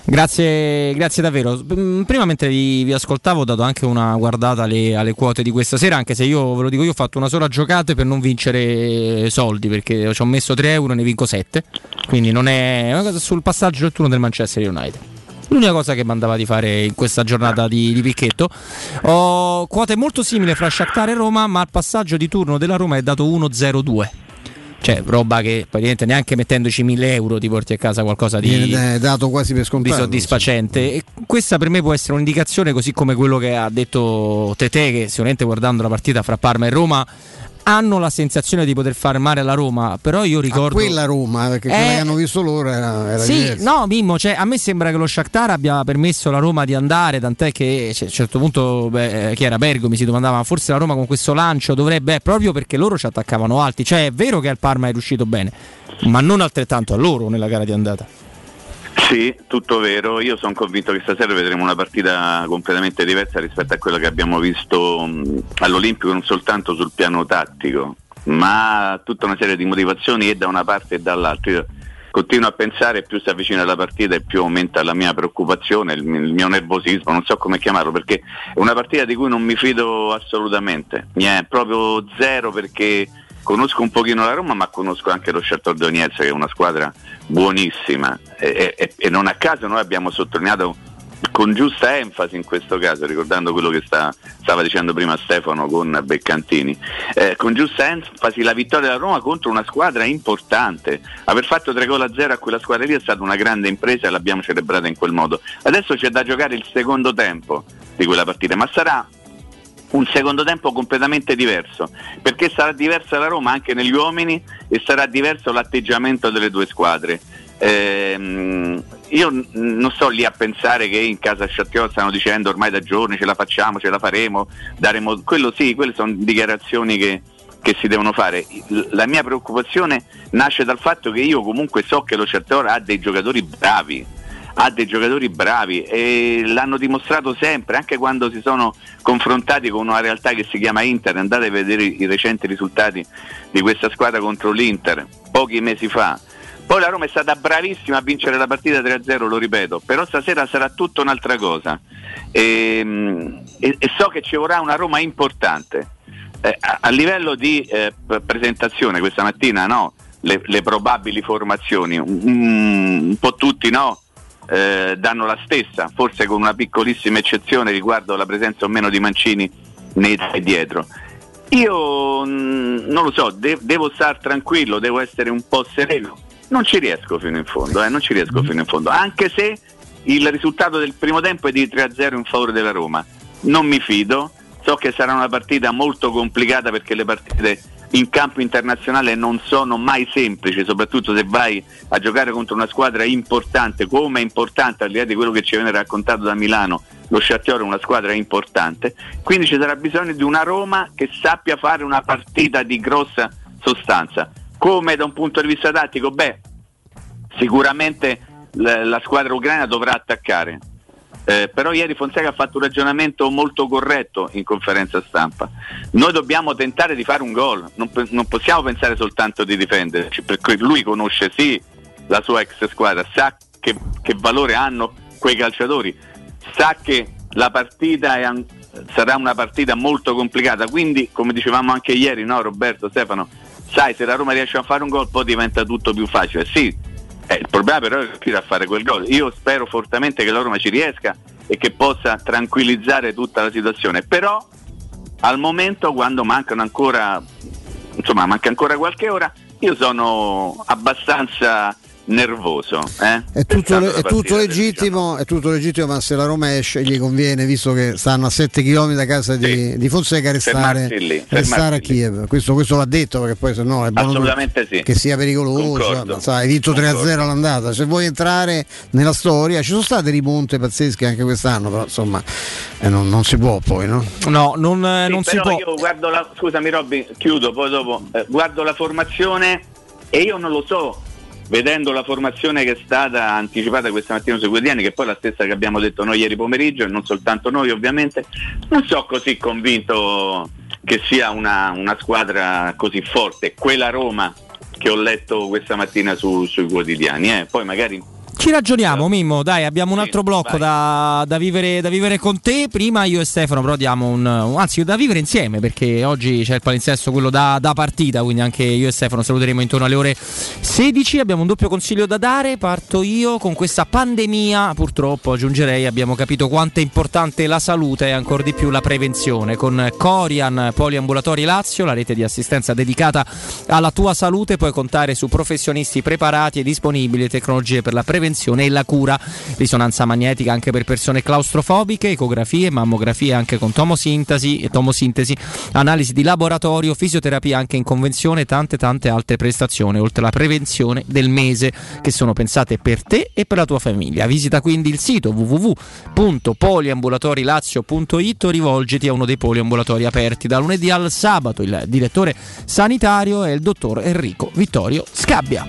Grazie, grazie davvero. Prima, mentre vi, vi ascoltavo, ho dato anche una guardata alle, alle quote di questa sera, anche se io ve lo dico, io ho fatto una sola giocata per non vincere soldi, perché ci ho messo tre euro e ne vinco sette, quindi non è una cosa sul passaggio del turno del Manchester United. L'unica cosa che mandava di fare in questa giornata di, di picchetto. Ho quote molto simili fra Shakhtar e Roma, ma il passaggio di turno della Roma è dato uno zero due. Cioè, roba che praticamente neanche mettendoci mille euro ti porti a casa qualcosa di, è dato quasi per scontato, di soddisfacente. E questa per me può essere un'indicazione, così come quello che ha detto Tete, che sicuramente guardando la partita fra Parma e Roma hanno la sensazione di poter fare male alla Roma, però io ricordo a quella Roma, perché quella eh, che hanno visto loro era, era sì, diversa. No Mimmo, cioè, a me sembra che lo Shakhtar abbia permesso alla Roma di andare, tant'è che cioè, a un certo punto beh, chi era Bergo mi si domandava, ma forse la Roma con questo lancio dovrebbe, eh, proprio perché loro ci attaccavano alti. Cioè è vero che al Parma è riuscito bene, ma non altrettanto a loro nella gara di andata. Sì, tutto vero. Io sono convinto che stasera vedremo una partita completamente diversa rispetto a quella che abbiamo visto mh, all'Olimpico, non soltanto sul piano tattico, ma tutta una serie di motivazioni, e da una parte e dall'altra. Io continuo a pensare, più si avvicina alla partita e più aumenta la mia preoccupazione, il mio, il mio nervosismo, non so come chiamarlo, perché è una partita di cui non mi fido assolutamente, niente, proprio zero, perché conosco un pochino la Roma, ma conosco anche lo Shakhtar Donetsk, che è una squadra buonissima, e, e, e non a caso noi abbiamo sottolineato con giusta enfasi in questo caso, ricordando quello che sta, stava dicendo prima Stefano con Beccantini, eh, con giusta enfasi la vittoria della Roma contro una squadra importante. Aver fatto tre gol a zero a quella squadra lì è stata una grande impresa e l'abbiamo celebrata in quel modo. Adesso c'è da giocare il secondo tempo di quella partita, ma sarà un secondo tempo completamente diverso, perché sarà diversa la Roma anche negli uomini e sarà diverso l'atteggiamento delle due squadre. Ehm, io n- non sto lì a pensare che in casa Shakhtar stanno dicendo ormai da giorni ce la facciamo, ce la faremo, daremo, quello sì, quelle sono dichiarazioni che, che si devono fare. La mia preoccupazione nasce dal fatto che io comunque so che lo Shakhtar ha dei giocatori bravi, ha dei giocatori bravi e l'hanno dimostrato sempre, anche quando si sono confrontati con una realtà che si chiama Inter. Andate a vedere i recenti risultati di questa squadra contro l'Inter pochi mesi fa. Poi la Roma è stata bravissima a vincere la partita tre a zero, lo ripeto, però stasera sarà tutta un'altra cosa, e, e, e so che ci vorrà una Roma importante eh, a, a livello di eh, presentazione. Questa mattina no, le, le probabili formazioni un, un po' tutti no Eh, danno la stessa, forse con una piccolissima eccezione riguardo la presenza o meno di Mancini nei tre dietro. io mh, non lo so, de- devo stare tranquillo, devo essere un po' sereno. Non ci riesco fino in fondo, eh, non ci riesco fino in fondo, anche se il risultato del primo tempo è di tre a zero in favore della Roma. Non mi fido, so che sarà una partita molto complicata perché le partite in campo internazionale non sono mai semplici, soprattutto se vai a giocare contro una squadra importante, come è importante al di là di quello che ci viene raccontato da Milano, lo Shakhtar è una squadra importante, quindi ci sarà bisogno di una Roma che sappia fare una partita di grossa sostanza. Come da un punto di vista tattico? Beh, sicuramente la, la squadra ucraina dovrà attaccare. Eh, però ieri Fonseca ha fatto un ragionamento molto corretto in conferenza stampa. Noi dobbiamo tentare di fare un gol, non, non possiamo pensare soltanto di difenderci, perché lui conosce sì la sua ex squadra, sa che, che valore hanno quei calciatori, sa che la partita è an- sarà una partita molto complicata, quindi come dicevamo anche ieri, no Roberto, Stefano, sai, se la Roma riesce a fare un gol poi diventa tutto più facile. Sì, Eh, il problema però è riuscire a fare quel gol. Io spero fortemente che la Roma ci riesca e che possa tranquillizzare tutta la situazione, però al momento, quando mancano ancora insomma manca ancora qualche ora, io sono abbastanza nervoso. Eh? È tutto, le, è tutto legittimo, è tutto legittimo, ma se la Roma esce gli conviene, visto che stanno a sette chilometri da casa di, sì. di Fonseca, restare, lì, restare a Kiev. Questo, questo va detto, perché poi se no è buono assolutamente sì. che sia pericoloso. Sai, hai vinto tre a zero all'andata. Se vuoi entrare nella storia, ci sono state rimonte pazzesche anche quest'anno, però insomma eh, non, non si può poi, no? No, non, eh, sì, non si può. Io guardo la, scusami Robby, chiudo, poi dopo eh, guardo la formazione e io non lo so. Vedendo la formazione che è stata anticipata questa mattina sui quotidiani, che poi è la stessa che abbiamo detto noi ieri pomeriggio, e non soltanto noi ovviamente, non sono così convinto che sia una, una squadra così forte, quella Roma che ho letto questa mattina su, sui quotidiani. Eh. Poi magari ci ragioniamo, Mimmo, dai, abbiamo un altro blocco da, da, vivere, da vivere con te. Prima io e Stefano però diamo un, un anzi da vivere insieme, perché oggi c'è il palinsesto, quello da, da partita, quindi anche io e Stefano saluteremo intorno alle ore sedici. Abbiamo un doppio consiglio da dare, parto io. Con questa pandemia purtroppo, aggiungerei, abbiamo capito quanto è importante la salute e ancora di più la prevenzione. Con Corian Poliambulatori Lazio, la rete di assistenza dedicata alla tua salute, puoi contare su professionisti preparati e disponibili, tecnologie per la prevenzione e la cura, risonanza magnetica anche per persone claustrofobiche, ecografie, mammografie anche con tomosintesi e tomosintesi, analisi di laboratorio, fisioterapia anche in convenzione e tante tante altre prestazioni, oltre alla prevenzione del mese, che sono pensate per te e per la tua famiglia. Visita quindi il sito w w w punto poliambulatorilazio punto it o rivolgiti a uno dei poliambulatori aperti da lunedì al sabato. Il direttore sanitario è il dottor Enrico Vittorio Scabbia.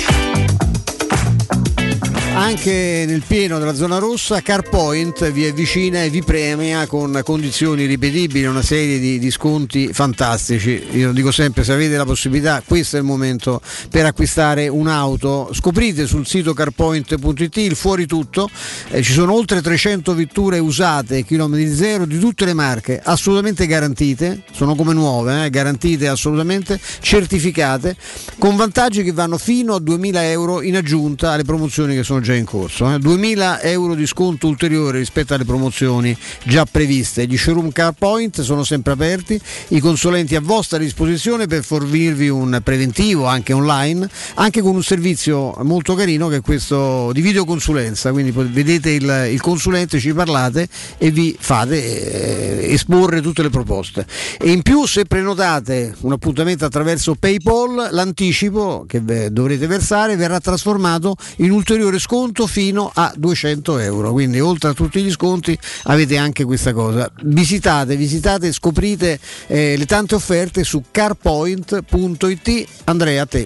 Anche nel pieno della zona rossa CarPoint vi avvicina e vi premia con condizioni ripetibili, una serie di, di sconti fantastici. Io dico sempre, se avete la possibilità, questo è il momento per acquistare un'auto. Scoprite sul sito carpoint punto it il fuori tutto, eh, ci sono oltre trecento vetture usate, chilometri zero, di tutte le marche, assolutamente garantite, sono come nuove, eh, garantite assolutamente, certificate, con vantaggi che vanno fino a duemila euro in aggiunta alle promozioni che sono già in corso, eh. duemila euro di sconto ulteriore rispetto alle promozioni già previste. Gli showroom CarPoint sono sempre aperti, i consulenti a vostra disposizione per fornirvi un preventivo anche online, anche con un servizio molto carino che è questo di videoconsulenza, quindi vedete il, il consulente, ci parlate e vi fate eh, esporre tutte le proposte. E in più, se prenotate un appuntamento attraverso PayPal, l'anticipo che dovrete versare verrà trasformato in ulteriore sconto fino a duecento euro, quindi oltre a tutti gli sconti avete anche questa cosa. Visitate, visitate, scoprite eh, le tante offerte su carpoint punto it. Andrea, a te.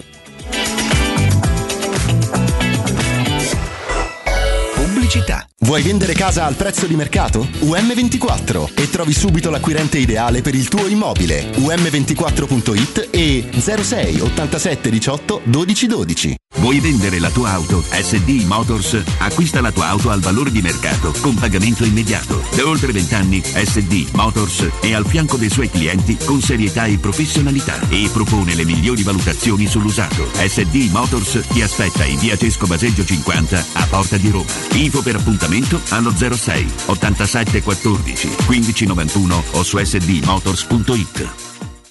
Pubblicità. Vuoi vendere casa al prezzo di mercato? U M ventiquattro e trovi subito l'acquirente ideale per il tuo immobile. U M ventiquattro punto it e zero sei ottantasette diciotto dodici dodici. Vuoi vendere la tua auto? S D Motors acquista la tua auto al valore di mercato con pagamento immediato. Da oltre vent'anni S D Motors è al fianco dei suoi clienti con serietà e professionalità e propone le migliori valutazioni sull'usato. S D Motors ti aspetta in via Cesco Baseggio cinquanta a Porta di Roma. Info per appuntamento allo zero sei ottantasette quattordici quindici novantuno o su s d motors punto it.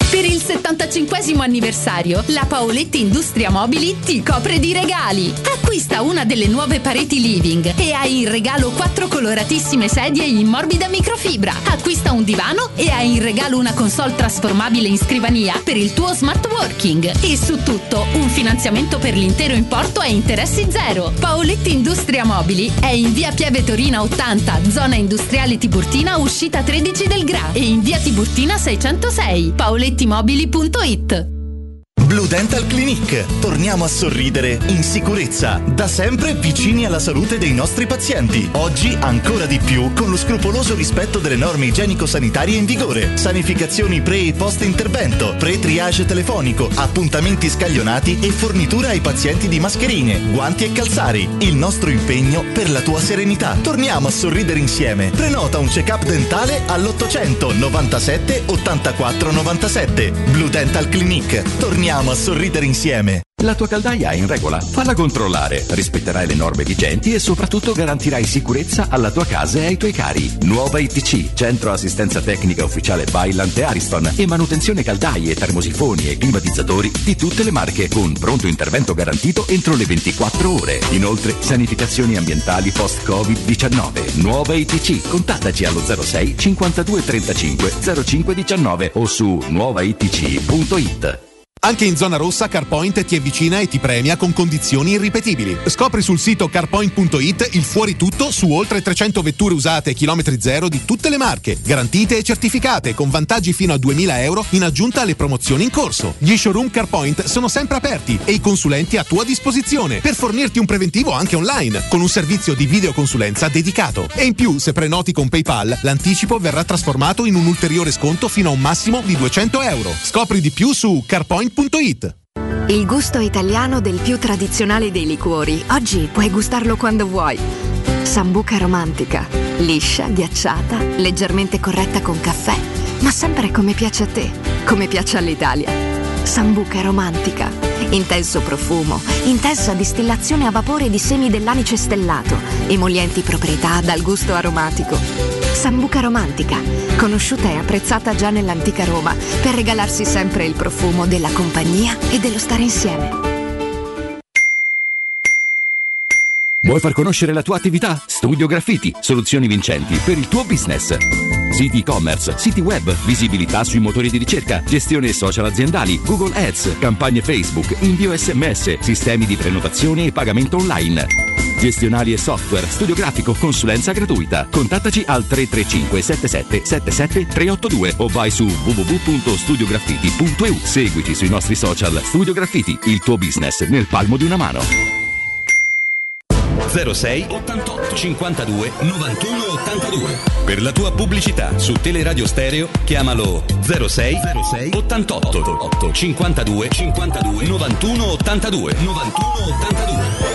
Per il settantacinquesimo anniversario, la Paoletti Industria Mobili ti copre di regali. Acquista una delle nuove pareti living e hai in regalo quattro coloratissime sedie in morbida microfibra. Acquista un divano e hai in regalo una console trasformabile in scrivania per il tuo smart working. E su tutto un finanziamento per l'intero importo a interessi zero. Paoletti Industria Mobili è in via Pieve Torina ottanta, zona industriale Tiburtina, uscita tredici del Gra, e in via Tiburtina seicentosei. paoletti mobili punto it. Blue Dental Clinic. Torniamo a sorridere in sicurezza, da sempre vicini alla salute dei nostri pazienti. Oggi ancora di più con lo scrupoloso rispetto delle norme igienico-sanitarie in vigore. Sanificazioni pre e post intervento, pre-triage telefonico, appuntamenti scaglionati e fornitura ai pazienti di mascherine, guanti e calzari. Il nostro impegno per la tua serenità. Torniamo a sorridere insieme. Prenota un check-up dentale all'ottocento novantasette ottantaquattro novantasette. Blue Dental Clinic. Torniamo a sorridere insieme. La tua caldaia è in regola? Falla controllare. Rispetterai le norme vigenti e soprattutto garantirai sicurezza alla tua casa e ai tuoi cari. Nuova I T C, centro assistenza tecnica ufficiale Vaillant e Ariston, e manutenzione caldaie, termosifoni e climatizzatori di tutte le marche, con pronto intervento garantito entro le ventiquattro ore. Inoltre, sanificazioni ambientali post-covid diciannove. Nuova I T C. Contattaci allo zero sei cinquantadue trentacinque zero cinque diciannove o su nuova i t c punto it. Anche in zona rossa CarPoint ti avvicina e ti premia con condizioni irripetibili. Scopri sul sito carpoint punto it il fuori tutto su oltre trecento vetture usate e chilometri zero di tutte le marche, garantite e certificate, con vantaggi fino a duemila euro in aggiunta alle promozioni in corso. Gli showroom CarPoint sono sempre aperti e i consulenti a tua disposizione per fornirti un preventivo anche online, con un servizio di videoconsulenza dedicato. E in più, se prenoti con PayPal, l'anticipo verrà trasformato in un ulteriore sconto fino a un massimo di duecento euro. Scopri di più su carpoint punto it. Il gusto italiano del più tradizionale dei liquori. Oggi puoi gustarlo quando vuoi. Sambuca romantica. Liscia, ghiacciata, leggermente corretta con caffè, ma sempre come piace a te, come piace all'Italia. Sambuca romantica. Intenso profumo, intensa distillazione a vapore di semi dell'anice stellato, emolienti proprietà dal gusto aromatico. Sambuca romantica, conosciuta e apprezzata già nell'antica Roma per regalarsi sempre il profumo della compagnia e dello stare insieme. Vuoi far conoscere la tua attività? Studio Graffiti, soluzioni vincenti per il tuo business. Siti e-commerce, siti web, visibilità sui motori di ricerca, gestione social aziendali, Google Ads, campagne Facebook, invio S M S, sistemi di prenotazione e pagamento online. Gestionali e software, studio grafico, consulenza gratuita. Contattaci al tre tre cinque sette sette sette sette tre otto due o vai su w w w punto studio graffiti punto e u. Seguici sui nostri social. Studio Graffiti, il tuo business nel palmo di una mano. zero sei ottantotto cinquantadue novantuno ottantadue. Per la tua pubblicità su Teleradio Stereo chiamalo zero sei ottantotto cinquantadue cinquantadue novantuno ottantadue novantuno ottantadue.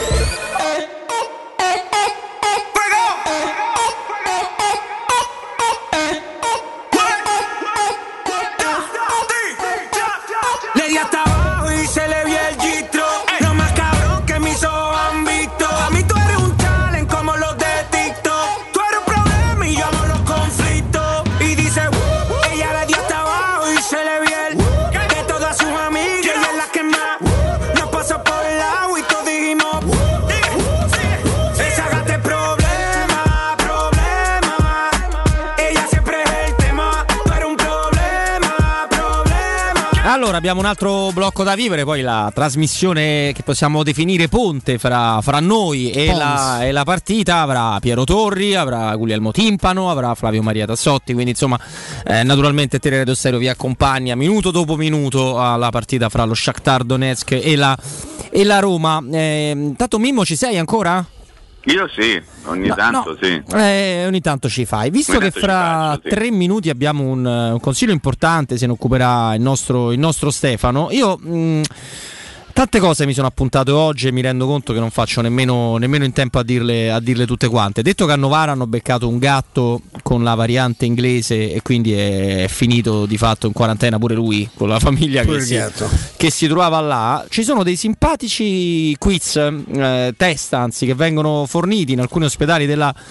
Allora abbiamo un altro blocco da vivere, poi la trasmissione che possiamo definire ponte fra, fra noi e la, e la partita avrà Piero Torri, avrà Guglielmo Timpano, avrà Flavio Maria Tassotti, quindi insomma eh, naturalmente Teleradio Stereo vi accompagna minuto dopo minuto alla partita fra lo Shakhtar Donetsk e la, e la Roma. Eh, intanto Mimmo, ci sei ancora? Io sì, ogni no, tanto no. sì. Eh, ogni tanto ci fai. Visto ogni che fra faccio, sì. tre minuti abbiamo un, un consiglio importante, se ne occuperà il nostro, il nostro Stefano, io... Mh, tante cose mi sono appuntato oggi e mi rendo conto che non faccio nemmeno, nemmeno in tempo a dirle, a dirle tutte quante. Detto che a Novara hanno beccato un gatto con la variante inglese e quindi è, è finito di fatto in quarantena pure lui con la famiglia che si, che si trovava là. Ci sono dei simpatici quiz, eh, test anzi, che vengono forniti in alcuni ospedali della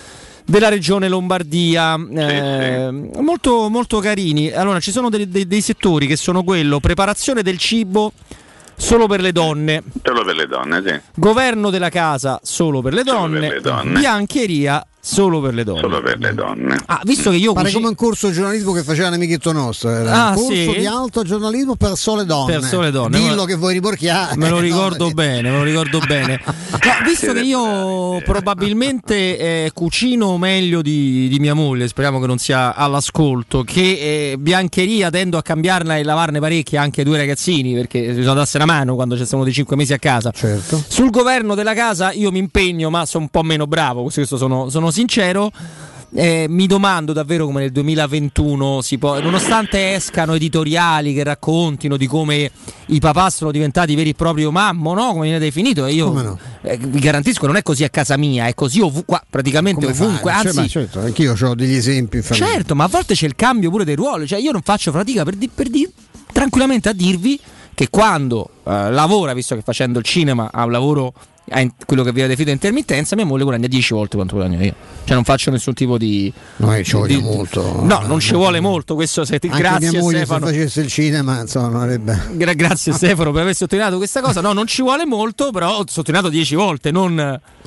della regione Lombardia, eh, sì. molto, molto carini. Allora ci sono dei, dei, dei settori che sono quello: preparazione del cibo solo per le donne, Solo per le donne, sì. governo della casa solo per le Solo donne, per le donne. biancheria solo per le donne. Solo per le donne. Ah, visto che io Pare cuci- come un corso di giornalismo che faceva un amichetto nostro, era Ah, un corso sì? di alto giornalismo per sole donne. Per sole donne. Dillo Ma- che vuoi riborchiare. Me lo Eh, ricordo no, bene, me lo ricordo bene. No, visto che io probabilmente eh, cucino meglio di, di mia moglie, speriamo che non sia all'ascolto, che eh, biancheria tendo a cambiarla e lavarne parecchie anche due ragazzini, perché bisogna darsi una mano quando ci sono dei cinque mesi a casa. Certo. Sul governo della casa io mi impegno, ma sono un po' meno bravo, questo sono, sono sincero. Eh, mi domando davvero come nel duemilaventuno si può, nonostante escano editoriali che raccontino di come i papà sono diventati veri e propri mammo, no? Come viene definito, e io no? eh, vi garantisco non è così a casa mia, è così ovunque, qua, praticamente Come ovunque, fai? Cioè, anzi ma certo, anch'io ho degli esempi in famiglia. certo, ma a volte c'è il cambio pure dei ruoli, cioè io non faccio fatica per, di, per di, tranquillamente a dirvi che quando eh, lavora, visto che facendo il cinema ha un lavoro a in- quello che viene definito intermittenza, mia moglie guadagna dieci volte quanto guadagno io, cioè non faccio nessun tipo di Noi ci voglia di- molto. no, non ci vuole molto, questo se ti, Anche grazie mia moglie Stefano, se facesse il cinema, insomma, non avrebbe. Gra- grazie Stefano per aver sottolineato questa cosa. No, non ci vuole molto, però ho sottolineato dieci volte, non,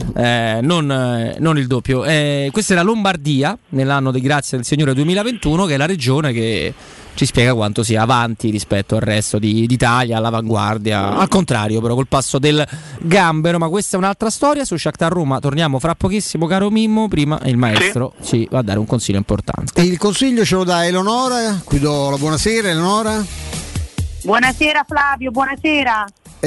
eh, non, eh, non il doppio. Eh, questa è la Lombardia nell'anno di grazia del Signore duemilaventuno, che è la regione che ci spiega quanto sia avanti rispetto al resto di, d'Italia, all'avanguardia, al contrario però col passo del gambero. Ma questa è un'altra storia. Su Shakhtar Roma torniamo fra pochissimo, caro Mimmo. Prima il maestro ci va a dare un consiglio importante. E il consiglio ce lo dà Eleonora, qui do la buonasera Eleonora. Buonasera Flavio, buonasera.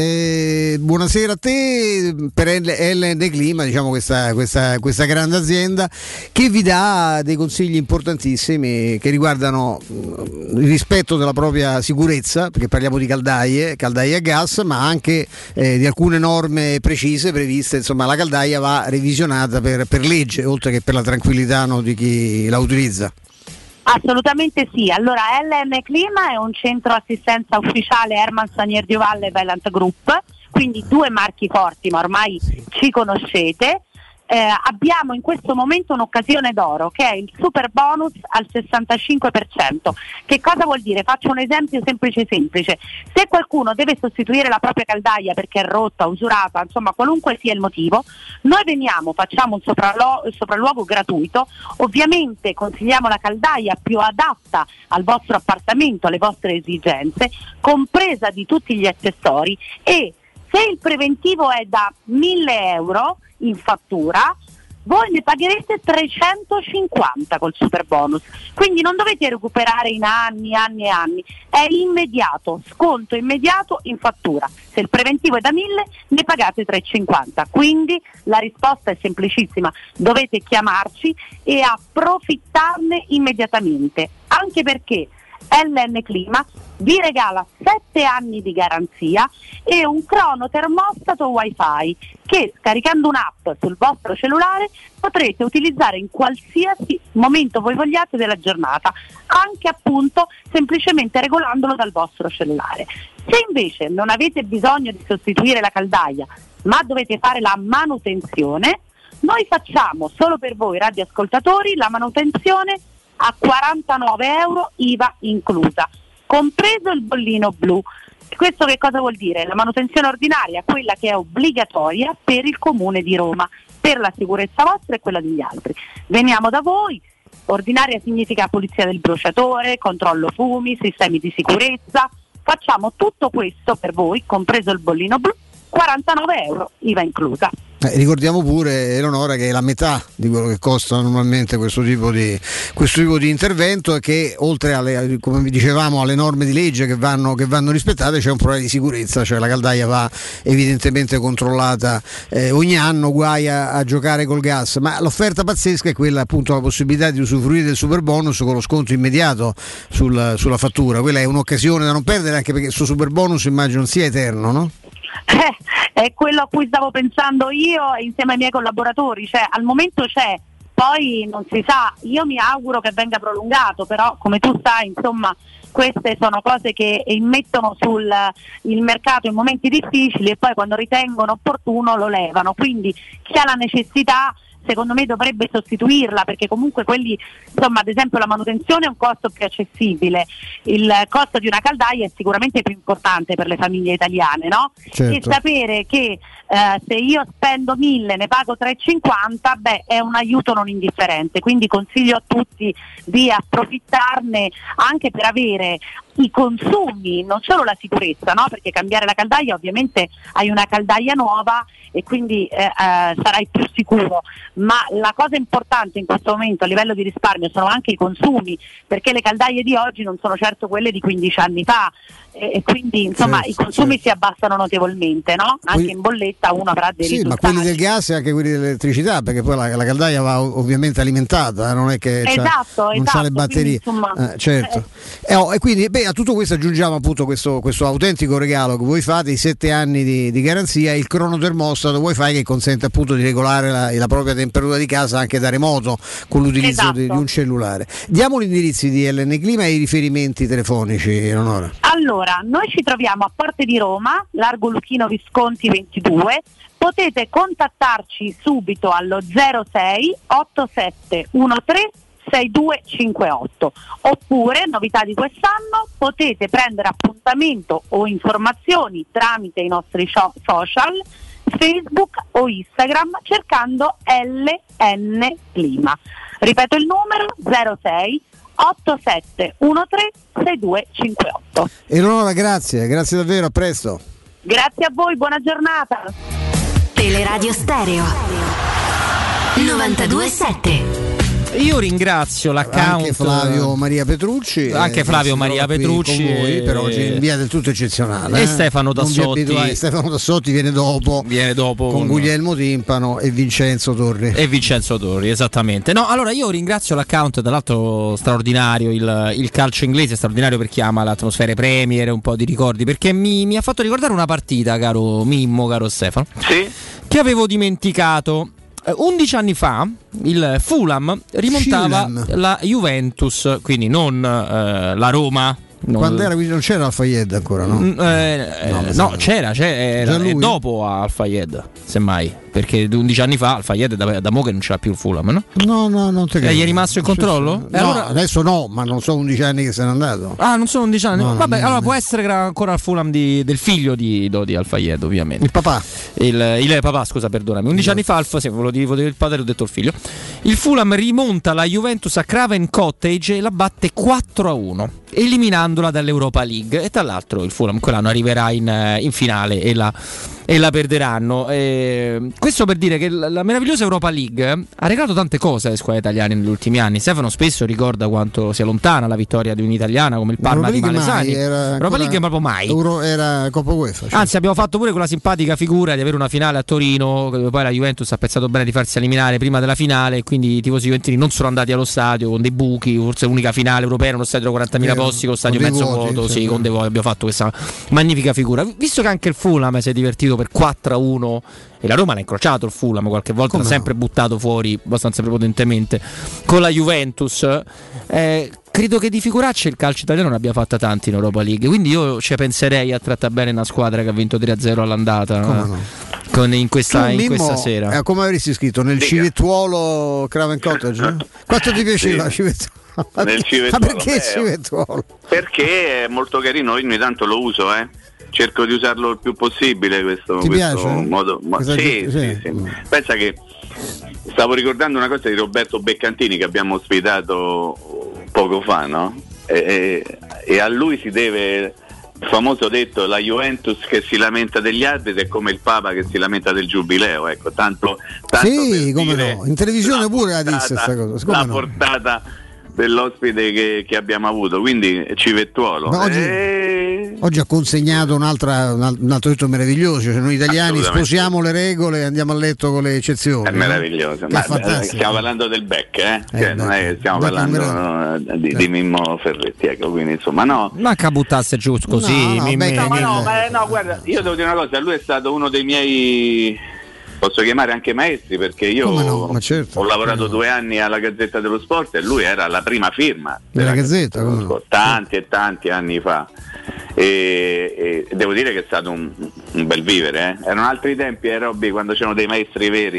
Eh, buonasera a te per L N Clima, diciamo questa, questa, questa grande azienda che vi dà dei consigli importantissimi che riguardano mh, il rispetto della propria sicurezza, perché parliamo di caldaie, caldaie a gas, ma anche eh, di alcune norme precise previste. Insomma, la caldaia va revisionata per, per legge, oltre che per la tranquillità, no, di chi la utilizza. Assolutamente sì. Allora, L N Clima è un centro assistenza ufficiale Herman Sanier Diovalle e Vaillant Group, quindi due marchi forti, ma ormai ci conoscete. Eh, abbiamo in questo momento un'occasione d'oro che è il super bonus al sessantacinque per cento. Che cosa vuol dire? Faccio un esempio semplice semplice. Se qualcuno deve sostituire la propria caldaia perché è rotta, usurata, insomma qualunque sia il motivo, noi veniamo, facciamo un sopralluogo, sopralluogo gratuito, ovviamente consigliamo la caldaia più adatta al vostro appartamento, alle vostre esigenze, compresa di tutti gli accessori, e se il preventivo è da mille euro in fattura, voi ne pagherete trecentocinquanta col super bonus, quindi non dovete recuperare in anni, anni e anni, è immediato, sconto immediato in fattura. Se il preventivo è da mille ne pagate trecentocinquanta, quindi la risposta è semplicissima, dovete chiamarci e approfittarne immediatamente, anche perché L N Clima vi regala sette anni di garanzia e un crono termostato wifi che, scaricando un'app sul vostro cellulare, potrete utilizzare in qualsiasi momento voi vogliate della giornata, anche appunto semplicemente regolandolo dal vostro cellulare. Se invece non avete bisogno di sostituire la caldaia, ma dovete fare la manutenzione, noi facciamo solo per voi radioascoltatori la manutenzione a quarantanove euro I V A inclusa, compreso il bollino blu. Questo che cosa vuol dire? La manutenzione ordinaria, quella che è obbligatoria per il Comune di Roma, per la sicurezza vostra e quella degli altri. Veniamo da voi, ordinaria significa pulizia del bruciatore, controllo fumi, sistemi di sicurezza, facciamo tutto questo per voi, compreso il bollino blu, quarantanove euro I V A inclusa. Eh, ricordiamo pure, Eleonora, che è la metà di quello che costa normalmente questo tipo di, questo tipo di intervento, e che oltre alle, come vi dicevamo, alle norme di legge che vanno, che vanno rispettate, c'è un problema di sicurezza, cioè la caldaia va evidentemente controllata eh, ogni anno, guai a, a giocare col gas. Ma l'offerta pazzesca è quella, appunto, la possibilità di usufruire del super bonus con lo sconto immediato sul, sulla fattura. Quella è un'occasione da non perdere, anche perché questo super bonus immagino non sia eterno, no? Eh, è quello a cui stavo pensando io insieme ai miei collaboratori, cioè al momento c'è, poi non si sa, io mi auguro che venga prolungato, però come tu sai, insomma, queste sono cose che immettono sul il mercato in momenti difficili e poi quando ritengono opportuno lo levano, quindi chi ha la necessità, secondo me dovrebbe sostituirla, perché comunque quelli, insomma, ad esempio la manutenzione è un costo più accessibile, il costo di una caldaia è sicuramente più importante per le famiglie italiane, no? Certo. E sapere che eh, se io spendo mille ne pago tre e cinquanta, beh, è un aiuto non indifferente, quindi consiglio a tutti di approfittarne anche per avere i consumi, non solo la sicurezza, no? Perché cambiare la caldaia, ovviamente hai una caldaia nuova e quindi eh, eh, sarai più sicuro, ma la cosa importante in questo momento a livello di risparmio sono anche i consumi, perché le caldaie di oggi non sono certo quelle di quindici anni fa e, e quindi insomma certo, i consumi certo. si abbassano notevolmente, no? Anche Quelli... in bolletta uno avrà dei sì, risultati. ma quelli del gas e anche quelli dell'elettricità, perché poi la, la caldaia va ovviamente alimentata, non è che esatto, c'ha, non esatto, c'ha le batterie. Quindi, insomma, eh, certo. eh. Eh, oh, e quindi beh, a tutto questo aggiungiamo appunto questo, questo autentico regalo che voi fate, i sette anni di, di garanzia, il cronotermostato Wi-Fi che consente appunto di regolare la, la propria temperatura di casa anche da remoto con l'utilizzo esatto. di, di un cellulare. Diamo gli indirizzi di L N Clima e i riferimenti telefonici, Eleonora. Allora, noi ci troviamo a Porte di Roma, largo Luchino Visconti ventidue. Potete contattarci subito allo zero sei otto sette uno tre sei due cinque otto, oppure, novità di quest'anno, potete prendere appuntamento o informazioni tramite i nostri show- social, Facebook o Instagram, cercando L N Clima. Ripeto il numero: zero sei otto sette uno tre sei due cinque otto. Eleonora, grazie, grazie davvero, a presto. Grazie a voi, buona giornata. Teleradio Stereo novantadue sette. Io ringrazio l'account anche Flavio Maria Petrucci, anche Flavio Maria Petrucci con voi, per oggi in via del tutto eccezionale, e eh? Stefano Tassotti. Stefano Tassotti viene dopo, viene dopo con, con Guglielmo Timpano e Vincenzo Torri. E Vincenzo Torri, esattamente. No, allora io ringrazio l'account, tra l'altro straordinario, il, il calcio inglese straordinario per chi ama l'atmosfera Premier e un po' di ricordi, perché mi, mi ha fatto ricordare una partita, caro Mimmo, caro Stefano, sì? che avevo dimenticato. undici anni fa il Fulham rimontava Fulham. la Juventus, quindi non eh, la Roma. Non... Quando era, non c'era Al Fayed ancora, no? Mm, eh, no, no c'era, c'era Già è lui? dopo Al Fayed, semmai, perché undici anni fa Al Fayed da, da mo che non c'era più il Fulham, no? No, no, non te credo. Gli è rimasto in controllo? Sì, sì. E No, allora... adesso no, ma non so undici anni che se n'è andato. Ah, non sono undici anni? No, Vabbè, no, allora no. può essere che era ancora al Fulham di, del figlio di Dodi Al Fayed, ovviamente. Il papà. Il, il papà, scusa, perdonami. undici No. anni fa, Alfa, se volevo dire il padre, ho detto il figlio. Il Fulham rimonta la Juventus a Craven Cottage e la batte quattro a uno, eliminandola dall'Europa League. E tra l'altro il Fulham quell'anno arriverà in, in finale e la, e la perderanno. E questo per dire che la, la meravigliosa Europa League ha regalato tante cose alle squadre italiane negli ultimi anni. Stefano spesso ricorda quanto sia lontana la vittoria di un'italiana come il Parma di Malesani. Europa League proprio mai. Euro, era Coppa UEFA. Cioè. Anzi, abbiamo fatto pure quella simpatica figura di avere una finale a Torino, dove poi la Juventus ha pensato bene di farsi eliminare prima della finale, e quindi i tifosi juventini non sono andati allo stadio con dei buchi, forse l'unica finale europea, uno stadio da quarantamila Vero. posti con stadio Con mezzo vuoti, vuoto, sì, sì, con dei vuoti. Abbiamo fatto questa magnifica figura. Visto che anche il Fulham si è divertito per quattro a uno e la Roma l'ha incrociato il Fulham qualche volta, l'ha sempre buttato fuori abbastanza prepotentemente con la Juventus, eh, credo che di figuracce il calcio italiano ne abbia fatta tanti in Europa League, quindi io ci penserei a trattare bene una squadra che ha vinto tre a zero all'andata. Come no? Con, in questa, Tu, in Mimmo, questa sera eh, come avresti scritto nel Dica. civettuolo Craven Cottage? Quanto ti piaceva Sì. civettuolo? Nel Ma civettuolo, perché beh, civettuolo? Perché è molto carino, io ogni tanto lo uso, eh. Cerco di usarlo il più possibile questo, Ti questo piace? modo. Ma, Questa sì, gi- sì, sì. sì. Pensa che stavo ricordando una cosa di Roberto Beccantini che abbiamo ospitato poco fa, no? E, e, e a lui si deve il famoso detto: la Juventus che si lamenta degli arbitri è come il Papa che si lamenta del giubileo, ecco, tanto, tanto Sì, per come dire no. In televisione la pure la portata- disse sta cosa. Come la no? portata dell'ospite che, che abbiamo avuto, quindi civettuolo. Ma oggi- E- Oggi ha consegnato un'altra, un al- un altro detto meraviglioso, cioè noi italiani Assolutamente. sposiamo le regole e andiamo a letto con le eccezioni. È no? meraviglioso, Che ma è fantastico. stiamo parlando del Beck, eh? Cioè, Eh, non beh, è che stiamo Beck è un parlando di, di Mimmo Ferretti, ecco, quindi insomma no. manca buttasse giù così. No, no, mi- beh, mi- No, ma mi- no, ma no, guarda, io devo dire una cosa, lui è stato uno dei miei, posso chiamare anche maestri, perché io Come no? Ma certo. ho lavorato due anni alla Gazzetta dello Sport e lui era la prima firma Della Gazzetta, come no? Sport, tanti e tanti anni fa. E, e devo dire che è stato un, un bel vivere, eh. Erano altri tempi, eh, Robby, quando c'erano dei maestri veri.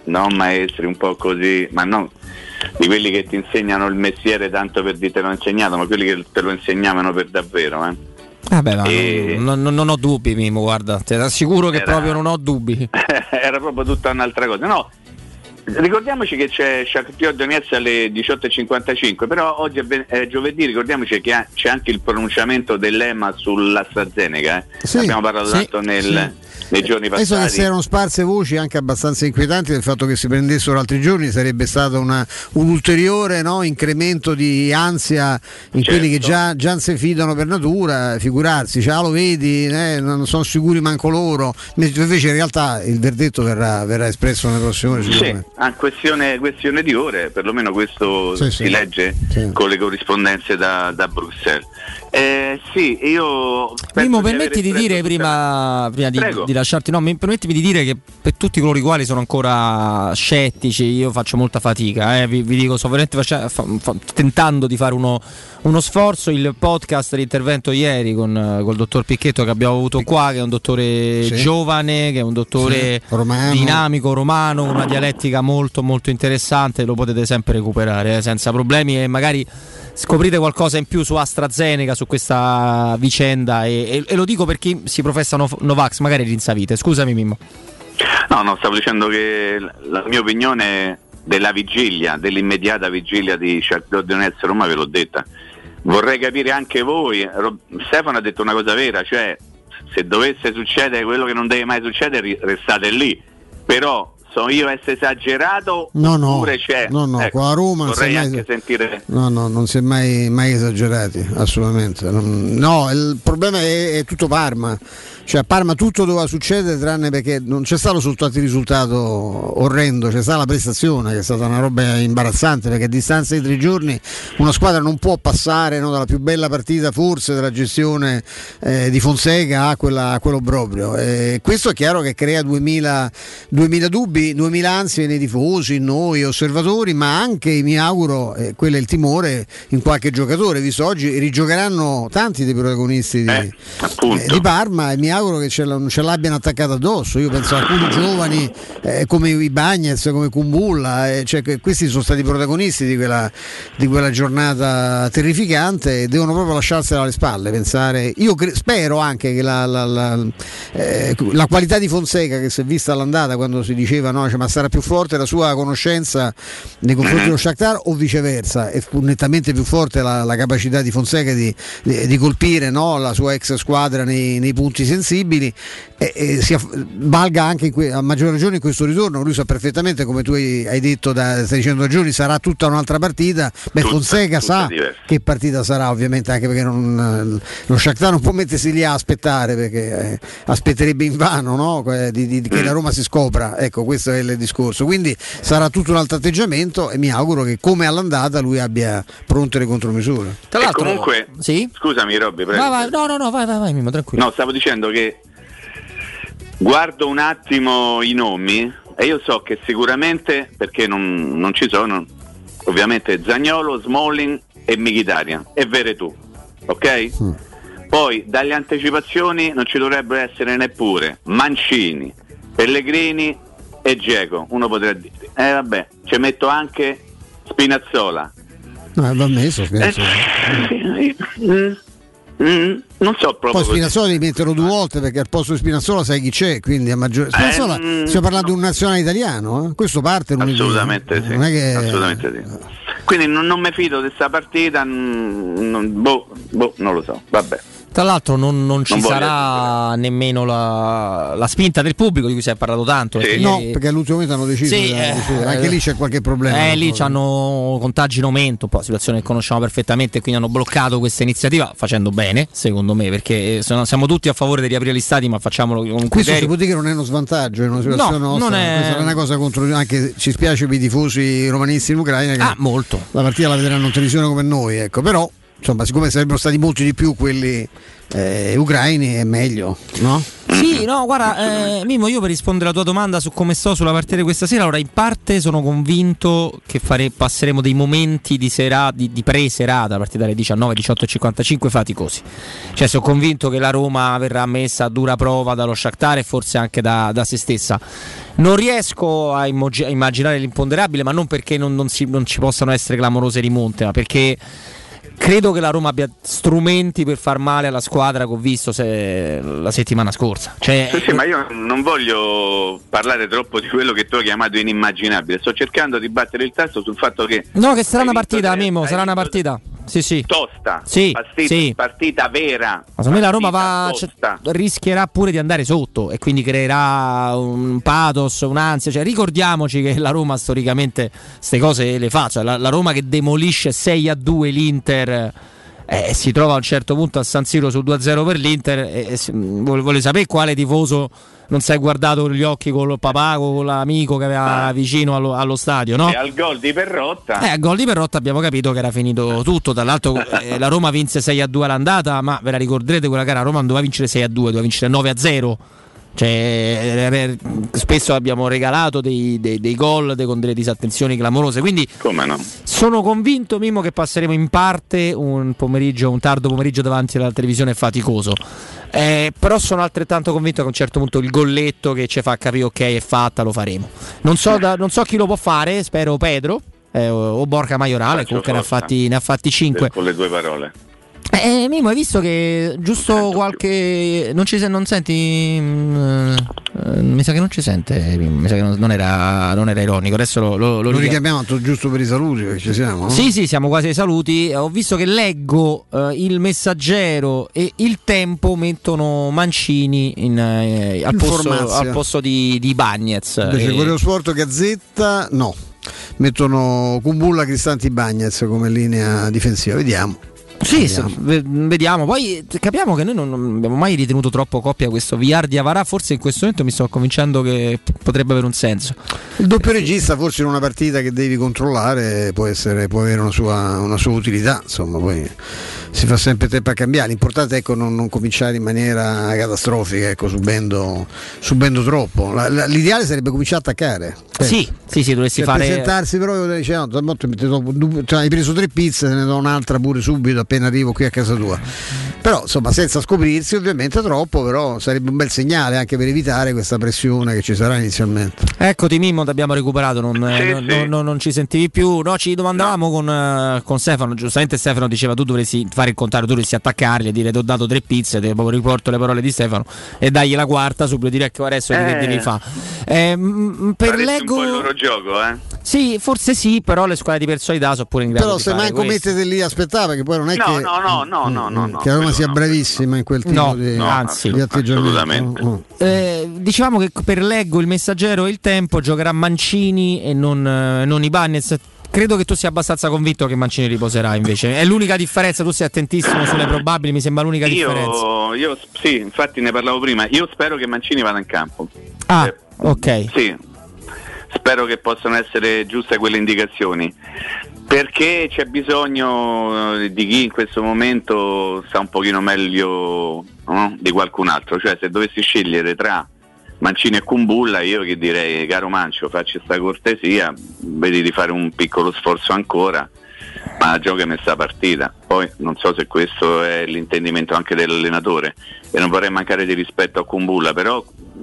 non maestri un po' così, ma non di quelli che ti insegnano il mestiere tanto per dire te l'ho insegnato, ma quelli che te lo insegnavano per davvero, eh. Vabbè, ma E- non, non- non ho dubbi, Mimo, guarda, ti assicuro che Era- proprio non ho dubbi. Era proprio tutta un'altra cosa. No, ricordiamoci che c'è Shakhtar Donetsk alle diciotto e cinquantacinque, però oggi è, ven- è giovedì, ricordiamoci che ha- c'è anche il pronunciamento dell'E M A sull'AstraZeneca, eh. Sì, abbiamo parlato sì, tanto nel- nei giorni Penso che passati. si erano sparse voci anche abbastanza inquietanti del fatto che si prendessero altri giorni, sarebbe stato una, un ulteriore, no, incremento di ansia in Certo. quelli che già, già non si fidano per natura, figurarsi, cioè, ah, lo vedi, eh, non sono sicuri manco loro, invece in realtà il verdetto verrà, verrà espresso nelle prossime ore Sì, sicuramente. a questione, questione di ore, perlomeno questo Sì, si sì. legge Sì. con le corrispondenze da, da Bruxelles. Eh, sì, io penso Mimo, di permetti aver di espresso dire tutta- prima, prima di, Prego. di lasciarti, no, mi- permettimi di dire che per tutti coloro i quali sono ancora scettici, io faccio molta fatica, eh, vi, vi dico, sto veramente face- fa- fa- tentando di fare uno, uno sforzo. Il podcast, l'intervento ieri con eh, col dottor Picchetto che abbiamo avuto qua, che è un dottore Sì. giovane, che è un dottore Sì, romano. dinamico, romano, con una dialettica molto molto interessante, lo potete sempre recuperare eh, senza problemi, e magari scoprite qualcosa in più su AstraZeneca, su questa vicenda, e, e- e lo dico per chi si professa no- Novax, magari rinsavite. Scusami Mimmo. No, no, stavo dicendo che la mia opinione della vigilia, dell'immediata vigilia di Shakhtar Donetsk Roma ve l'ho detta. Vorrei capire anche voi. Ro- Stefano ha detto una cosa vera, cioè se dovesse succedere quello che non deve mai succedere, ri- restate lì. Però sono io essere esagerato No, no, oppure c'è? no, no, Ecco, qua a Roma non vorrei si è mai- anche sentire. No, no, non si è mai, mai esagerati, assolutamente. Non- No, il problema è, è tutto Parma. Cioè a Parma tutto doveva succedere tranne perché non c'è stato soltanto il risultato orrendo, c'è stata la prestazione che è stata una roba imbarazzante, perché a distanza di tre giorni una squadra non può passare, no, dalla più bella partita forse della gestione eh, di Fonseca a quella, a quello proprio. E questo è chiaro che crea duemila, duemila dubbi, duemila ansie nei tifosi, in noi osservatori, ma anche mi auguro, eh, quello è il timore, in qualche giocatore, visto oggi rigiocheranno tanti dei protagonisti di, Eh, appunto. eh, di Parma, e mi auguro che ce, la- non ce l'abbiano attaccata addosso. Io penso a alcuni giovani eh, come i Bagnez, come Kumbulla, eh, cioè, che questi sono stati protagonisti di quella, di quella giornata terrificante e devono proprio lasciarsela alle spalle, pensare. Io cre- spero anche che la, la, la, eh, la qualità di Fonseca, che si è vista all'andata quando si diceva no, cioè, ma sarà più forte la sua conoscenza nei confronti dello Shakhtar, o viceversa, è fu nettamente più forte la, la capacità di Fonseca di, di, di colpire, no, la sua ex squadra nei, nei punti sensibili, e, e si aff- valga anche in que- a maggior ragione in questo ritorno. Lui sa perfettamente, come tu hai hai detto da, stai dicendo da giorni, sarà tutta un'altra partita. Beh, Tutta- Fonseca tutta sa diversa. che partita sarà, ovviamente, anche perché non, lo Shakhtar non può mettersi lì a aspettare, perché eh, aspetterebbe invano, no? Que- di, di- che la Roma si scopra. Ecco, questo è il discorso. Quindi sarà tutto un altro atteggiamento, e mi auguro che come all'andata lui abbia pronte le contromisure. Tra E l'altro, comunque, sì? scusami Robby, prego. Vai, vai, no, no, no, vai, vai, vai, Mimmo, tranquillo. No, stavo dicendo che guardo un attimo i nomi e io so che sicuramente, perché non, non ci sono, ovviamente Zaniolo, Smalling e Mkhitaryan e Veretù, ok? Mm. Poi dalle anticipazioni non ci dovrebbero essere neppure Mancini, Pellegrini e Dzeko. Uno potrebbe dire, eh vabbè, ci metto anche Spinazzola. No, va messo, Eh, Spinazzola. mm, mm, non so proprio. Poi così. Spinazzola li mettono due volte, perché al posto di Spinazzola sai chi c'è, quindi a maggior... Spinazzola, mm, stiamo parlando di un nazionale italiano, eh? Questo parte lunedì. Assolutamente sì, Non è che... assolutamente sì. Quindi non, non mi fido di questa partita, mm, non, boh, boh, non lo so, vabbè. Tra l'altro non, non ci Non voglio sarà nemmeno la, la spinta del pubblico, di cui si è parlato tanto. Sì. perché No, ieri- perché all'ultimo momento hanno deciso Sì, di eh, decidere. Anche eh, lì c'è qualche problema. Eh, lì hanno contagi in aumento, un po' situazione che conosciamo perfettamente, e quindi hanno bloccato questa iniziativa, facendo bene, secondo me, perché sono- siamo tutti a favore di riaprire gli stadi, ma facciamolo con un Questo si criterio. può dire che non è uno svantaggio, è una situazione No, nostra. non è- Questa non è una cosa contro, anche ci spiace per i tifosi romanisti in Ucraina che Ah, molto. la partita la vedranno in televisione come noi, ecco, però insomma, siccome sarebbero stati molti di più quelli eh, ucraini, è meglio, no? Sì, no, guarda, eh, Mimmo, io per rispondere alla tua domanda su come sto sulla partita di questa sera, allora in parte sono convinto che fare, passeremo dei momenti di, sera, di, di pre-serata a partire dalle diciannove, diciotto e cinquantacinque faticosi. Cioè sono convinto che la Roma verrà messa a dura prova dallo Shakhtar e forse anche da, da se stessa. Non riesco a, immogi- a immaginare l'imponderabile, ma non perché non, non, si, non ci possano essere clamorose rimonte, ma perché credo che la Roma abbia strumenti per far male alla squadra che ho visto se, la settimana scorsa. Cioè, sì, sì, ma io non voglio parlare troppo di quello che tu hai chiamato inimmaginabile. Sto cercando di battere il tasto sul fatto che no, che sarà una partita, Mimmo, sarà una partita. Sì, sì. Tosta, sì, partita, sì. partita vera. Ma secondo me la Roma va, cioè, rischierà pure di andare sotto e quindi creerà un pathos, un'ansia. Cioè, ricordiamoci che la Roma storicamente queste cose le fa. Cioè, la, la Roma che demolisce sei a due l'Inter eh, si trova a un certo punto a San Siro su due a zero per l'Inter e, e vuole, vuole sapere quale tifoso non si è guardato gli occhi con il papà, con l'amico che aveva vicino allo, allo stadio, no? E al gol di Perrotta. Eh, al gol di Perrotta abbiamo capito che era finito tutto. Tra l'altro eh, la Roma vinse sei a due all'andata, ma ve la ricorderete quella gara, Roma non doveva vincere sei a due, doveva vincere nove a zero. Cioè, eh, spesso abbiamo regalato dei, dei, dei gol dei, con delle disattenzioni clamorose, quindi come no? Sono convinto, Mimmo, che passeremo in parte un pomeriggio, un tardo pomeriggio davanti alla televisione faticoso, eh, però sono altrettanto convinto che a un certo punto il golletto che ci fa capire ok è fatta lo faremo. Non so, da, non so chi lo può fare, spero Pedro eh, o Borca Maiorale, Faccio comunque ne ha fatti, ne ha fatti cinque con le due parole. Eh, Mimo, hai visto che giusto qualche. Non ci se... non senti. Mm, eh, mi sa che non ci sente. Mi sa che non, non, era, non era ironico. Adesso lo, lo, lo, lo richiamiamo giusto per i saluti, perché ci siamo. No? Sì, sì, siamo quasi ai saluti. Ho visto che leggo eh, il Messaggero e il Tempo mettono Mancini in, eh, al, posto, al posto di, di Bagnez. Invece e... quello Sport Gazzetta no. Mettono Kumbulla, Cristanti, Bagnez come linea difensiva. Vediamo. Sì, vediamo. vediamo. Poi capiamo che noi non abbiamo mai ritenuto troppo coppia questo Villar di Avarà. Forse in questo momento mi sto convincendo che potrebbe avere un senso. Il doppio regista, forse in una partita che devi controllare, può essere, può avere una sua, una sua utilità. Insomma, poi si fa sempre tempo a cambiare. L'importante è ecco, non, non cominciare in maniera catastrofica, ecco, subendo, subendo troppo. La, la, l'ideale sarebbe cominciare a attaccare. Sì, sì, sì, dovresti cioè, fare. Presentarsi, però dice, no, cioè, hai preso tre pizze, te ne do un'altra pure subito appena arrivo qui a casa tua. Però insomma senza scoprirsi ovviamente troppo, però sarebbe un bel segnale anche per evitare questa pressione che ci sarà inizialmente. Eccoti Mimmo, ti abbiamo recuperato, non, sì, non, sì. Non, non, non ci sentivi più. No, ci domandavamo no. con, uh, con Stefano, giustamente Stefano diceva tu dovresti fare il contrario, tu dovresti attaccarli e dire ti ho dato tre pizze, ti riporto le parole di Stefano e dagli la quarta subito dire che adesso eh. che devi fare. Eh, m- per Faresti leggo un po' il loro gioco, eh? Sì, forse sì, però le squadre di personalità sono pure in grado però di fare. Però se manco mettete lì aspettava, perché poi non è no, che no, no, no, no, no, no, che la Roma sia no, bravissima in quel tipo no, di, no, anzi, di atteggiamento. No, no. Eh, dicevamo che per Leggo, il Messaggero e il Tempo giocherà Mancini e non, eh, non Ibanez. Credo che tu sia abbastanza convinto che Mancini riposerà invece. È l'unica differenza, tu sei attentissimo sulle probabili, mi sembra l'unica io, differenza. Io sì, infatti ne parlavo prima, io spero che Mancini vada in campo. Ah, eh, ok. Sì, spero che possano essere giuste quelle indicazioni, perché c'è bisogno di chi in questo momento sta un pochino meglio, no? Di qualcun altro. Cioè se dovessi scegliere tra Mancini e Kumbulla, io che direi caro Mancio, facci sta cortesia, vedi di fare un piccolo sforzo ancora, ma giocami sta partita. Poi non so se questo è l'intendimento anche dell'allenatore e non vorrei mancare di rispetto a Kumbulla, però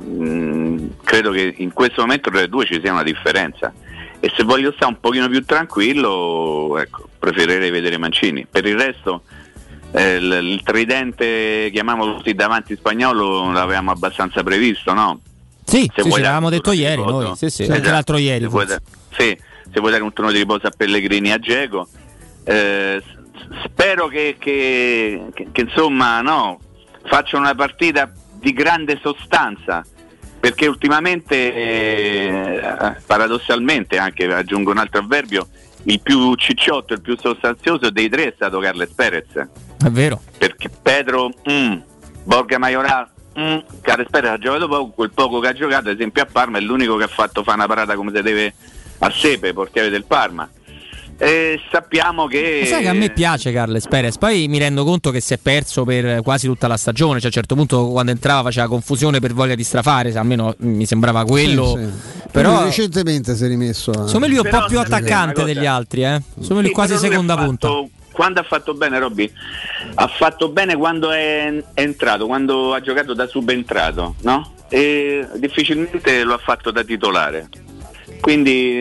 mh, credo che in questo momento tra le due ci sia una differenza e se voglio stare un pochino più tranquillo, ecco, preferirei vedere Mancini. Per il resto eh, il, il tridente, chiamiamolo tutti davanti spagnolo, l'avevamo abbastanza previsto, no? Sì, se sì, ce l'avevamo detto ieri riposo, noi, sì, sì, esatto, anche l'altro ieri. Se vuoi, da, sì, se vuoi dare un turno di riposo a Pellegrini e a Dzeko, eh, spero che, che, che, che insomma no, facciano una partita di grande sostanza, perché ultimamente eh, paradossalmente, anche aggiungo un altro avverbio, il più cicciotto, il più sostanzioso dei tre è stato Carles Perez. È vero. Perché Pedro, mm, Borja Mayoral, mm, Carles Perez ha giocato poco, quel poco che ha giocato, ad esempio a Parma, è l'unico che ha fatto fare una parata come si deve a Sepe, portiere del Parma. E sappiamo che... Sai che a me piace Carles Perez, poi mi rendo conto che si è perso per quasi tutta la stagione, cioè a un certo punto quando entrava faceva confusione per voglia di strafare, almeno mi sembrava quello. Sì, sì. Però lui recentemente si è rimesso a... secondo me lui è un Però po' più attaccante degli altri, eh? Secondo me lui Sì, quasi però lui seconda ha fatto- punta. Quando ha fatto bene Robby, ha fatto bene quando è entrato, quando ha giocato da subentrato, no? E difficilmente lo ha fatto da titolare. Quindi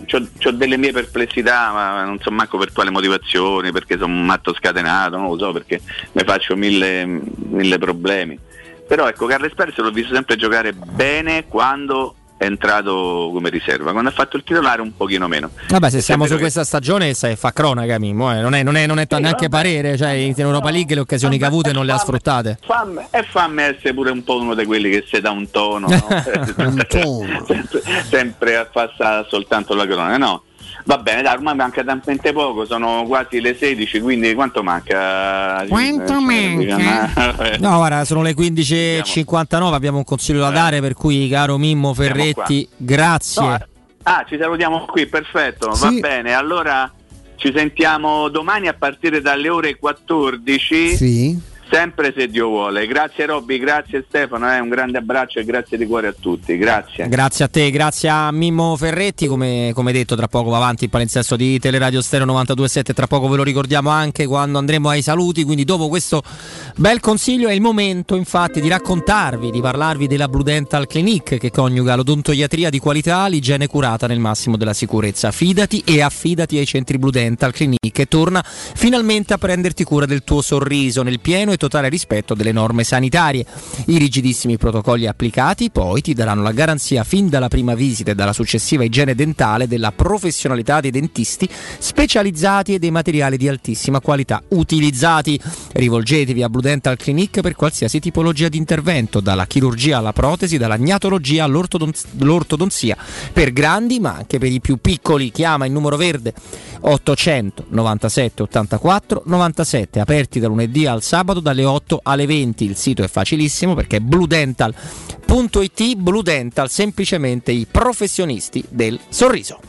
ho delle mie perplessità, ma non so manco per quale motivazioni, perché sono un matto scatenato, non lo so, perché mi faccio mille, mille problemi. Però ecco, Carles Perez l'ho visto sempre giocare bene quando è entrato come riserva, quando ha fatto il titolare un pochino meno. Vabbè, se siamo su che- questa stagione sai, fa cronaca Mimmo, eh. non è, non è, non è Sì, neanche vabbè. parere, cioè in Europa League le occasioni che ha avute non le ha sfruttate. Fammi, e fammi essere pure un po' uno di quelli che si dà un tono, no? Un tono. sempre, sempre a passare soltanto la cronaca, no? Va bene, dai, ormai manca talmente poco, sono quasi le sedici, quindi quanto manca? Quanto Eh, manca? No, guarda, sono le quindici e cinquantanove, abbiamo un consiglio da dare, per cui caro Mimmo Ferretti, grazie. No, ah, ci salutiamo qui, perfetto, Sì. va bene, allora ci sentiamo domani a partire dalle ore quattordici. Sì. Sempre se Dio vuole. Grazie Robby, grazie Stefano, eh, un grande abbraccio e grazie di cuore a tutti. Grazie. Grazie a te, grazie a Mimmo Ferretti, come, come detto tra poco va avanti il palinsesto di Teleradio Stereo novantadue virgola sette, tra poco ve lo ricordiamo anche quando andremo ai saluti, quindi dopo questo bel consiglio è il momento infatti di raccontarvi, di parlarvi della Blue Dental Clinic che coniuga l'odontoiatria di qualità, l'igiene curata nel massimo della sicurezza. Fidati e affidati ai centri Blue Dental Clinic che torna finalmente a prenderti cura del tuo sorriso nel pieno e totale rispetto delle norme sanitarie. I rigidissimi protocolli applicati poi ti daranno la garanzia fin dalla prima visita e dalla successiva igiene dentale della professionalità dei dentisti specializzati e dei materiali di altissima qualità utilizzati. Rivolgetevi a Blue Dental Clinic per qualsiasi tipologia di intervento, dalla chirurgia alla protesi, dalla gnatologia all'ortodonzia, per grandi ma anche per i più piccoli. Chiama il numero verde ottocento novantasette ottantaquattro novantasette, aperti da lunedì al sabato dalle otto alle venti. Il sito è facilissimo perché è blue dental punto it. Blue Dental, semplicemente i professionisti del sorriso.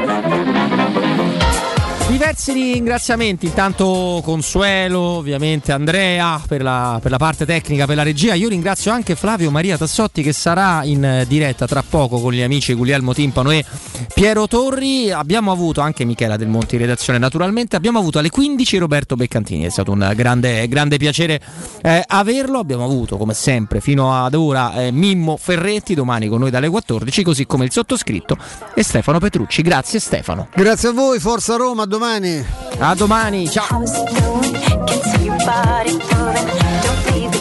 Diversi ringraziamenti, intanto Consuelo, ovviamente Andrea per la, per la parte tecnica, per la regia. Io ringrazio anche Flavio Maria Tassotti che sarà in diretta tra poco con gli amici Guglielmo Timpano e Piero Torri. Abbiamo avuto anche Michela Del Monte in redazione, naturalmente. Abbiamo avuto alle quindici Roberto Beccantini, è stato un grande, grande piacere eh, averlo. Abbiamo avuto come sempre fino ad ora eh, Mimmo Ferretti, domani con noi dalle quattordici, così come il sottoscritto e Stefano Petrucci. Grazie Stefano. Grazie a voi, forza Roma, a domani. A domani, ciao. How's it going? Can see your body moving. Don't leave the